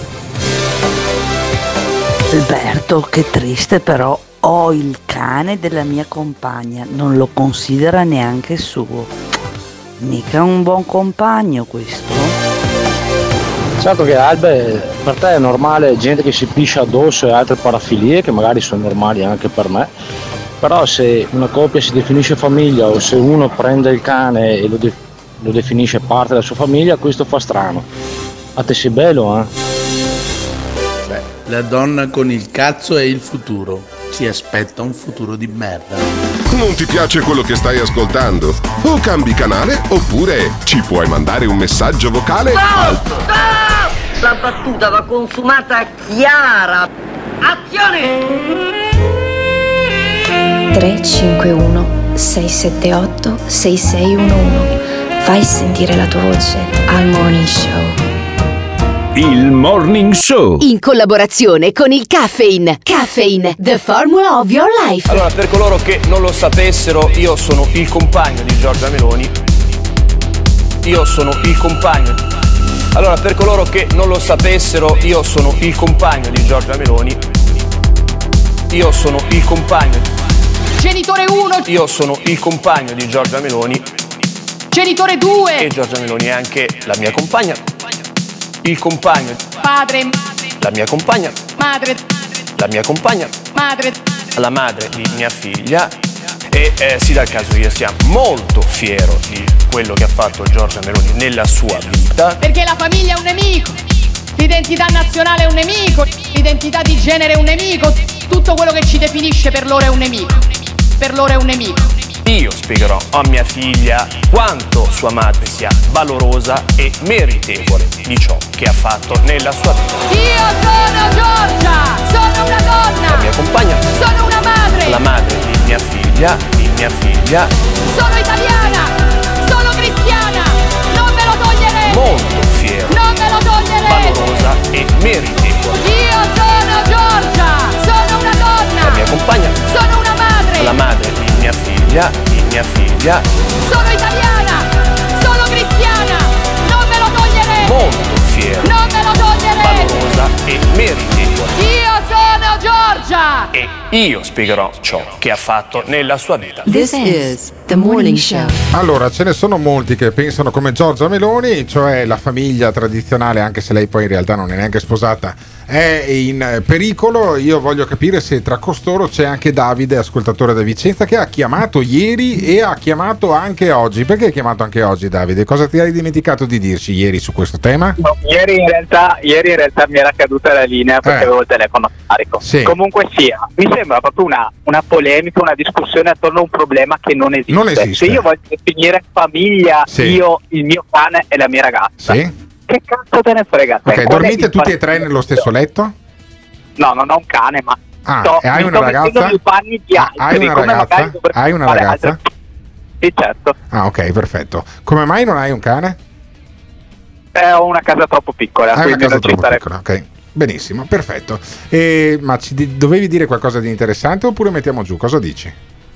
Alberto, che triste però, ho il cane della mia compagna, non lo considera neanche suo. Mica un buon compagno questo.
Certo che Albe, per te è normale gente che si piscia addosso e altre parafilie che magari sono normali anche per me, però se una coppia si definisce famiglia o se uno prende il cane e lo definisce parte della sua famiglia, questo fa strano. A te sei bello, eh?
La donna con il cazzo è il futuro. Ci aspetta un futuro di merda.
Non ti piace quello che stai ascoltando? O cambi canale oppure ci puoi mandare un messaggio vocale al...
La battuta va consumata chiara. Azione!
351 678 6611. Fai sentire la tua voce al Morning Show.
Il Morning Show.
In collaborazione con il Caffeine. Caffeine, the formula of your life.
Allora, per coloro che non lo sapessero, io sono il compagno di Giorgia Meloni. Io sono il compagno. Allora, per coloro che non lo sapessero, io sono il compagno di Giorgia Meloni. Io sono il compagno.
Genitore 1.
Io sono il compagno di Giorgia Meloni.
Genitore 2.
E Giorgia Meloni è anche la mia compagna. Il compagno.
Padre.
La mia compagna.
Madre.
La mia compagna.
Madre.
La madre di mia figlia. E sì, dal caso io sia molto fiero di quello che ha fatto Giorgia Meloni nella sua vita.
Perché la famiglia è un nemico. L'identità nazionale è un nemico. L'identità di genere è un nemico. Tutto quello che ci definisce per loro è un nemico. Per loro è un nemico.
Io spiegherò a mia figlia quanto sua madre sia valorosa e meritevole di ciò che ha fatto nella sua vita.
Io sono Giorgia, sono una donna.
La mia compagna.
Sono una madre.
La madre di mia figlia,
Sono italiana, sono cristiana, non me lo toglierete.
Molto fiero.
Non me lo toglierete.
Valorosa e meritevole.
Io sono Giorgia, sono una donna.
La mia compagna.
Sono una madre.
La madre di mia figlia.
Sono italiana, sono cristiana, non me lo toglierete.
Molto fiero.
Non me lo toglierete.
Valorosa e meritevole.
Io sono Giorgia.
E io spiegherò ciò che ha fatto nella sua vita.
This is The Morning Show.
Allora, ce ne sono molti che pensano come Giorgia Meloni, cioè la famiglia tradizionale, anche se lei poi in realtà non è neanche sposata, è in pericolo. Io voglio capire se tra costoro c'è anche Davide, ascoltatore da Vicenza, che ha chiamato ieri e ha chiamato anche oggi. Perché hai chiamato anche oggi, Davide? Cosa ti hai dimenticato di dirci ieri su questo tema?
No, ieri in realtà mi era caduta la linea perché avevo il telefono carico.
Sì.
Comunque sia, mi sembra proprio una polemica, una discussione attorno a un problema che non esiste.
Non esiste.
Se io voglio definire famiglia, io, il mio cane e la mia ragazza, che cazzo te ne frega?
Ok, dormite tutti e tre nello stesso letto?
No, non ho un cane, ma
e hai una ragazza?
I panni di altri,
Hai una
come
ragazza?
magari dovrei
Hai una
fare
ragazza?
altre- Sì, certo.
Ah, ok, perfetto. Come mai non hai un cane?
Ho una casa troppo piccola,
Hai una
quindi
casa
non ci
troppo
stare.
piccola, ok. Benissimo, perfetto. Ma dovevi dire qualcosa di interessante oppure mettiamo giù? Cosa dici?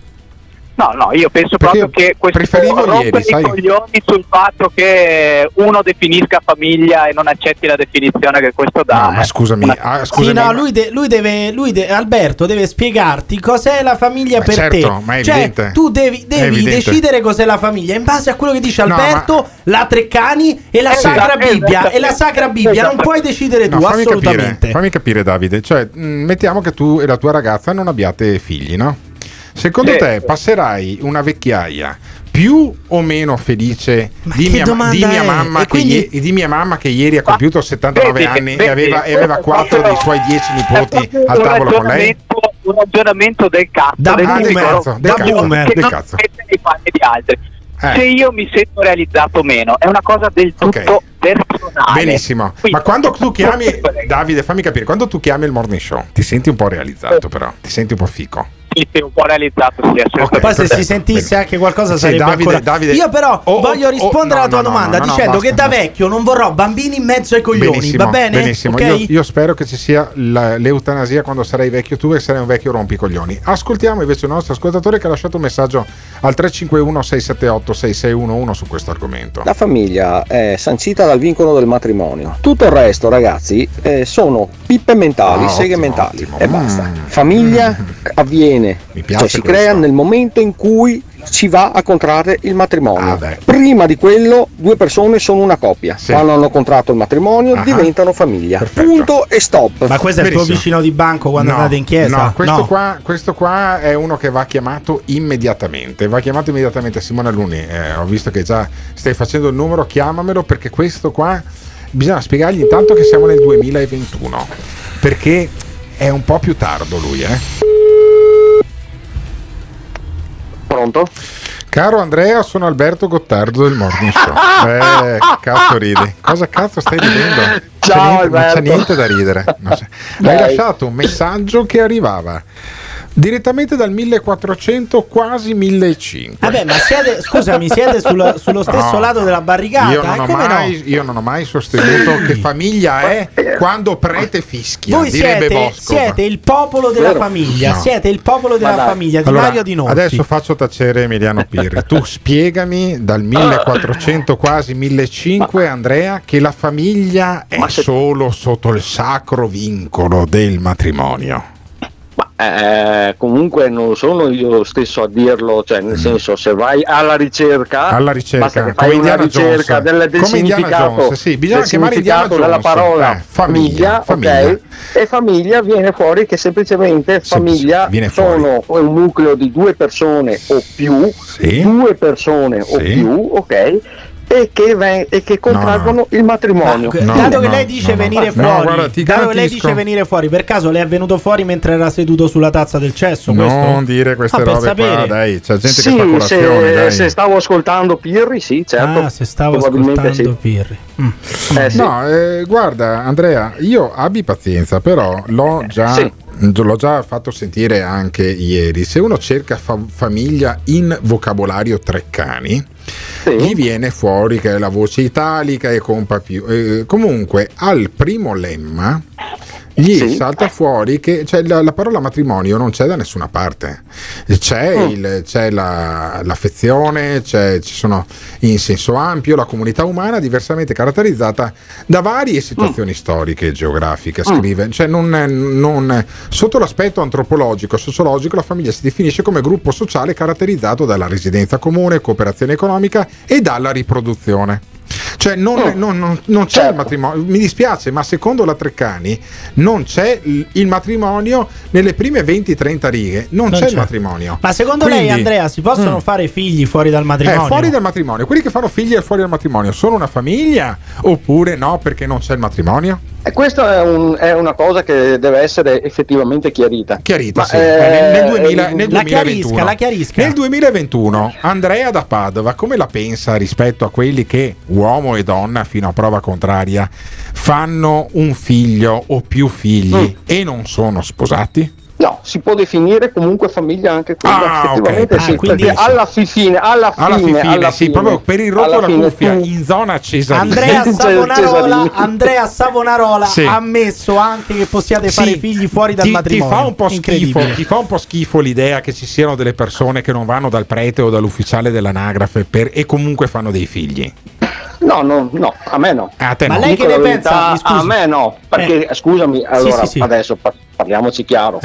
No, io penso
Perché
proprio che questo
preferivo
rompere
ieri,
i
sai?
coglioni sul fatto che uno definisca famiglia e non accetti la definizione che questo dà.
No, ma scusami,
Sì, no, lui deve Alberto deve spiegarti cos'è la famiglia per
certo,
te.
ma è
cioè,
evidente.
tu devi
evidente.
decidere cos'è la famiglia in base a quello che dice
No,
Alberto, la Treccani e la Sacra Bibbia. E la Sacra Bibbia non puoi decidere tu,
No,
assolutamente.
Fammi capire, Davide. Cioè, mettiamo che tu e la tua ragazza non abbiate figli, no? Secondo te passerai una vecchiaia più o meno felice di mia mamma che ieri ha compiuto 79 anni e aveva 4 dei suoi 10 nipoti al tavolo con lei?
Un ragionamento del cazzo,
del
boomer, che non
cazzo.
mette nei panni di altri. Se io mi sento realizzato meno, è una cosa del tutto personale.
Benissimo. Ma quando tu chiami, Davide, fammi capire, quando tu chiami il morning show, ti senti un po' realizzato, però ti senti un po' fico.
Sì, un po' realizzato, sì, assolutamente.
Poi se si sentisse anche qualcosa sarebbe
Davide,
Io però voglio rispondere alla tua domanda dicendo che da vecchio non vorrò bambini in mezzo ai coglioni.
Benissimo,
va bene?
Benissimo.
Okay?
Io spero che ci sia l'eutanasia quando sarai vecchio tu e sarai un vecchio rompicoglioni. Ascoltiamo invece il nostro ascoltatore che ha lasciato un messaggio al 351 678 6611 su questo argomento.
La famiglia è sancita dal vincolo del matrimonio. Tutto il resto, ragazzi, sono pippe mentali, seghe mentali e basta. Famiglia avviene, cioè si crea nel momento in cui si va a contrarre il matrimonio. Prima di quello due persone sono una coppia. Quando hanno contratto il matrimonio diventano famiglia. Punto e stop.
Ma questo è il tuo vicino di banco quando andate in chiesa?
No, questo qua è uno che va chiamato immediatamente. Simone Alunni, ho visto che già stai facendo il numero, chiamamelo, perché questo qua bisogna spiegargli intanto che siamo nel 2021, perché è un po' più tardo lui,
Pronto?
Caro Andrea, sono Alberto Gottardo del Morning Show. Cazzo ridi. Cosa cazzo stai ridendo?
Ciao,
non c'è niente da ridere. Hai lasciato un messaggio che arrivava direttamente dal 1400, quasi 1500.
Vabbè, ma siete sullo stesso lato della barricata?
Io non ho mai sostenuto che famiglia è quando prete fischia.
Voi siete il popolo della famiglia.
No.
Siete il popolo della famiglia di Mario Di Nolfi.
Adesso faccio tacere Emiliano Pirri. Tu spiegami dal 1400, quasi 1500, Andrea, che la famiglia è solo sotto il sacro vincolo del matrimonio.
Comunque non sono io stesso a dirlo, cioè nel senso, se vai alla ricerca basta che fai una ricerca del significato,
bisogna chiamare
significato della parola famiglia, ok? E famiglia viene fuori che semplicemente famiglia sono un nucleo di due persone o più, ok? E che contraggono il matrimonio.
Dato che lei dice venire fuori, per caso le è venuto fuori mentre era seduto sulla tazza del cesso?
Non dire queste robe qua, dai, c'è gente che fa colazione, dai.
Se stavo ascoltando Pirri, sì, certo.
Se stavo ascoltando Pirri.
Guarda Andrea, io abbi pazienza, però l'ho già fatto sentire anche ieri. Se uno cerca famiglia in vocabolario Treccani, gli viene fuori che è la voce italica e compa più. Comunque al primo lemma gli salta fuori che la parola matrimonio non c'è da nessuna parte. C'è l'affezione, ci sono in senso ampio la comunità umana diversamente caratterizzata da varie situazioni storiche e geografiche, scrive. Cioè non sotto l'aspetto antropologico e sociologico la famiglia si definisce come gruppo sociale caratterizzato dalla residenza comune, cooperazione economica e dalla riproduzione. Cioè non c'è il matrimonio, mi dispiace, ma secondo la Treccani non c'è il matrimonio nelle prime 20-30 righe, non c'è il matrimonio.
Ma secondo lei, Andrea, si possono fare figli fuori dal matrimonio?
Fuori dal matrimonio, quelli che fanno figli fuori dal matrimonio sono una famiglia oppure no, perché non c'è il matrimonio?
E questa è una cosa che deve essere effettivamente chiarita.
Sì. Nel 2021.
La chiarisca.
Nel 2021 Andrea da Padova come la pensa rispetto a quelli che, uomo e donna fino a prova contraria, fanno un figlio o più figli e non sono sposati?
No, si può definire comunque famiglia anche quella, effettivamente sì,
quindi
perché alla fine,
sì, proprio per il rotto la cuffia in zona Cesarini.
Andrea Savonarola
sì.
ha ammesso anche che possiate fare figli fuori dal matrimonio.
Ti fa un po' schifo l'idea che ci siano delle persone che non vanno dal prete o dall'ufficiale dell'anagrafe e comunque fanno dei figli.
No, a me no.
A te
ma
no.
lei che ne pensa?
A me no, perché scusami, allora
sì.
adesso parliamoci chiaro.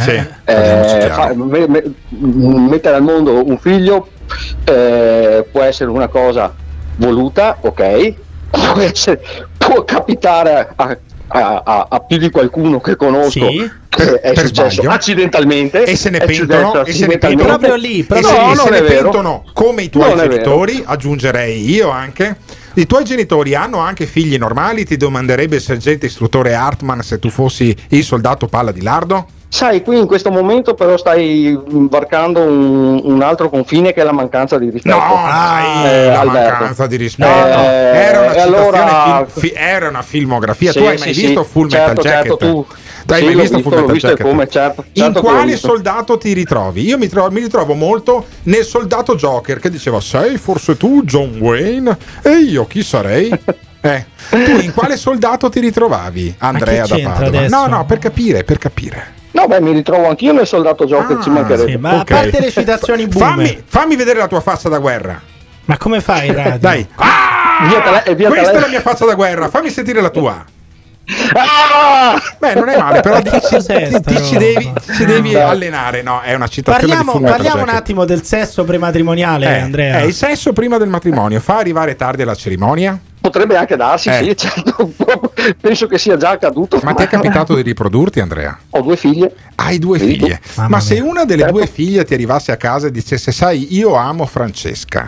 Mettere
al mondo un figlio può essere una cosa voluta, ok? Può capitare a più di qualcuno che conosco.
Sì.
È successo
sbaglio.
Accidentalmente
e se ne pentono
proprio lì,
se ne pentono come i tuoi genitori, aggiungerei io anche. I tuoi genitori hanno anche figli normali? Ti domanderebbe il sergente istruttore Hartmann se tu fossi il soldato Palla di Lardo?
Sai, qui in questo momento però stai varcando un altro confine che è la mancanza di rispetto.
No, la mancanza di rispetto. Era una citazione, era una filmografia. Tu hai mai visto Full Metal Jacket?
Hai mai visto Full Metal Jacket? Come, certo
in quale soldato ti ritrovi? Io mi ritrovo molto nel soldato Joker che diceva: sei forse tu John Wayne? E io chi sarei? Tu in quale soldato ti ritrovavi, Andrea da Padova?
Adesso?
No, per capire.
No, mi ritrovo anch'io nel soldato Joker, ci mancherebbe.
Sì, ma a parte le citazioni boomer,
fammi vedere la tua faccia da guerra.
Ma come fai, radio?
Dai. Questa è la mia faccia da guerra, fammi sentire la tua. Beh, non è male, però ci devi allenare. No, è una citazione di Full Metal
Parliamo
Jacket.
un attimo del sesso prematrimoniale, Andrea.
Il sesso prima del matrimonio fa arrivare tardi alla cerimonia?
Potrebbe anche darsi, sì, certo. Penso che sia già accaduto.
Ma ti è capitato di riprodurti, Andrea?
Ho 2 figlie.
Hai 2 figlie? Ma se una delle 2 figlie ti arrivasse a casa e dicesse: sai, io amo Francesca.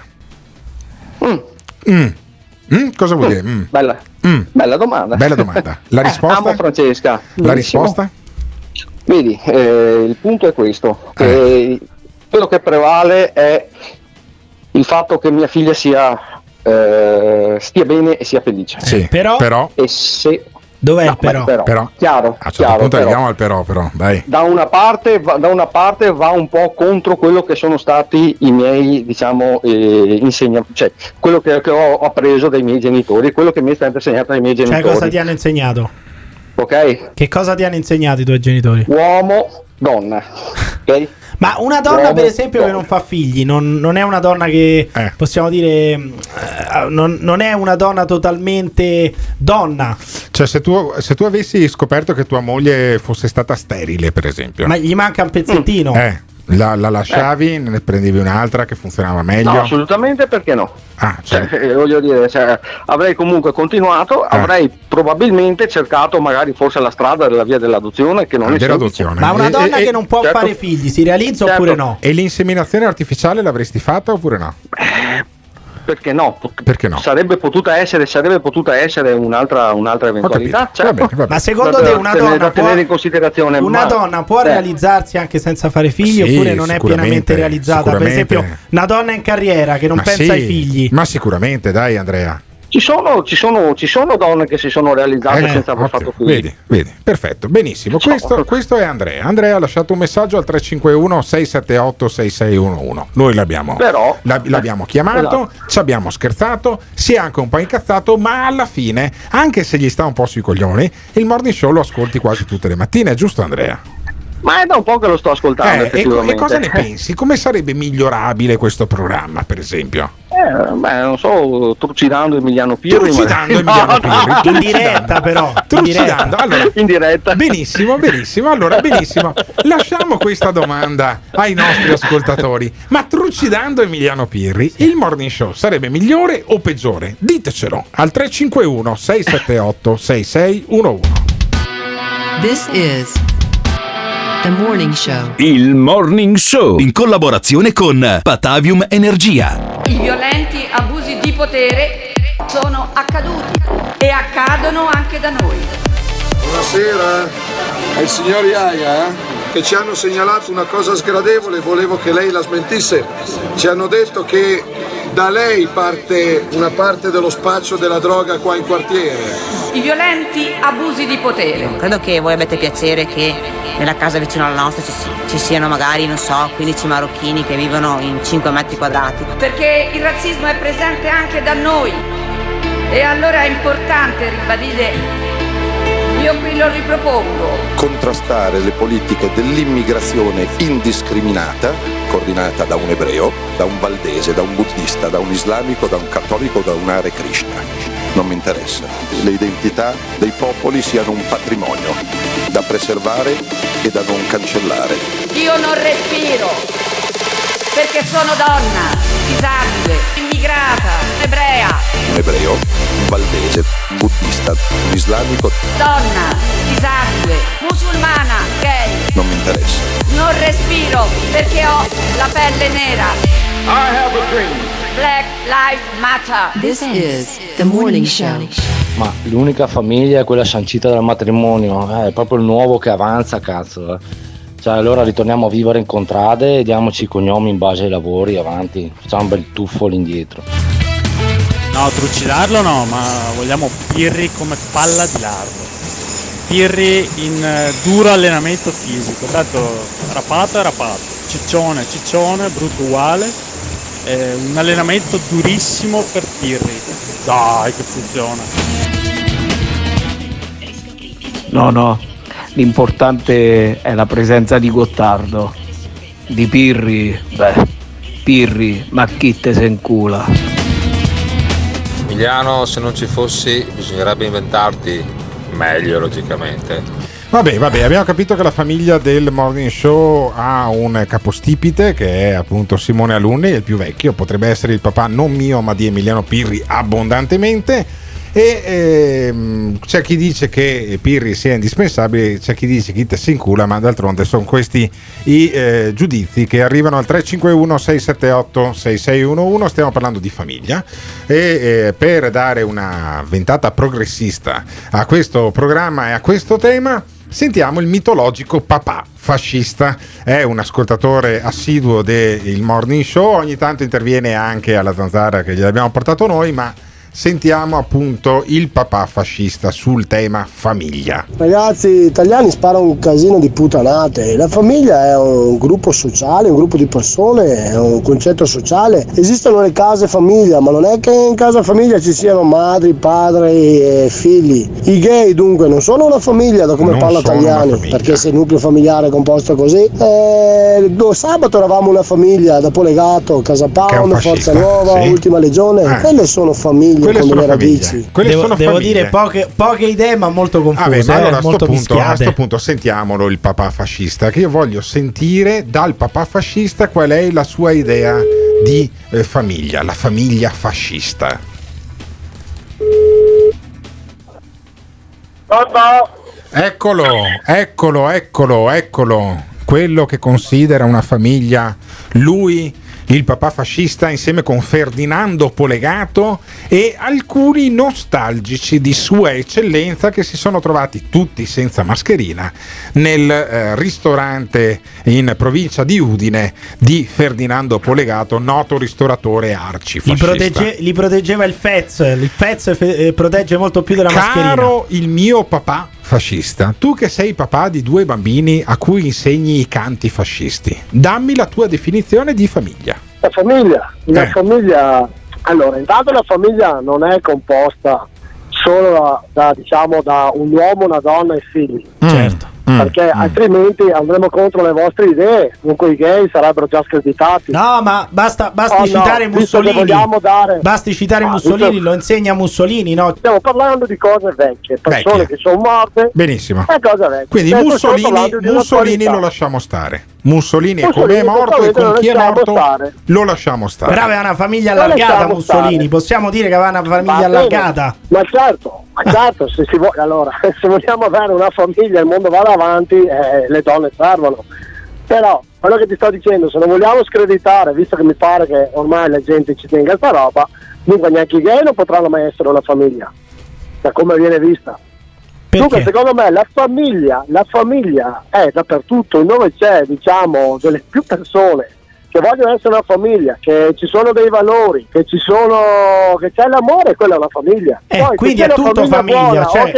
Cosa vuol dire?
Bella domanda.
La risposta?
Amo Francesca.
La risposta?
Vedi, il punto è questo. Quello che prevale è il fatto che mia figlia stia bene e sia felice.
Sì,
però
e se
dov'è il però?
Chiaro.
A un certo punto arriviamo al però, dai.
Da una parte va un po' contro quello che sono stati i miei, diciamo, insegnamenti, cioè quello che ho appreso dai miei genitori, quello che mi è stato insegnato dai miei genitori.
Cioè, cosa ti hanno insegnato?
Ok.
Che cosa ti hanno insegnato i tuoi genitori?
Uomo, donna. Ok?
Ma una donna, per esempio, che non fa figli, non è una donna che possiamo dire, non è una donna totalmente donna.
Cioè, se tu avessi scoperto che tua moglie fosse stata sterile, per esempio,
ma gli manca un pezzettino.
La lasciavi, ne prendevi un'altra che funzionava meglio?
No, assolutamente, perché no? Voglio dire, avrei comunque continuato, avrei probabilmente cercato magari forse la strada della via dell'adozione, che non è semplice.
Ma una donna che non può fare figli si realizza oppure no?
E l'inseminazione artificiale l'avresti fatta oppure no?
Perché no?
Perché no?
Sarebbe potuta essere un'altra eventualità. Certo.
Vabbè.
Ma secondo te una donna può
tenere in considerazione?
Donna può realizzarsi anche senza fare figli, oppure non è pienamente realizzata? Per esempio, una donna in carriera che non pensa ai figli.
Ma sicuramente, dai, Andrea.
Ci sono donne che si sono realizzate senza aver fatto figli.
Vedi, perfetto, benissimo. Questo è Andrea. Andrea ha lasciato un messaggio al 351 678 6611. Noi l'abbiamo chiamato, ci abbiamo scherzato, si è anche un po' incazzato, ma alla fine, anche se gli sta un po' sui coglioni, il Morning Show lo ascolti quasi tutte le mattine, giusto, Andrea?
Ma è da un po' che lo sto ascoltando.
E cosa ne pensi? Come sarebbe migliorabile questo programma, per esempio?
Non so, trucidando Emiliano Pirri.
Emiliano Pirri.
In diretta però.
Trucidando. Allora,
in diretta.
Benissimo. Allora, benissimo. Lasciamo questa domanda ai nostri ascoltatori. Ma trucidando Emiliano Pirri, il Morning Show sarebbe migliore o peggiore? Ditecelo al 351 678 6611.
This is The Morning Show.
Il Morning Show in collaborazione con Patavium Energia.
I violenti abusi di potere sono accaduti e accadono anche da noi.
Buonasera, è il signor Iaia che ci hanno segnalato una cosa sgradevole, volevo che lei la smentisse. Ci hanno detto che da lei parte una parte dello spaccio della droga qua in quartiere.
I violenti abusi di potere.
Credo che voi abbiate piacere che nella casa vicino alla nostra ci siano magari, 15 marocchini che vivono in 5 metri quadrati.
Perché il razzismo è presente anche da noi. E allora è importante ribadire, io qui lo ripropongo.
Contrastare le politiche dell'immigrazione indiscriminata, coordinata da un ebreo, da un valdese, da un buddista, da un islamico, da un cattolico, da un Hare Krishna. Non mi interessa. Le identità dei popoli siano un patrimonio da preservare e da non cancellare.
Io non respiro perché sono donna, disabile, immigrata, ebrea.
Un ebreo, un valdese, un buddista, un islamico.
Donna, disabile, musulmana, gay.
Non mi interessa.
Non respiro perché ho la pelle nera.
I have a dream.
Black Lives Matter.
This is The Morning Show.
Ma l'unica famiglia è quella sancita dal matrimonio, è proprio il nuovo che avanza, cazzo. Cioè, allora ritorniamo a vivere in contrade e diamoci i cognomi in base ai lavori, avanti, facciamo un bel tuffo all'indietro.
No, trucidarlo no, ma vogliamo Pirri come palla di lardo. Pirri in duro allenamento fisico, tanto rapato è rapato, ciccione, brutto uguale. Un allenamento durissimo per Pirri. Dai, che funziona.
No, l'importante è la presenza di Gottardo. Di Pirri, ma chi te se incula?
Emiliano, se non ci fossi bisognerebbe inventarti meglio, logicamente.
Vabbè, abbiamo capito che la famiglia del Morning Show ha un capostipite che è appunto Simone Alunni, il più vecchio, potrebbe essere il papà non mio ma di Emiliano Pirri abbondantemente, e c'è chi dice che Pirri sia indispensabile, c'è chi dice chi te si incula, ma d'altronde sono questi i giudizi che arrivano al 351 678 6611. Stiamo parlando di famiglia e per dare una ventata progressista a questo programma e a questo tema sentiamo il mitologico papà fascista. È un ascoltatore assiduo del Morning Show, ogni tanto interviene anche alla Zanzara che gliel'abbiamo portato noi, ma sentiamo appunto il papà fascista sul tema famiglia.
Ragazzi, gli italiani sparano un casino di puttanate. La famiglia è un gruppo sociale, un gruppo di persone, è un concetto sociale. Esistono le case famiglia, ma non è che in casa famiglia ci siano madri, padri e figli. I gay dunque non sono una famiglia, da come non parla Tajani, perché se il nucleo familiare è composto così. Sabato eravamo una famiglia, dopo Legato, Casa Pound, Forza Nuova, sì. Ultima Legione, quelle sono famiglie. Con le radici.
Devo dire poche idee ma molto confuse.
Ma allora
molto
a sto punto sentiamolo il papà fascista, che io voglio sentire dal papà fascista qual è la sua idea di famiglia, la famiglia fascista. Eccolo, quello che considera una famiglia lui, il papà fascista, insieme con Ferdinando Polegato e alcuni nostalgici di Sua Eccellenza che si sono trovati tutti senza mascherina nel ristorante in provincia di Udine di Ferdinando Polegato, noto ristoratore arcifascista.
Li proteggeva il Fez protegge molto più della mascherina.
Caro il mio papà fascista, tu che sei papà di 2 bambini a cui insegni i canti fascisti, dammi la tua definizione di famiglia.
La famiglia, allora, intanto la famiglia non è composta solo da un uomo, una donna e figli.
Certo.
perché altrimenti andremo contro le vostre idee. Comunque i gay sarebbero già screditati.
No, ma basti citare Mussolini. Basti citare Mussolini, lo insegna Mussolini, no?
Stiamo parlando di cose vecchie, persone che sono morte.
Benissimo.
Cose vecchie.
Quindi Mussolini lo lasciamo stare. Mussolini come è morto e con chi è morto lo lasciamo stare.
Però aveva una famiglia allargata Mussolini, possiamo dire che aveva una famiglia allargata.
Ma certo, se si vuole, allora, se vogliamo avere una famiglia, il mondo va avanti, le donne servono. Però quello che ti sto dicendo, se non vogliamo screditare, visto che mi pare che ormai la gente ci tenga a sta roba, dunque neanche i gay non potranno mai essere una famiglia, da come viene vista. Dunque secondo me la famiglia è dappertutto, dove c'è, diciamo, delle più persone che vogliono essere una famiglia, che ci sono dei valori, che c'è l'amore, quella è una famiglia. Poi,
quindi è tutto famiglia,
buona,
cioè...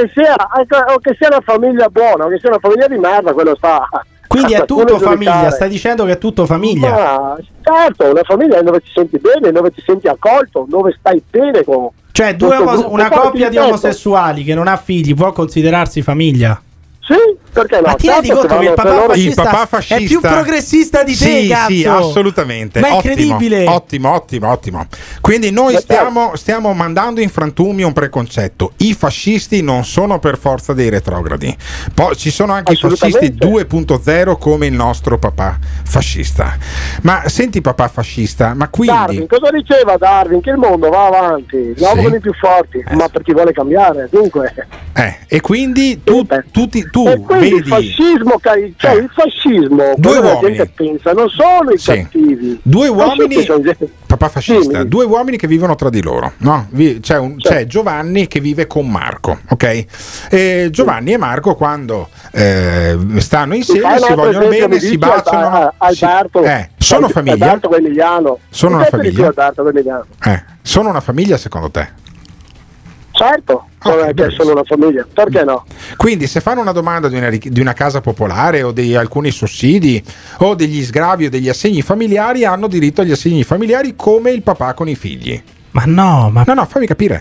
o che sia una famiglia buona, o che sia una famiglia di merda, quello sta.
Quindi è tutto famiglia, stai dicendo che è tutto famiglia?
Ma, certo, una famiglia è dove ti senti bene, dove ti senti accolto, dove stai bene con...
Cioè una coppia di omosessuali che non ha figli può considerarsi famiglia?
Sì, perché no?
Ma ti rendi conto che il papà fascista è più progressista di te, cazzo?
Sì, assolutamente.
Ma è incredibile.
Ottimo. Quindi noi stiamo mandando in frantumi un preconcetto. I fascisti non sono per forza dei retrogradi. Poi ci sono anche i fascisti 2.0 come il nostro papà fascista. Ma senti papà fascista, ma quindi...
Darwin, cosa diceva Darwin? Che il mondo va avanti, l'uomo con i più forti, ma per chi vuole cambiare, dunque...
E quindi tu
vedi il fascismo, il fascismo, quello che la gente pensa, non sono i cattivi.
Due uomini, papà fascista, due uomini che vivono tra di loro, no? C'è Giovanni che vive con Marco, ok? Giovanni e Marco quando stanno insieme si vogliono bene, si baciano.
Alberto,
sono famiglia?
Alberto Emiliano.
Sono una famiglia? Sono una famiglia secondo te?
Certo, sono una famiglia, perché no?
Quindi se fanno una domanda di una casa popolare o di alcuni sussidi o degli sgravi o degli assegni familiari, hanno diritto agli assegni familiari come il papà con i figli.
No,
fammi capire.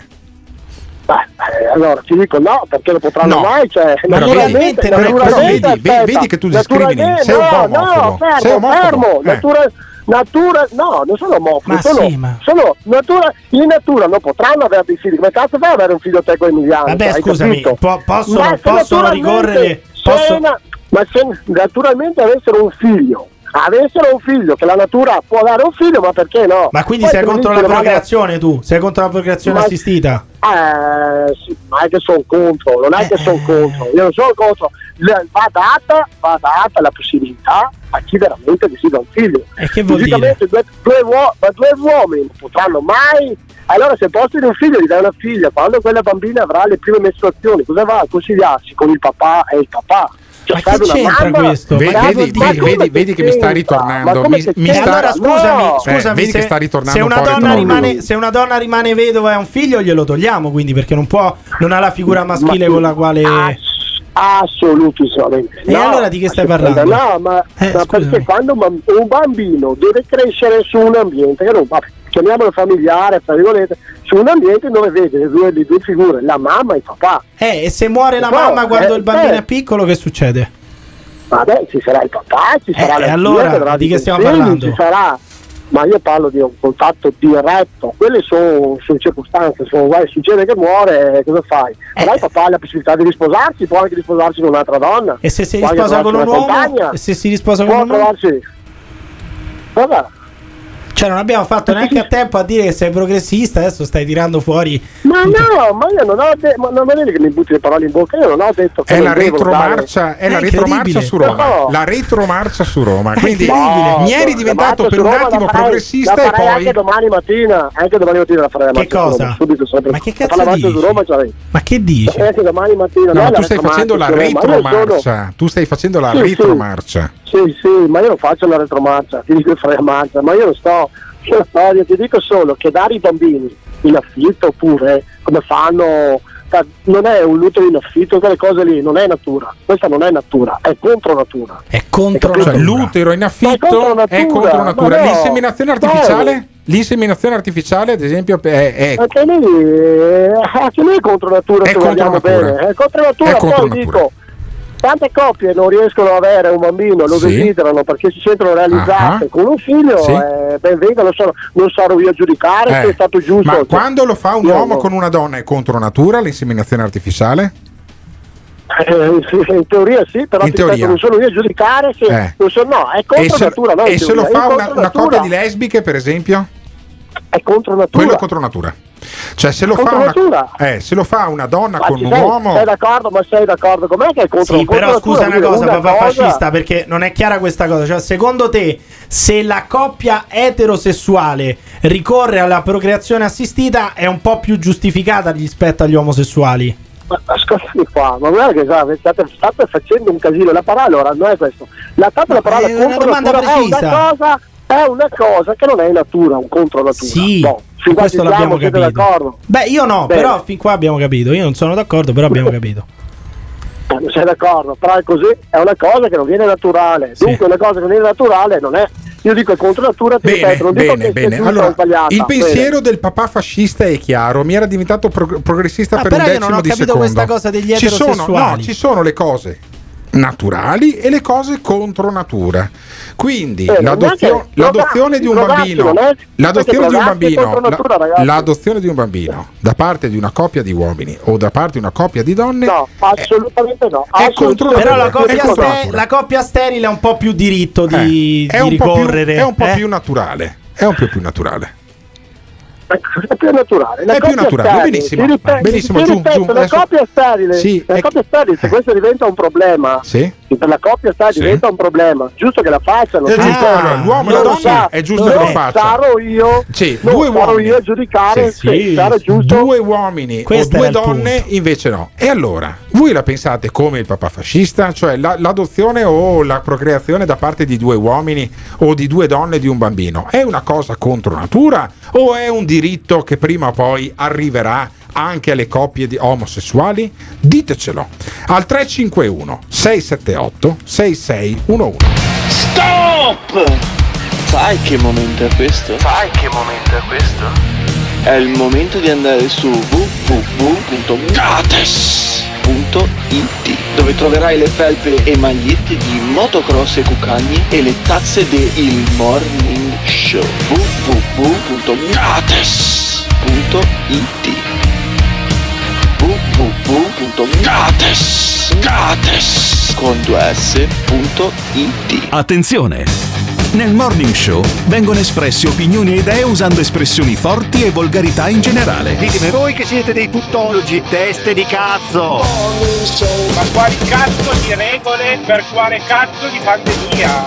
Allora ti dico no, perché lo potranno mai, cioè,
naturalmente vedi che tu discrimini, sei omofobo.
No, non sono omofobo, in natura non potranno avere dei figli. Come cazzo fai avere un figlio te con Emiliano?
Vabbè, scusami, possono ricorrere.
Ma se naturalmente avessero un figlio che la natura può dare un figlio, ma perché no?
Ma quindi sei contro la procreazione tu? Sei contro la procreazione assistita?
Sì, ma è che sono contro, non è che sono contro, io non sono contro. Va data la possibilità a chi veramente decida un figlio.
E che vuol dire?
Due uomini non potranno mai. Allora se posti di un figlio gli dai una figlia, quando quella bambina avrà le prime mestruazioni, cosa va a consigliarsi con il papà e il papà?
Ma che c'entra questo?
Vedi che mi sta ritornando.
Allora scusami,
vedi che sta ritornando.
Se una donna rimane vedova e ha un figlio, glielo togliamo, quindi, perché non ha la figura maschile con la quale.
Assolutamente.
E allora di che stai parlando?
No, ma perché quando un bambino deve crescere su un ambiente che non va, chiamiamolo familiare, tra virgolette, su un ambiente dove vede le due figure, la mamma e il papà.
E se muore la mamma quando il bambino è piccolo, che succede?
Vabbè, ci sarà il papà, ci sarà la
allora di che stiamo parlando?
Ci sarà. Ma io parlo di un contatto diretto, quelle sono circostanze, succede che muore, cosa fai? Però il papà ha la possibilità di risposarsi, può anche risposarsi con un'altra donna.
E se si risposa con un uomo? E se si risposa con un uomo?
Cosa?
Cioè non abbiamo fatto neanche a tempo a dire che sei progressista, adesso stai tirando fuori.
Ma no, ma io non ho detto, ma non vedete che mi butti le parole in bocca, io non ho detto che
è la retromarcia, è la retromarcia su Roma. No. La retromarcia su Roma. Quindi mi eri diventato per un attimo progressista e poi
anche domani mattina la farei.
Che cosa?
Subito,
ma che cazzo dici?
Su Roma,
ma che dici?
Anche domani mattina.
No, tu stai facendo la retromarcia. Tu stai facendo la retromarcia.
Sì, ma io non faccio la retromarcia, ti dico farei marcia, ma io non sto. Io ti dico solo che dare i bambini in affitto, oppure come fanno, non è un utero in affitto, quelle cose lì non è natura, questa non è natura, è contro natura.
È contro natura.
Cioè, l'utero in affitto è contro natura. L'inseminazione artificiale? L'inseminazione artificiale, ad esempio, è
anche lì è contro natura,
è
se
contro
natura. Bene. È contro natura, poi dico. tante coppie non riescono ad avere un bambino, lo desiderano perché si sentono realizzate con un figlio, ben venga, non sarò io a giudicare se è stato giusto.
Ma quando lo fa un uomo con una donna è contro natura l'inseminazione artificiale?
In teoria sì, però non sono io a giudicare se no, è contro natura. No,
e se lo fa una coppia di lesbiche, per esempio?
È contro natura.
Quello è contro natura. Cioè se lo fa una donna con un uomo.
Sei d'accordo? Ma sei d'accordo con me che è contro natura?
Però scusa una cosa, papà fascista, perché non è chiara questa cosa. Cioè, secondo te, se la coppia eterosessuale ricorre alla procreazione assistita, è un po' più giustificata rispetto agli omosessuali?
Ma ascoltami qua, ma guarda che state facendo un casino. La parola allora non è questo. La parola
è una domanda precisa.
È una cosa che non è natura, un contro natura.
Sì,
fin
questo l'abbiamo capito.
D'accordo?
Beh, io no, bene. Però fin qua abbiamo capito. Io non sono d'accordo, però abbiamo capito.
Non sei d'accordo, però è così, è una cosa che non viene naturale. Dunque una cosa che non viene naturale non è. Io dico è contro natura, ti ripeto, non dico che sia
allora,
sbagliata.
il pensiero del papà fascista è chiaro, mi era diventato progressista per un decimo di secondo.
Io non ho capito questa cosa degli eterosessuali.
Ci sono le cose naturali e le cose contro natura. Quindi l'adozione di un bambino, l'adozione di un bambino da parte di una coppia di uomini o da parte di una coppia di donne,
no, assolutamente no.
È contro
però
natura.
la coppia sterile ha un po' più diritto di ricorrere.
È un po' più naturale. È un po' più naturale.
È più naturale.
È più naturale, benissimo. Giù.
La coppia sterile, se questo diventa un problema, per la coppia sterile diventa un problema, giusto che la facciano.
L'uomo e la donna è giusto che lo facciano.
Sarò io, sarò io a giudicare se sarà giusto.
Due uomini o due donne invece no. E allora, voi la pensate come il papà fascista? Cioè l'adozione o la procreazione da parte di due uomini o di due donne di un bambino è una cosa contro natura o è un diritto che prima o poi arriverà anche alle coppie di omosessuali? Ditecelo al 351 678 6611.
Stop! Sai che momento è questo? È il momento di andare su www.gates.it, dove troverai le felpe e magliette di motocross e cucagni e le tazze del Morning Show. www.gates.it www.gates.it.
Attenzione! Nel Morning Show vengono espresse opinioni e idee usando espressioni forti e volgarità in generale.
Ditemi voi che siete dei tuttologi, teste di cazzo! Ma quali cazzo di regole per quale cazzo di pandemia?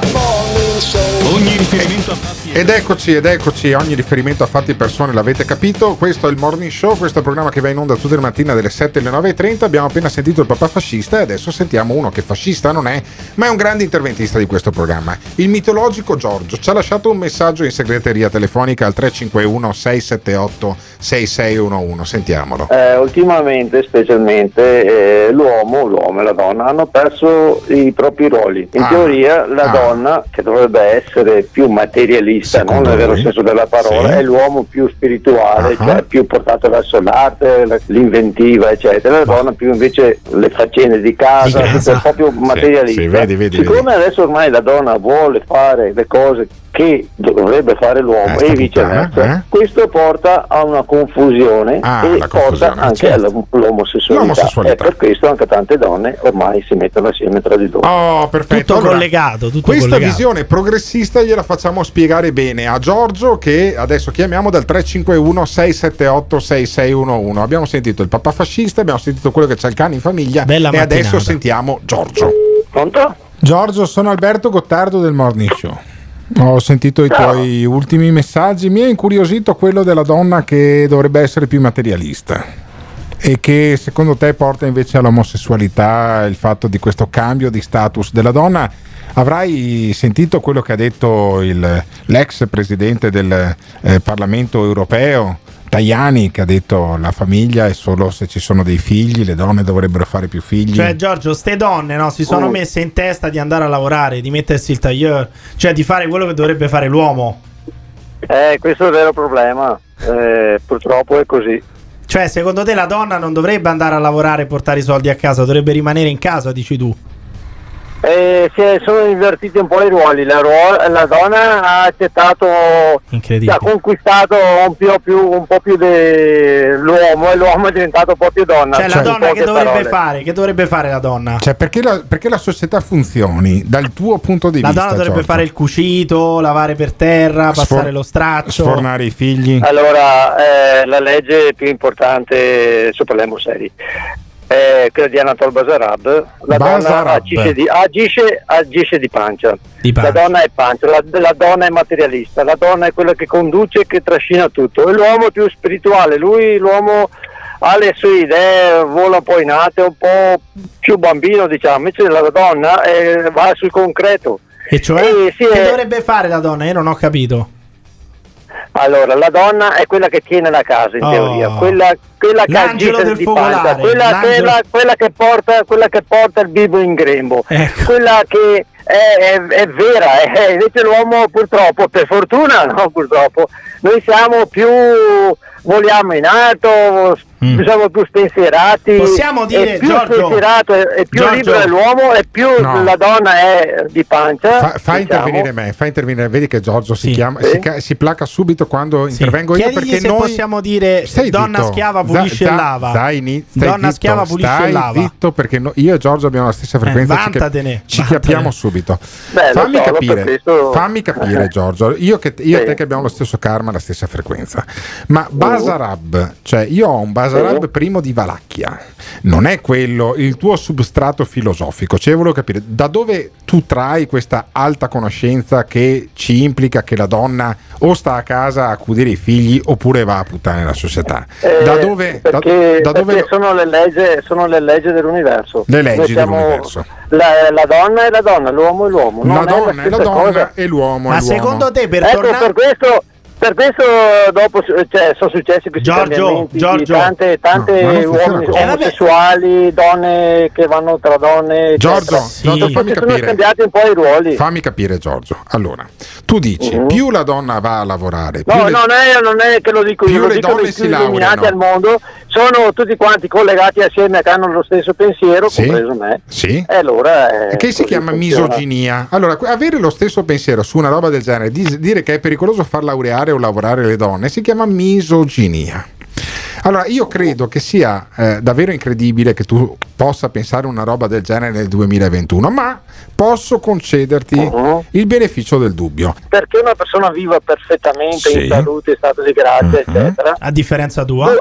Ogni riferimento a fatti
ed eccoci, ogni riferimento a fatti e persone l'avete capito. Questo è il Morning Show, questo è il programma che va in onda tutte le mattine dalle 7 alle 9:30. Abbiamo appena sentito il papà fascista e adesso sentiamo uno che fascista non è, ma è un grande interventista di questo programma. Il mitologico Giorgio ci ha lasciato un messaggio in segreteria telefonica al 351 678 6611. Sentiamolo.
Ultimamente, specialmente, l'uomo e la donna hanno perso i propri ruoli. In teoria la donna, che dovrebbe essere più materialista, non nel vero senso della parola, è l'uomo più spirituale, cioè più portato verso l'arte, l'inventiva, eccetera. La donna più invece le faccende di casa, è proprio materialista.
Vedi.
Siccome adesso ormai la donna vuole fare le cose che dovrebbe fare l'uomo e viceversa, questo porta a una confusione e porta anche all'omosessualità. E per questo anche tante donne ormai si mettono assieme tra di loro.
Oh, perfetto.
Tutto collegato.
Questa visione progressista gliela facciamo spiegare bene a Giorgio, che adesso chiamiamo dal 351 678 6611. Abbiamo sentito il papà fascista, abbiamo sentito quello che c'ha il cane in famiglia.
Bella
e
mattinata.
Adesso sentiamo Giorgio.
Pronto?
Giorgio, sono Alberto Gottardo del Morning Show. Ho sentito i tuoi ultimi messaggi. Mi è incuriosito quello della donna che dovrebbe essere più materialista e che secondo te porta invece all'omosessualità, il fatto di questo cambio di status della donna. Avrai sentito quello che ha detto l'ex presidente del Parlamento europeo Tajani, che ha detto la famiglia è solo se ci sono dei figli, le donne dovrebbero fare più figli.
Cioè Giorgio, ste donne si sono messe in testa di andare a lavorare, di mettersi il tailleur, cioè di fare quello che dovrebbe fare l'uomo.
Questo è il vero problema, purtroppo è così.
Cioè secondo te la donna non dovrebbe andare a lavorare e portare i soldi a casa, dovrebbe rimanere in casa, dici tu?
sono invertiti un po' i ruoli. La donna ha accettato, ha conquistato un po' più dell'uomo, e l'uomo è diventato un po' più donna.
Cioè la donna che dovrebbe fare? Che dovrebbe fare la donna?
Cioè perché la società funzioni dal tuo punto di vista?
La donna dovrebbe fare il cucito, lavare per terra, passare lo straccio,
sfornare i figli.
Allora, la legge più importante, se parliamo seri, quella di Anatol Basarab, la donna agisce di pancia. La donna è pancia, la donna è materialista, la donna è quella che conduce, che trascina tutto, e l'uomo è più spirituale. L'uomo ha le sue idee, vola un po' in alto, è un po' più bambino, diciamo, invece la donna va sul concreto.
E cioè? Che dovrebbe fare la donna? Io non ho capito.
Allora, la donna è quella che tiene la casa, in teoria, quella che agisce di pancia, quella che porta il bimbo in grembo, quella che è vera, invece l'uomo purtroppo, per fortuna no, purtroppo, noi siamo più, voliamo in alto, siamo più spensierati.
Possiamo dire,
più
Giorgio,
spensierato e più libero è l'uomo, e più la donna è di pancia.
Fai intervenire me, vedi che Giorgio si placa subito quando intervengo io, perché
se
noi
possiamo dire donna schiava pulisce il lava. Donna schiava pulisce il lava.
Stai zitto, perché io e Giorgio abbiamo la stessa frequenza, ci capiamo subito. Fammi capire Giorgio, io e te che abbiamo lo stesso karma, la stessa frequenza. Ma Basarab, cioè io ho un Basarab primo di Valacchia, non è quello il tuo substrato filosofico. Cioè volevo capire da dove tu trai questa alta conoscenza che ci implica che la donna o sta a casa a accudire i figli oppure va a puttane la società. Da dove?
Perché sono le leggi dell'universo.
Le leggi dell'universo.
La donna è la donna, l'uomo è l'uomo.
La donna è la donna e l'uomo è l'uomo.
Ma secondo te, per
per questo dopo sono successi questi cambiamenti di tante uomini omosessuali, donne che vanno tra donne,
Giorgio, fammi
sono
capire.
cambiati un po' i ruoli.
Fammi capire Giorgio. Allora, tu dici più la donna va a lavorare,
non è che lo dico io, lo dicono i più illuminati al mondo, sono tutti quanti collegati assieme, che hanno lo stesso pensiero, compreso me.
Sì.
E allora
che si chiama misoginia. Allora, avere lo stesso pensiero su una roba del genere, dire che è pericoloso far laureare o lavorare le donne, si chiama misoginia. Allora io credo che sia davvero incredibile che tu possa pensare una roba del genere nel 2021, ma posso concederti il beneficio del dubbio.
Perché una persona viva perfettamente in salute, stato di grazia, eccetera.
A differenza tua?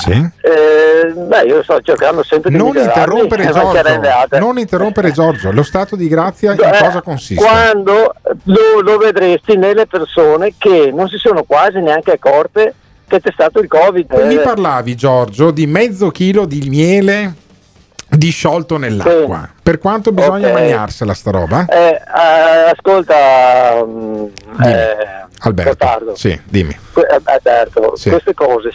Io sto cercando sempre di
non interrompere Giorgio. Lo stato di grazia in cosa consiste?
Quando lo vedresti nelle persone che non si sono quasi neanche accorte che c'è stato il Covid.
Mi parlavi, Giorgio, di mezzo chilo di miele disciolto nell'acqua. Per quanto bisogna mangiarsela sta roba?
Ascolta,
Alberto, dimmi.
Alberto, queste cose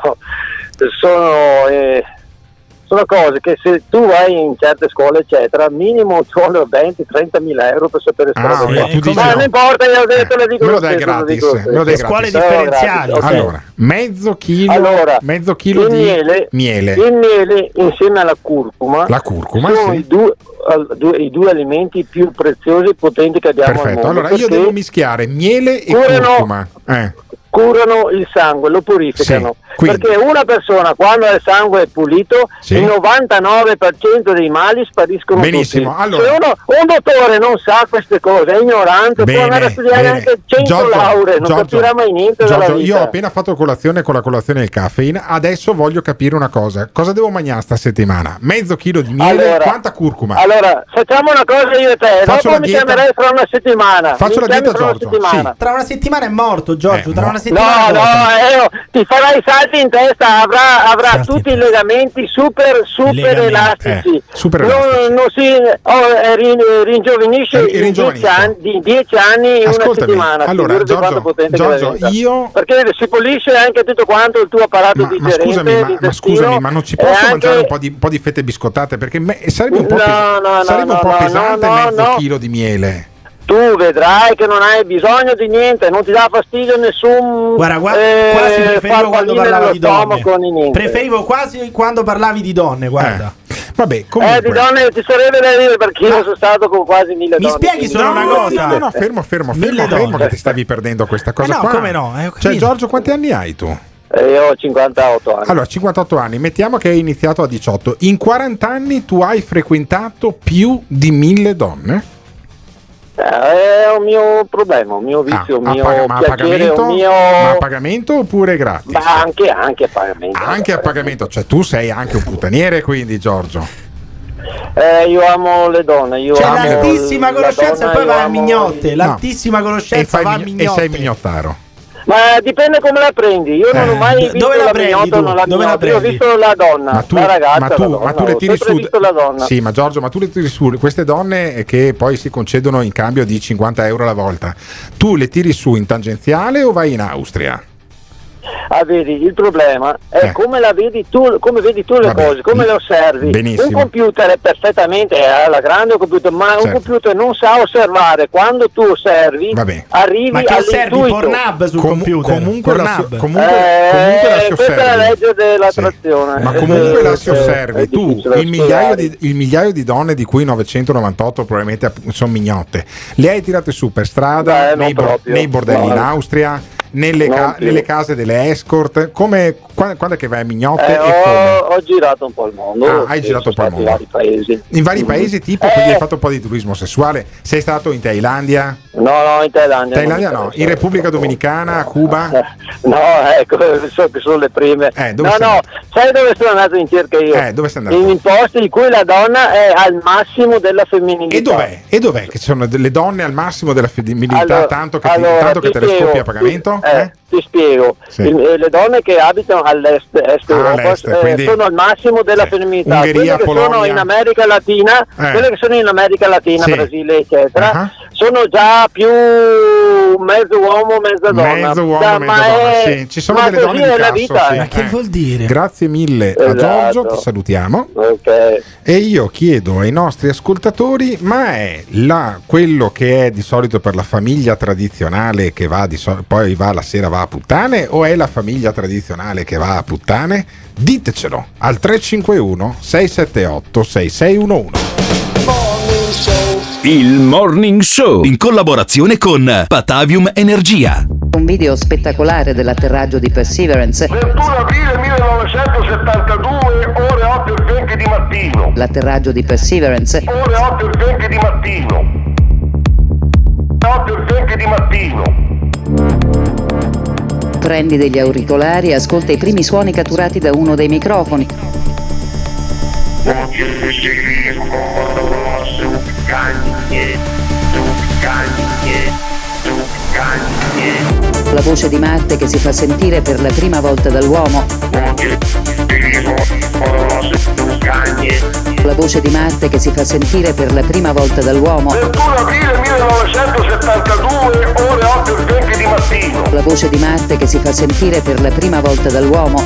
sono cose che se tu vai in certe scuole eccetera, minimo ci vuole 20-30 mila euro per sapere ma non importa, io ho detto, le dico
me lo dai gratis,
scuole differenziali.
Allora, mezzo chilo di miele.
Il miele insieme alla curcuma sono i due alimenti più preziosi e potenti che abbiamo al mondo.
Allora io devo mischiare miele e curcuma.
Curano il sangue, lo purificano, perché una persona quando il sangue è pulito il 99% dei mali spariscono.
Benissimo.
Tutti.
Allora,
se un dottore non sa queste cose, è ignorante, può andare a studiare anche 100 lauree, non capirà mai niente della vita.
Io ho appena fatto colazione con la colazione del caffeine, adesso voglio capire una cosa devo mangiare sta settimana? Mezzo chilo di miele, quanta curcuma?
Allora facciamo una cosa io e te, dopo mi chiamerai fra una settimana.
Faccio la dieta, Giorgio.
Tra una settimana è morto, Giorgio, tra una settimana
ti farai i salti in testa, avrà tutti i legamenti super elastici, non si ringiovenisce in 10 anni in una settimana.
Allora Giorgio,
perché si pulisce anche tutto quanto il tuo apparato digerente.
Ma scusami, ma non ci posso mangiare un po' di fette biscottate, perché sarebbe un po' pesante mezzo chilo di miele.
Tu vedrai che non hai bisogno di niente, non ti dà fastidio nessun.
Guarda, quasi preferivo quando parlavi di donne. Preferivo quasi quando parlavi di donne, guarda.
Vabbè, comunque.
Di donne ci sarebbe da dire, perché io sono stato con quasi 1000 donne.
Mi spieghi solo una cosa?
No, fermo che ti stavi perdendo questa cosa qua.
Come no?
Cioè, Giorgio, quanti anni hai tu?
Io ho 58 anni.
Allora, 58 anni, mettiamo che hai iniziato a 18. In 40 anni tu hai frequentato più di 1000 donne?
È un mio problema, un mio vizio, un mio piacere, un mio...
Ma a pagamento oppure gratis?
Ma anche a pagamento.
Anche a pagamento, cioè tu sei anche un puttaniere, quindi, Giorgio.
Io amo le donne. Io amo
l'altissima conoscenza e poi va a mignotte. L'altissima conoscenza va a mignotte.
E sei mignottaro.
Ma dipende come la prendi. Io non ho mai visto la mignotta, non la mignotta. Io ho visto la donna, la ragazza,
ma tu le tiri su.
Visto la donna.
Sì, ma Giorgio, ma tu le tiri su queste donne che poi si concedono in cambio di 50 euro alla volta. Tu le tiri su in tangenziale o vai in Austria?
Vedi, il problema è come la vedi tu, come vedi tu le cose, come le osservi.
Benissimo.
Un computer è perfettamente alla grande computer, ma un computer non sa osservare. Quando tu osservi, arrivi
ma che osservi Pornhub sul computer?
Comunque la si
questa
osservi.
è la legge dell'attrazione.
Ma comunque la si osservi. Tu, il migliaio di donne di cui 998 probabilmente sono mignotte, le hai tirate su per strada, nei bordelli in Austria, nelle case delle escort, quando è che vai a mignotte?
Ho girato un po' il mondo.
Hai girato un po' il mondo.
In vari paesi.
In vari paesi, tipo, quindi hai fatto un po' di turismo sessuale. Sei stato in Thailandia?
No, in Thailandia.
Thailandia no. In Repubblica Dominicana, a Cuba?
No, ecco, so che sono le prime.
Sai
dove sono andato in cerca io?
Dove sei andato?
In posti in cui la donna è al massimo della femminilità.
E dov'è che sono delle donne al massimo della femminilità, tanto che te le scoppi a pagamento?
Ti spiego. Le donne che abitano all'est, Europa, sono al massimo della femminilità.
Ungheria,
quelle che
Polonia.
sono in America Latina, Brasile, eccetera, sono già più mezzo uomo, mezza donna.
Sì. Ci sono delle donne di
la vita.
cazzo, sì.
Ma che vuol dire?
Grazie mille a Giorgio, ti salutiamo. E io chiedo ai nostri ascoltatori, ma è quello che è di solito per la famiglia tradizionale che va poi la sera va a puttane, o è la famiglia tradizionale che va a puttane? Ditecelo al 351 678 6611.
Il Morning Show in collaborazione con Patavium Energia.
Un video spettacolare dell'atterraggio di Perseverance.
21 aprile 1972, ore 8:20 di mattino.
L'atterraggio di Perseverance.
Ore 8:20 di mattino. 8:20 di mattino.
Prendi degli auricolari e ascolta i primi suoni catturati da uno dei microfoni. La voce di Marte che si fa sentire per la prima volta dall'uomo. La voce di Marte che si fa sentire per la prima volta dall'uomo.
21 aprile 1972, ore 8:20 di mattino.
La voce di Marte che si fa sentire per la prima volta dall'uomo.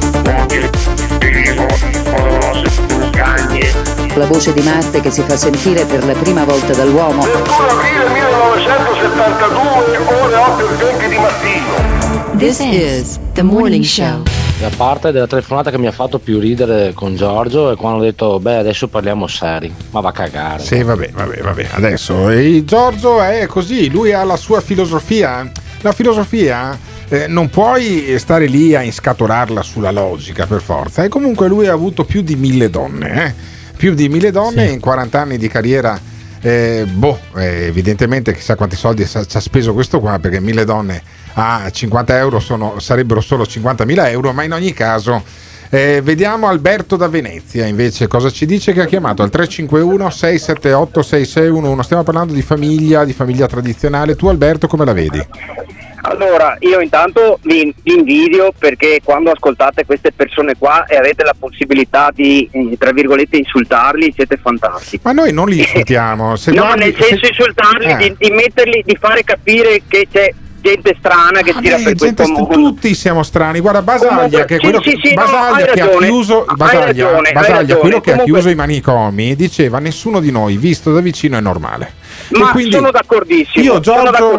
La voce di Marte che si fa sentire per la prima volta dall'uomo.
21 aprile 1972, ore 8:20 di mattino.
This is The Morning Show.
La parte della telefonata che mi ha fatto più ridere con Giorgio è quando ho detto adesso parliamo seri, ma va a cagare.
Sì, vabbè. Adesso Giorgio è così, lui ha la sua filosofia. La filosofia non puoi stare lì a inscatolarla sulla logica per forza. E comunque lui ha avuto più di 1000 donne, più di 1000 donne in 40 anni di carriera. Evidentemente chissà quanti soldi ci ha speso questo qua, perché 1000 donne a 50 euro sarebbero solo 50.000 euro, ma in ogni caso vediamo Alberto da Venezia invece cosa ci dice, che ha chiamato al 351 678 6611. Stiamo parlando di famiglia tradizionale. Tu Alberto come la vedi?
Allora, io intanto vi invidio, perché quando ascoltate queste persone qua e avete la possibilità di, tra virgolette, insultarli, siete fantastici.
Ma noi non li insultiamo.
Nel senso insultarli, di metterli, di fare capire che c'è gente strana che gira per questo mondo.
Tutti siamo strani. Guarda Basaglia, che è quello Basaglia che ha chiuso Basaglia, quello che ha chiuso i manicomi, diceva nessuno di noi visto da vicino è normale.
Ma
quindi
sono d'accordissimo.
Io Giorgio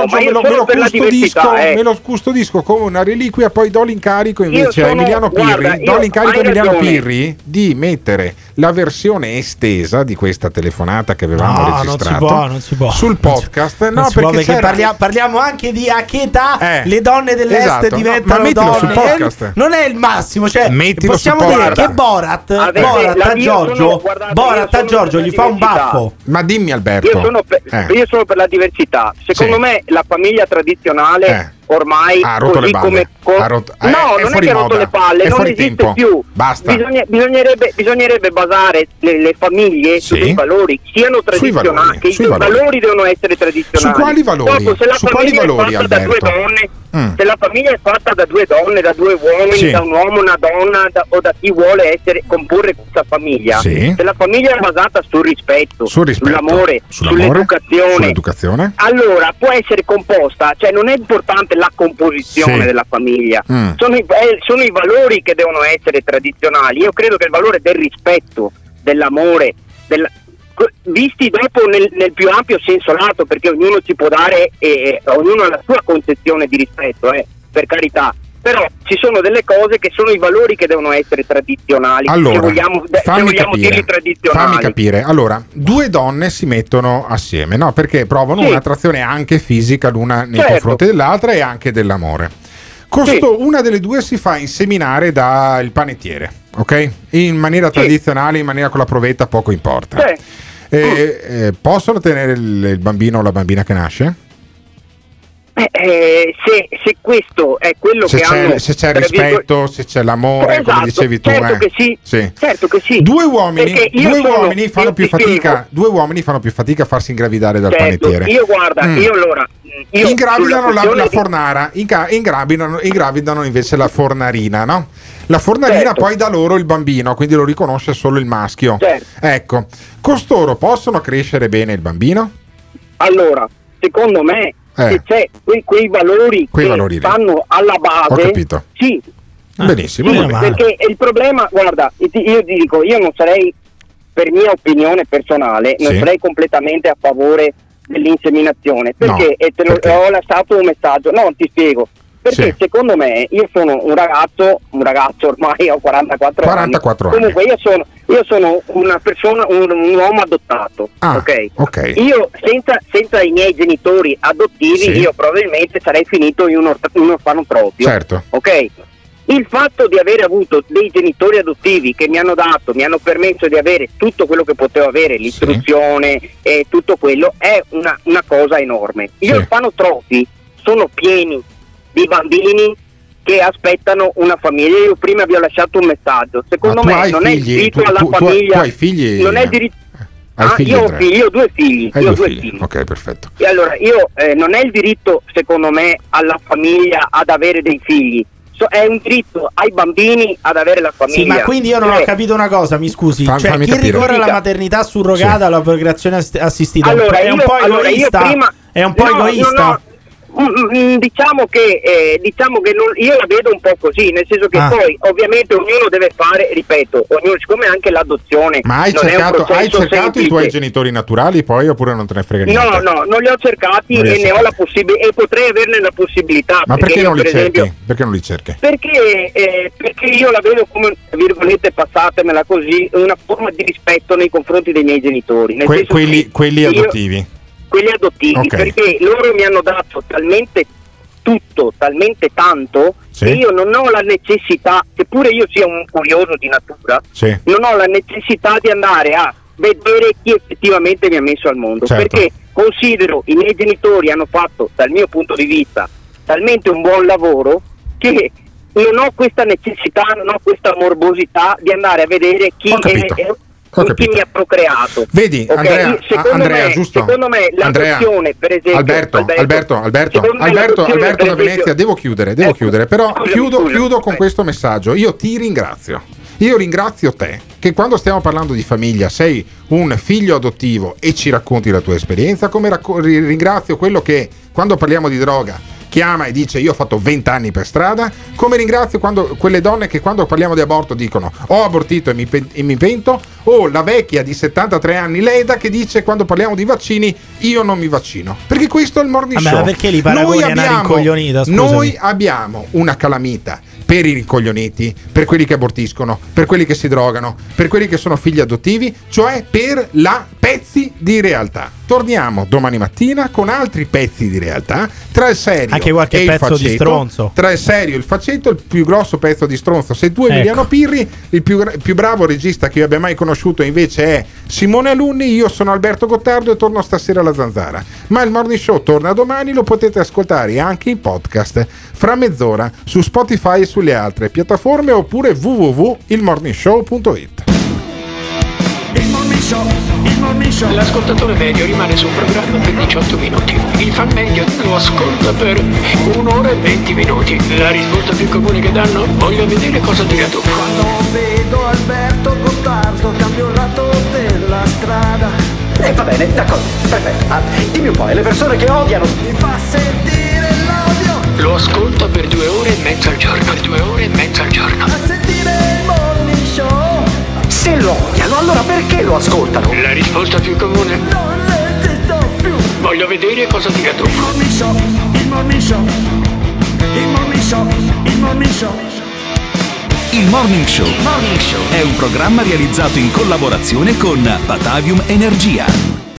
me
lo custodisco come una reliquia, poi do l'incarico invece a Emiliano Pirri di mettere la versione estesa di questa telefonata che avevamo registrato
non si può.
sul podcast.
Perché parliamo anche di a che età le donne dell'est diventano donne.
Sul podcast.
Non è il massimo, cioè
mettilo
possiamo dire che Borat a Giorgio gli fa un baffo.
Ma dimmi Alberto,
io sono per la diversità. Secondo me la famiglia tradizionale ormai
ha rotto le palle. Non
è che ha rotto le palle, non esiste più.
Basta.
Bisognerebbe basare le famiglie su dei valori, siano tradizionali, che i valori devono essere tradizionali.
Su quali valori?
Dopo, se la famiglia è fatta da due donne, se la famiglia è fatta da due donne, da due uomini, da un uomo, una donna, o da chi vuole comporre questa famiglia, se la famiglia è basata sul rispetto, sull'amore, sull'educazione, allora può essere composta, cioè non è importante la composizione della famiglia, sono i valori che devono essere tradizionali. Io credo che il valore del rispetto, dell'amore, visti dopo nel più ampio senso lato, perché ognuno ci può dare, ognuno ha la sua concezione di rispetto, per carità, però ci sono delle cose che sono i valori che devono essere tradizionali.
Allora,
se vogliamo dirli tradizionali.
Fammi capire. Allora, due donne si mettono assieme, no? Perché provano un'attrazione anche fisica l'una nei confronti dell'altra e anche dell'amore. Una delle due si fa inseminare dal panettiere, ok? In maniera tradizionale, in maniera con la provetta, poco importa. Possono tenere il bambino o la bambina che nasce?
Se questo è quello che hanno,
se c'è il rispetto, se c'è l'amore, come dicevi tu,
certo che sì.
Due uomini fanno più fatica a farsi ingravidare dal panettiere. Ingravidano la fornara, ingravidano invece la fornarina, no? La fornarina poi dà loro il bambino, quindi lo riconosce solo il maschio. Ecco, costoro possono crescere bene il bambino?
Allora, secondo me, se c'è quei valori che stanno alla base,
ho capito.
Sì.
Benissimo.
Sì, perché il problema, guarda, io ti dico, io non sarei, per mia opinione personale, non sarei completamente a favore dell'inseminazione, perché ho lasciato un messaggio, ti spiego. Perché secondo me, io sono un ragazzo ormai ho 44 anni. Comunque io sono una persona, un uomo adottato, ok? Io senza i miei genitori adottivi, io probabilmente sarei finito in un orfanotrofio.
Certo.
Ok? Il fatto di aver avuto dei genitori adottivi che mi hanno permesso di avere tutto quello che potevo avere, l'istruzione e tutto quello, è una cosa enorme. Gli orfanotrofi sono pieni di bambini che aspettano una famiglia. Io prima vi ho lasciato un messaggio. Secondo me non è il diritto alla famiglia.
Tu hai figli?
Non è il diritto.
Io
ho due figli.
Ok, perfetto.
E allora non è il diritto, secondo me, alla famiglia ad avere dei figli. È un diritto ai bambini ad avere la famiglia.
Sì, ma quindi io non ho capito una cosa, mi scusi. Cioè, chi ricorre alla maternità surrogata, alla procreazione assistita, è un po' egoista. È un po' egoista.
Diciamo che io la vedo un po' così, nel senso che poi ovviamente ognuno deve fare, ripeto, siccome anche l'adozione.
Ma hai cercato i tuoi genitori naturali poi, oppure non te ne frega niente?
No, non li ho cercati e ne ho la possibilità, e potrei averne la possibilità.
Ma perché non li cerchi? Perché non li cerchi?
Perché io la vedo come, virgolette, passatemela così, una forma di rispetto nei confronti dei miei genitori.
Quelli adottivi.
Quelli adottivi, perché loro mi hanno dato talmente tutto, talmente tanto, che io non ho la necessità, seppure io sia un curioso di natura, non ho la necessità di andare a vedere chi effettivamente mi ha messo al mondo, perché considero i miei genitori hanno fatto, dal mio punto di vista, talmente un buon lavoro che non ho questa necessità, non ho questa morbosità di andare a vedere chi mi ha procreato.
Vedi, Andrea, giusto?
Secondo me l'adozione, per esempio,
Alberto da Venezia, devo chiudere, però chiudo con questo messaggio. Io ti ringrazio. Io ringrazio te che quando stiamo parlando di famiglia sei un figlio adottivo e ci racconti la tua esperienza, come ringrazio quello che quando parliamo di droga chiama e dice io ho fatto 20 anni per strada, come ringrazio quelle donne che quando parliamo di aborto dicono ho abortito e mi pento, o la vecchia di 73 anni Leda che dice quando parliamo di vaccini io non mi vaccino, perché questo è il morning show.
Ma perché li paragoni a una rincoglionita?
Noi abbiamo una calamita per i rincoglioniti, per quelli che abortiscono, per quelli che si drogano, per quelli che sono figli adottivi, cioè per la pezzi di realtà. Torniamo domani mattina con altri pezzi di realtà, tra il serio
anche qualche
e il
pezzo
faceto,
di stronzo.
Tra il serio e il faceto, il più grosso pezzo di stronzo se tu Emiliano Pirri, il più bravo regista che io abbia mai conosciuto invece è Simone Alunni. Io sono Alberto Gottardo e torno stasera alla Zanzara, ma il morning show torna domani, lo potete ascoltare anche in podcast fra mezz'ora su Spotify e sulle altre piattaforme, oppure www.ilmorningshow.it.
Il morning show. L'ascoltatore medio rimane sul programma per 18 minuti. Il fan medio lo ascolta per 1 ora e 20 minuti. La risposta più comune che danno: voglio vedere cosa dirà tu.
Quando vedo Alberto Gottardo cambio il lato della strada.
Va bene, d'accordo, perfetto. Dimmi un po', le persone che odiano
mi fa sentire l'odio.
Lo ascolta per 2 ore e mezza al giorno. Per 2 ore e mezza al giorno.
A sentire il morning show.
Se lo odiano, allora perché lo ascoltano? La risposta più comune:
non resisto più.
Voglio vedere cosa dirà tu.
Il morning show, il morning show, il morning show, il morning show.
Il Morning Show è un programma realizzato in collaborazione con Batavium Energia.